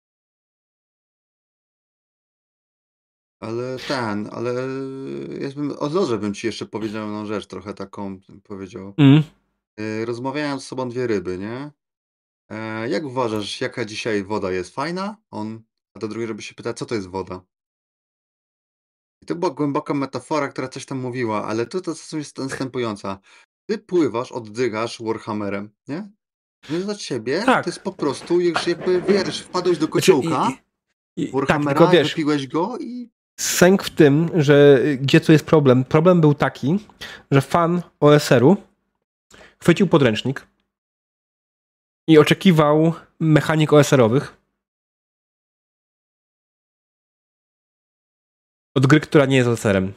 [SPEAKER 2] Ale od razu bym ci jeszcze powiedział jedną rzecz, trochę taką powiedział.
[SPEAKER 1] Mm.
[SPEAKER 2] Rozmawiają z sobą dwie ryby, nie? Jak uważasz, jaka dzisiaj woda jest fajna? A do drugiej ryby się pyta, co to jest woda? I to była głęboka metafora, która coś tam mówiła, ale tu to jest następująca. Ty pływasz, oddychasz Warhammerem, nie? Więc dla ciebie to jest
[SPEAKER 1] Tak,
[SPEAKER 2] po prostu, już jakby wiesz, wpadłeś do
[SPEAKER 1] znaczy,
[SPEAKER 2] kociołka
[SPEAKER 1] tak, tylko
[SPEAKER 2] Warhammera,
[SPEAKER 1] wiesz,
[SPEAKER 2] wypiłeś go i
[SPEAKER 1] sęk w tym, że gdzie tu jest problem? Problem był taki, że fan OSR-u chwycił podręcznik i oczekiwał mechanik OSR-owych od gry, która nie jest OSR-em.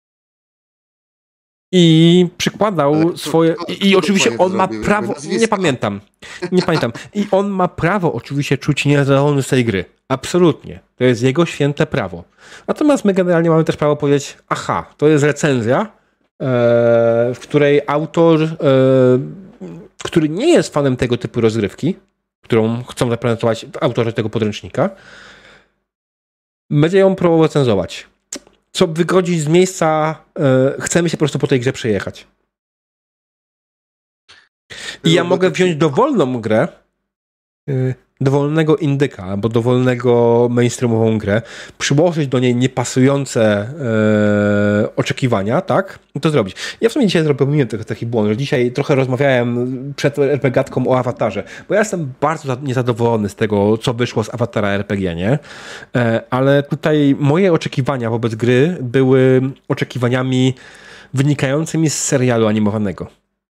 [SPEAKER 1] I przykładał swoje. I
[SPEAKER 2] kto
[SPEAKER 1] oczywiście
[SPEAKER 2] dokładnie to
[SPEAKER 1] on ma
[SPEAKER 2] zrobił? Jakby
[SPEAKER 1] prawo. Nie
[SPEAKER 2] nazwisko.
[SPEAKER 1] pamiętam. Nie pamiętam. I on ma prawo oczywiście czuć niezadowolony z tej gry. Absolutnie. To jest jego święte prawo. Natomiast my generalnie mamy też prawo powiedzieć: aha, to jest recenzja, w której autor, który nie jest fanem tego typu rozgrywki, którą chcą zaprezentować autorzy tego podręcznika, będzie ją próbował recenzować. Co wygodzić z miejsca, chcemy się po prostu po tej grze przejechać. I ja mogę wziąć dowolną grę, dowolnego indyka albo dowolnego mainstreamową grę, przyłożyć do niej niepasujące oczekiwania, tak? I to zrobić. Ja w sumie dzisiaj zrobiłem taki błąd, że dzisiaj trochę rozmawiałem przed RPG-gatką o Awatarze, bo ja jestem bardzo niezadowolony z tego, co wyszło z Awatara RPG, nie? Ale tutaj moje oczekiwania wobec gry były oczekiwaniami wynikającymi z serialu animowanego.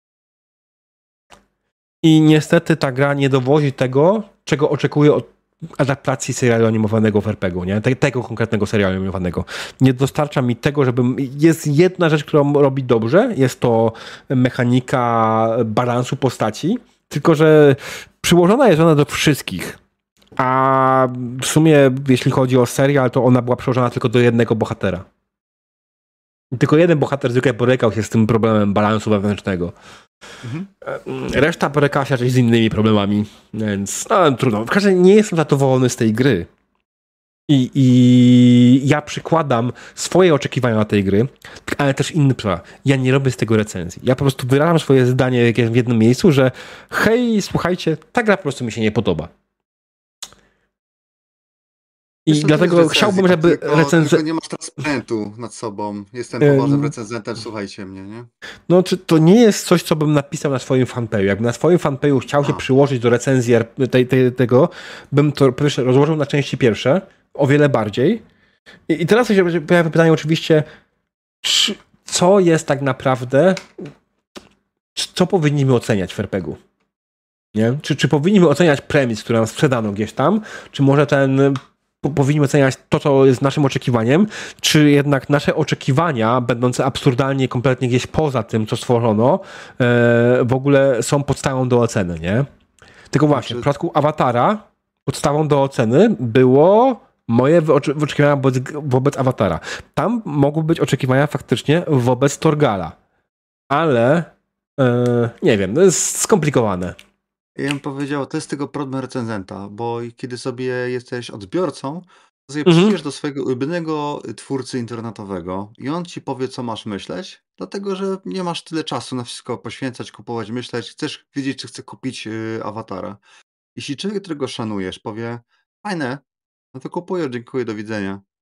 [SPEAKER 1] I niestety ta gra nie dowozi tego, czego oczekuję od adaptacji serialu animowanego w RPG-u, nie? Tego konkretnego serialu animowanego. Nie dostarcza mi tego, żebym... Jest jedna rzecz, którą robi dobrze, jest to mechanika balansu postaci, tylko że przyłożona jest ona do wszystkich. A w sumie, jeśli chodzi o serial, to ona była przyłożona tylko do jednego bohatera. I tylko jeden bohater zwykle borykał się z tym problemem balansu wewnętrznego. Mhm. Reszta borykała się raczej z innymi problemami, więc no, trudno. W każdym razie nie jestem zadowolony z tej gry. I ja przykładam swoje oczekiwania na tej gry, ale też inny przykład. Ja nie robię z tego recenzji. Ja po prostu wyrażam swoje zdanie w jednym miejscu, że hej, słuchajcie, ta gra po prostu mi się nie podoba. I
[SPEAKER 2] Wiesz,
[SPEAKER 1] dlatego chciałbym, żeby
[SPEAKER 2] tylko nie masz transparentu nad sobą. Jestem poważnym recenzentem, słuchajcie mnie, nie?
[SPEAKER 1] No, czy to nie jest coś, co bym napisał na swoim fanpage'u? Jakbym na swoim fanpage'u chciał się przyłożyć do recenzji tego, bym to rozłożył na części pierwsze, o wiele bardziej. I teraz się pojawia pytanie oczywiście, co jest tak naprawdę, co powinniśmy oceniać w RPG-u? Nie? Czy powinniśmy oceniać premis, który nam sprzedano gdzieś tam, czy może powinniśmy oceniać to, co jest naszym oczekiwaniem, czy jednak nasze oczekiwania, będące absurdalnie kompletnie gdzieś poza tym, co stworzono, w ogóle są podstawą do oceny, nie? Tylko właśnie, w przypadku Awatara podstawą do oceny było moje oczekiwania wobec Awatara. Tam mogły być oczekiwania faktycznie wobec Torgala. Ale nie wiem, to jest skomplikowane.
[SPEAKER 2] Ja bym powiedział, to jest tylko problem recenzenta, bo kiedy sobie jesteś odbiorcą, to sobie przyjdziesz do swojego ulubionego twórcy internetowego i on ci powie, co masz myśleć, dlatego że nie masz tyle czasu na wszystko poświęcać, kupować, myśleć, chcesz wiedzieć, czy chce kupić awatara. Jeśli człowiek, którego szanujesz, powie, fajne, no to kupuję, dziękuję, do widzenia.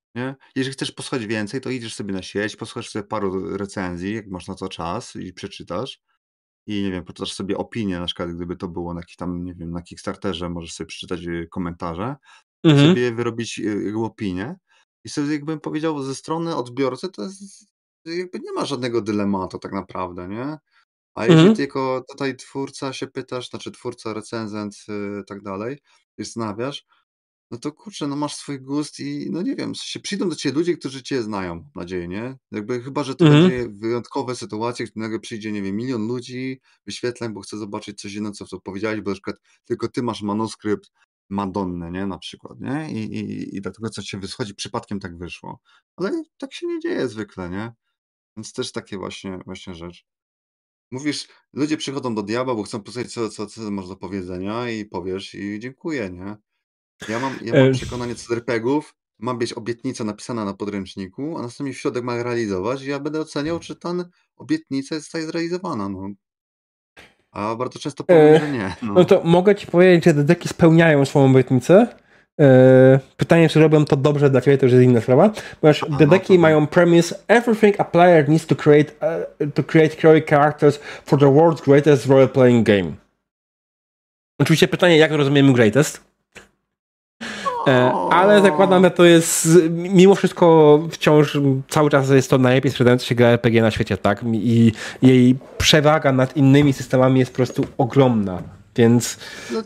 [SPEAKER 2] Nie? Jeżeli chcesz posłuchać więcej, to idziesz sobie na sieć, posłuchasz sobie paru recenzji, jak masz na to czas i przeczytasz. I nie wiem, poczytasz sobie opinie, na przykład gdyby to było na jakiś tam, nie wiem, na Kickstarterze, możesz sobie przeczytać komentarze i
[SPEAKER 1] Mhm.
[SPEAKER 2] sobie wyrobić jakby opinię. I sobie jakbym powiedział, ze strony odbiorcy to jest jakby nie ma żadnego dylematu tak naprawdę, nie? A jeżeli
[SPEAKER 1] Mhm.
[SPEAKER 2] tylko tutaj twórca się pytasz, znaczy twórca, recenzent, tak dalej, i zastanawiasz, no to kurczę, no masz swój gust i no nie wiem, w sensie przyjdą do ciebie ludzie, którzy cię znają, mam nadzieję, nie? Jakby chyba, że to
[SPEAKER 1] Mhm.
[SPEAKER 2] będzie wyjątkowe sytuacje, gdy nagle przyjdzie, nie wiem, 1 000 000 ludzi, wyświetleń, bo chce zobaczyć coś innego, co powiedziałeś, bo na przykład tylko ty masz manuskrypt Madonny, nie? Na przykład, nie? I dlatego coś się wyschodzi, przypadkiem tak wyszło. Ale tak się nie dzieje zwykle, nie? Więc też takie właśnie rzecz. Mówisz, ludzie przychodzą do diabła, bo chcą posłuchać, co masz do powiedzenia i powiesz i dziękuję, nie? Ja mam
[SPEAKER 1] E,
[SPEAKER 2] przekonanie co do RPGów, ma być obietnica napisana na podręczniku, a następnie w środek ma realizować i ja będę oceniał, czy ta obietnica zostaje zrealizowana, no. A bardzo często powiem,
[SPEAKER 1] e,
[SPEAKER 2] że nie,
[SPEAKER 1] no
[SPEAKER 2] no.
[SPEAKER 1] to mogę ci powiedzieć, że dedeki spełniają swoją obietnicę. Pytanie, czy robią to dobrze dla ciebie, to już jest inna sprawa. Ponieważ
[SPEAKER 2] A, no to
[SPEAKER 1] dedeki
[SPEAKER 2] wiem.
[SPEAKER 1] mają premise everything a player needs to create heroic characters for the world's greatest role-playing game. Oczywiście pytanie, jak rozumiemy greatest? Ale zakładam, że to jest mimo wszystko wciąż cały czas jest to najlepiej sprzedająca się gra RPG na świecie, tak? I jej przewaga nad innymi systemami jest po prostu ogromna. Więc
[SPEAKER 2] No,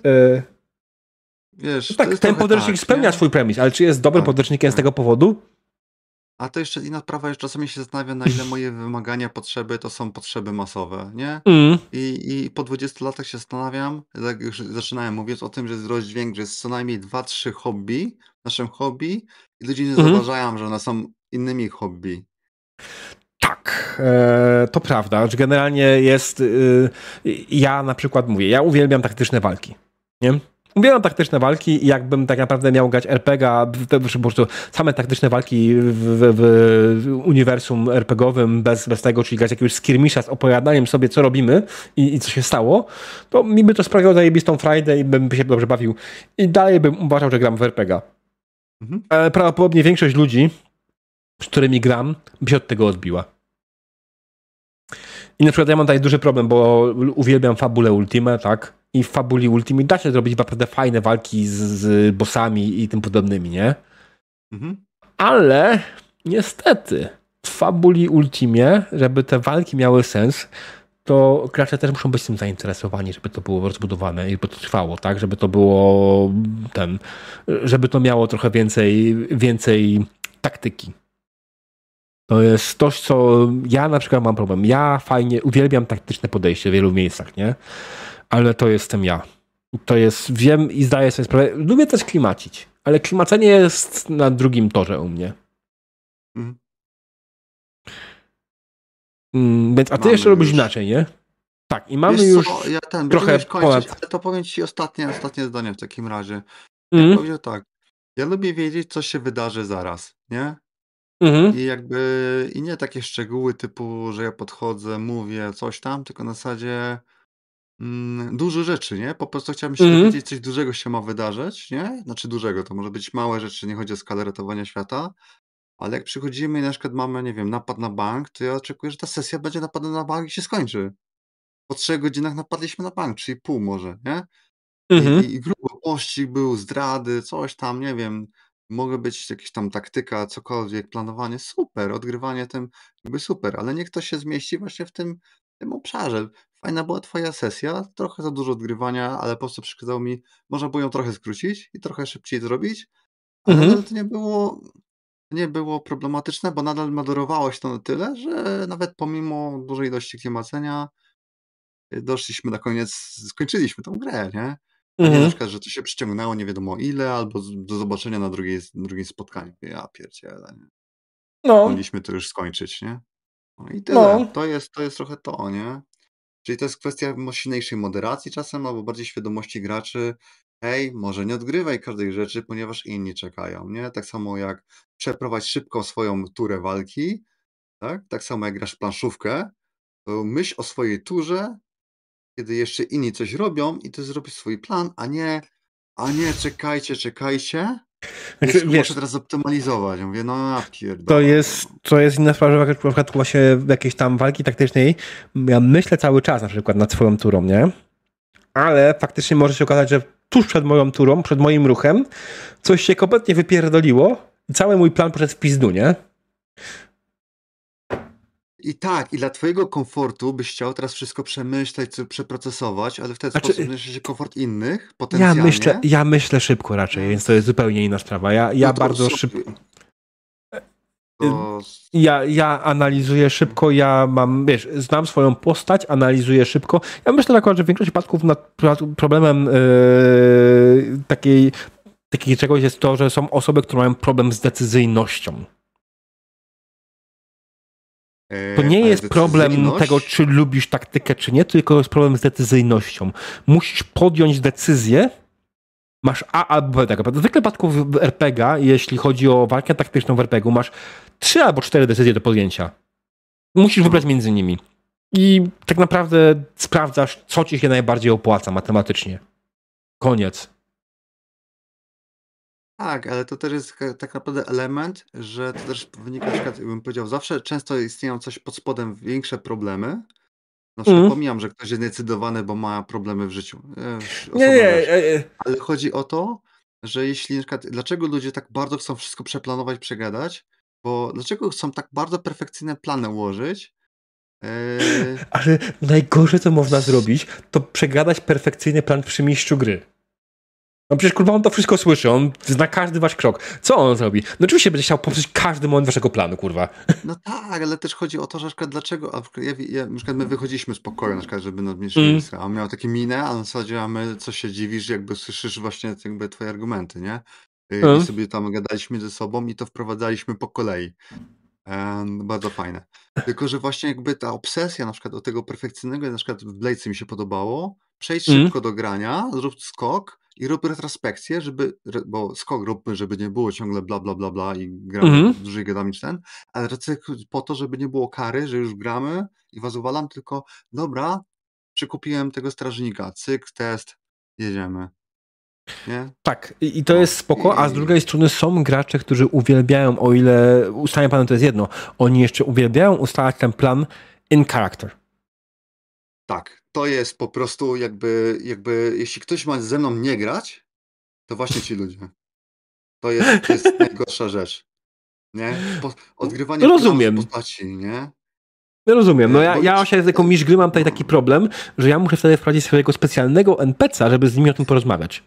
[SPEAKER 1] no
[SPEAKER 2] wiesz, to
[SPEAKER 1] tak,
[SPEAKER 2] jest
[SPEAKER 1] ten
[SPEAKER 2] trochę
[SPEAKER 1] podręcznik
[SPEAKER 2] tak,
[SPEAKER 1] spełnia
[SPEAKER 2] nie?
[SPEAKER 1] swój premis, ale czy jest dobrym
[SPEAKER 2] Tak,
[SPEAKER 1] podręcznikiem z
[SPEAKER 2] tak.
[SPEAKER 1] tego powodu?
[SPEAKER 2] A to jeszcze inna sprawa, że czasami się zastanawiam, na ile moje wymagania, potrzeby to są potrzeby masowe, nie?
[SPEAKER 1] Mm,
[SPEAKER 2] I po 20 latach się zastanawiam, jak już zaczynałem mówiąc o tym, że jest rozdźwięk, że jest co najmniej 2-3 hobby, naszym hobby i ludzie nie
[SPEAKER 1] mhm.
[SPEAKER 2] zauważają, że one są innymi hobby.
[SPEAKER 1] Tak, to prawda, że generalnie jest. Ja na przykład mówię, ja uwielbiam taktyczne walki. Nie? Uwielbiam taktyczne walki i jakbym tak naprawdę miał grać RPG, to po prostu same taktyczne walki w uniwersum RPGowym bez tego, czyli grać jakiegoś skirmisza z opowiadaniem sobie, co robimy i co się stało, to mi by to sprawiało zajebistą frajdę i bym się dobrze bawił. I dalej bym uważał, że gram w RPG.
[SPEAKER 2] Mhm.
[SPEAKER 1] Ale prawdopodobnie większość ludzi, z którymi gram, by się od tego odbiła. I na przykład ja mam tutaj duży problem, bo uwielbiam fabulę Ultimate, tak? I w fabuli Ultimate da się zrobić naprawdę fajne walki z bossami i tym podobnymi, nie?
[SPEAKER 2] Mhm.
[SPEAKER 1] Ale niestety w fabuli Ultimie, żeby te walki miały sens, to gracze też muszą być tym zainteresowani, żeby to było rozbudowane i żeby to trwało, tak? Żeby to było żeby to miało trochę więcej taktyki. To jest coś, co ja na przykład mam problem. Ja fajnie uwielbiam taktyczne podejście w wielu miejscach, nie? Ale to jestem ja. To jest, wiem i zdaję sobie sprawę. Lubię też klimacić, ale klimacenie jest na drugim torze u mnie.
[SPEAKER 2] Mhm.
[SPEAKER 1] Więc, a ty
[SPEAKER 2] Mamy
[SPEAKER 1] jeszcze robisz
[SPEAKER 2] już.
[SPEAKER 1] inaczej, nie? Tak, i mamy
[SPEAKER 2] Wiesz co,
[SPEAKER 1] już
[SPEAKER 2] będziemy
[SPEAKER 1] trochę
[SPEAKER 2] już kończyć,
[SPEAKER 1] ponad.
[SPEAKER 2] ale to powiem ci ostatnie zdanie w takim razie. Ja
[SPEAKER 1] Mhm,
[SPEAKER 2] powiedział tak, ja lubię wiedzieć, co się wydarzy zaraz, nie?
[SPEAKER 1] mhm,
[SPEAKER 2] I jakby, i nie takie szczegóły typu, że ja podchodzę, mówię coś tam, tylko na zasadzie dużo rzeczy, nie? Po prostu chciałbym się
[SPEAKER 1] mhm,
[SPEAKER 2] dowiedzieć, coś dużego się ma wydarzyć, nie? Znaczy dużego, to może być małe rzeczy, nie chodzi o skalę ratowania świata, ale jak przychodzimy i na przykład mamy, nie wiem, napad na bank, to ja oczekuję, że ta sesja będzie napadem na bank i się skończy. Po 3 godzinach napadliśmy na bank, 3,5 może, nie? I
[SPEAKER 1] mhm,
[SPEAKER 2] i i grubo pościg był, zdrady, coś tam, nie wiem, mogę być jakaś tam taktyka, cokolwiek, planowanie, super, odgrywanie tym jakby super, ale niech to się zmieści właśnie w tym obszarze. Fajna była twoja sesja, trochę za dużo odgrywania, ale po prostu przeszkadzało mi można było ją trochę skrócić i trochę szybciej zrobić, ale
[SPEAKER 1] mhm,
[SPEAKER 2] nadal to nie było problematyczne, bo nadal moderowałeś to na tyle, że nawet pomimo dużej ilości klimacenia doszliśmy na koniec, skończyliśmy tą grę, nie? A nie na
[SPEAKER 1] mhm.
[SPEAKER 2] przykład, że to się przyciągnęło nie wiadomo ile, albo do zobaczenia na drugim spotkaniu. Ja pierdzielę, nie?
[SPEAKER 1] No,
[SPEAKER 2] Mogliśmy to już skończyć, nie? No i tyle.
[SPEAKER 1] no,
[SPEAKER 2] To jest trochę to, nie? Czyli to jest kwestia silniejszej moderacji czasem, albo bardziej świadomości graczy. Hej, może nie odgrywaj każdej rzeczy, ponieważ inni czekają, nie? Tak samo jak przeprowadź szybko swoją turę walki, tak? Tak samo jak grasz w planszówkę, to myśl o swojej turze, kiedy jeszcze inni coś robią i ty zrobisz swój plan, a nie czekajcie, czekajcie. Wszystko
[SPEAKER 1] wiesz,
[SPEAKER 2] muszę teraz zoptymalizować. Ja mówię, no ja pierdolę.
[SPEAKER 1] to jest inna sprawa, że na przykład właśnie w jakiejś tam walki taktycznej ja myślę cały czas na przykład nad swoją turą, nie? Ale faktycznie może się okazać, że tuż przed moją turą, przed moim ruchem, coś się kompletnie wypierdoliło i cały mój plan poszedł w pizdu, nie?
[SPEAKER 2] I tak, i dla twojego komfortu byś chciał teraz wszystko przemyśleć, przeprocesować, ale w ten
[SPEAKER 1] Znaczy,
[SPEAKER 2] sposób zmniejszy się komfort innych, potencjalnie.
[SPEAKER 1] ja myślę szybko raczej, więc to jest zupełnie inna sprawa. Ja
[SPEAKER 2] No to
[SPEAKER 1] bardzo
[SPEAKER 2] sorry.
[SPEAKER 1] szybko.
[SPEAKER 2] To...
[SPEAKER 1] Ja analizuję szybko, ja mam, wiesz, znam swoją postać, analizuję szybko. Ja myślę akurat, że w większości przypadków nad problemem takiej czegoś jest to, że są osoby, które mają problem z decyzyjnością. To nie jest problem tego, czy lubisz taktykę, czy nie, tylko jest problem z decyzyjnością. Musisz podjąć decyzję, masz A albo B. Tak naprawdę. W wypadku w RPG, jeśli chodzi o walkę taktyczną w RPG, masz 3 albo 4 decyzje do podjęcia. Musisz wybrać między nimi. I tak naprawdę sprawdzasz, co ci się najbardziej opłaca matematycznie. Koniec.
[SPEAKER 2] Tak, ale to też jest tak naprawdę element, że to też wynika, na przykład, bym powiedział, zawsze często istnieją coś pod spodem, większe problemy. Na przykład pomijam, że ktoś jest zdecydowany, bo ma problemy w życiu.
[SPEAKER 1] Nie.
[SPEAKER 2] Ale chodzi o to, że jeśli na przykład, dlaczego ludzie tak bardzo chcą wszystko przeplanować, przegadać, bo dlaczego chcą tak bardzo perfekcyjne plany ułożyć?
[SPEAKER 1] Ale najgorsze, co można zrobić, to przegadać perfekcyjny plan przy mistrzu gry. No przecież kurwa on to wszystko słyszy, on zna każdy wasz krok. Co on zrobi? No oczywiście będzie chciał poprzeć każdy moment waszego planu, kurwa.
[SPEAKER 2] No tak, ale też chodzi o to, że na przykład dlaczego, na przykład my wychodziliśmy z pokoju, na przykład, żeby nadmierzyć, a on miał takie minę, a na zasadzie, a my co się dziwisz, jakby słyszysz właśnie jakby twoje argumenty, nie? I sobie tam gadaliśmy ze sobą i to wprowadzaliśmy po kolei. Bardzo fajne. Tylko, że właśnie jakby ta obsesja na przykład do tego perfekcyjnego, na przykład w Blade'ce mi się podobało, przejdź szybko do grania, zrób skok i rób retrospekcję, bo skok róbmy, żeby nie było ciągle bla bla bla bla i gramy dłużej gadamy niż ten, ale po to, żeby nie było kary, że już gramy i was uwalam, tylko dobra, przekupiłem tego strażnika, cyk, test, jedziemy. Nie?
[SPEAKER 1] Tak, i to jest spoko, a z drugiej strony są gracze, którzy uwielbiają, o ile ustalanie planu to jest jedno, oni jeszcze uwielbiają ustalać ten plan in character.
[SPEAKER 2] Tak, to jest po prostu jakby jeśli ktoś ma ze mną nie grać, to właśnie ci ludzie. To jest najgorsza rzecz. Nie? Odgrywanie
[SPEAKER 1] Rozumiem.
[SPEAKER 2] planów postaci, nie?
[SPEAKER 1] Rozumiem. No ja się jako mistrz gry mam tutaj taki problem, że ja muszę wtedy wprowadzić swojego specjalnego NPC-a, żeby z nimi o tym porozmawiać.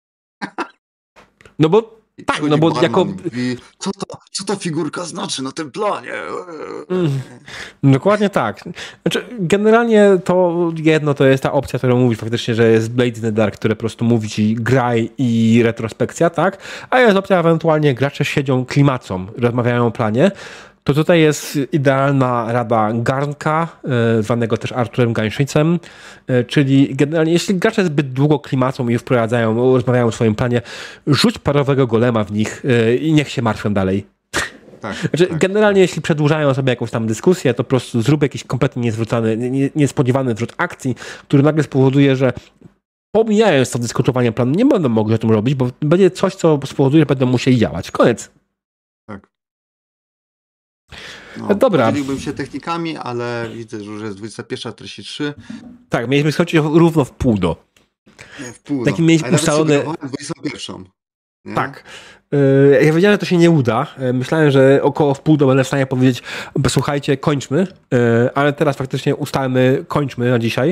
[SPEAKER 1] No bo tak, no bo jako...
[SPEAKER 2] Mówi, co ta figurka znaczy na tym planie?
[SPEAKER 1] Dokładnie tak. Znaczy, generalnie to jedno to jest ta opcja, którą mówi faktycznie, że jest Blades in the Dark, które po prostu mówi ci graj i retrospekcja, tak? A jest opcja ewentualnie gracze siedzą klimacą, rozmawiają o planie. To tutaj jest idealna rada Garnka, zwanego też Arturem Gańszycem, czyli generalnie jeśli gracze zbyt długo klimacą i rozmawiają o swoim planie, rzuć parowego golema w nich i niech się martwią dalej.
[SPEAKER 2] Tak,
[SPEAKER 1] znaczy, generalnie jeśli przedłużają sobie jakąś tam dyskusję, to po prostu zrób jakiś kompletnie niespodziewany zwrot akcji, który nagle spowoduje, że pomijając to dyskutowanie planu, nie będą mogli o tym robić, bo będzie coś, co spowoduje, że będą musieli działać. Koniec.
[SPEAKER 2] Tak. No,
[SPEAKER 1] dobra.
[SPEAKER 2] Podzieliłbym się technikami, ale widzę, że już jest 21:43.
[SPEAKER 1] Tak, mieliśmy skończyć równo w pół do.
[SPEAKER 2] Nie, w pół
[SPEAKER 1] Taki mieliśmy ustalony...
[SPEAKER 2] 21. Nie?
[SPEAKER 1] Tak. Ja wiedziałem, że to się nie uda. Myślałem, że około w pół do będę w stanie powiedzieć, słuchajcie, kończmy, ale teraz faktycznie ustalmy, kończmy na dzisiaj,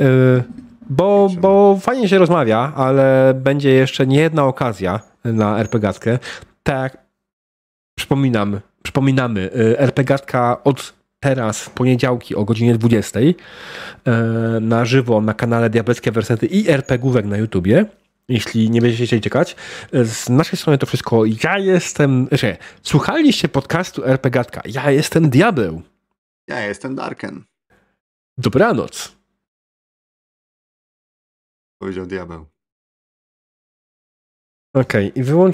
[SPEAKER 1] bo fajnie się rozmawia, ale będzie jeszcze nie jedna okazja na RPGatkę. Tak, przypominamy, RPGatka od teraz w poniedziałki o godzinie 20 na żywo na kanale Diabelskie Wersety i RPGówek na YouTubie. Jeśli nie będziecie chcieli czekać. Z naszej strony to wszystko. Słuchaliście podcastu RPGatka. Ja jestem Diabeł.
[SPEAKER 2] Ja jestem Darken.
[SPEAKER 1] Dobranoc.
[SPEAKER 2] Powiedział Diabeł.
[SPEAKER 1] Okej, i wyłącz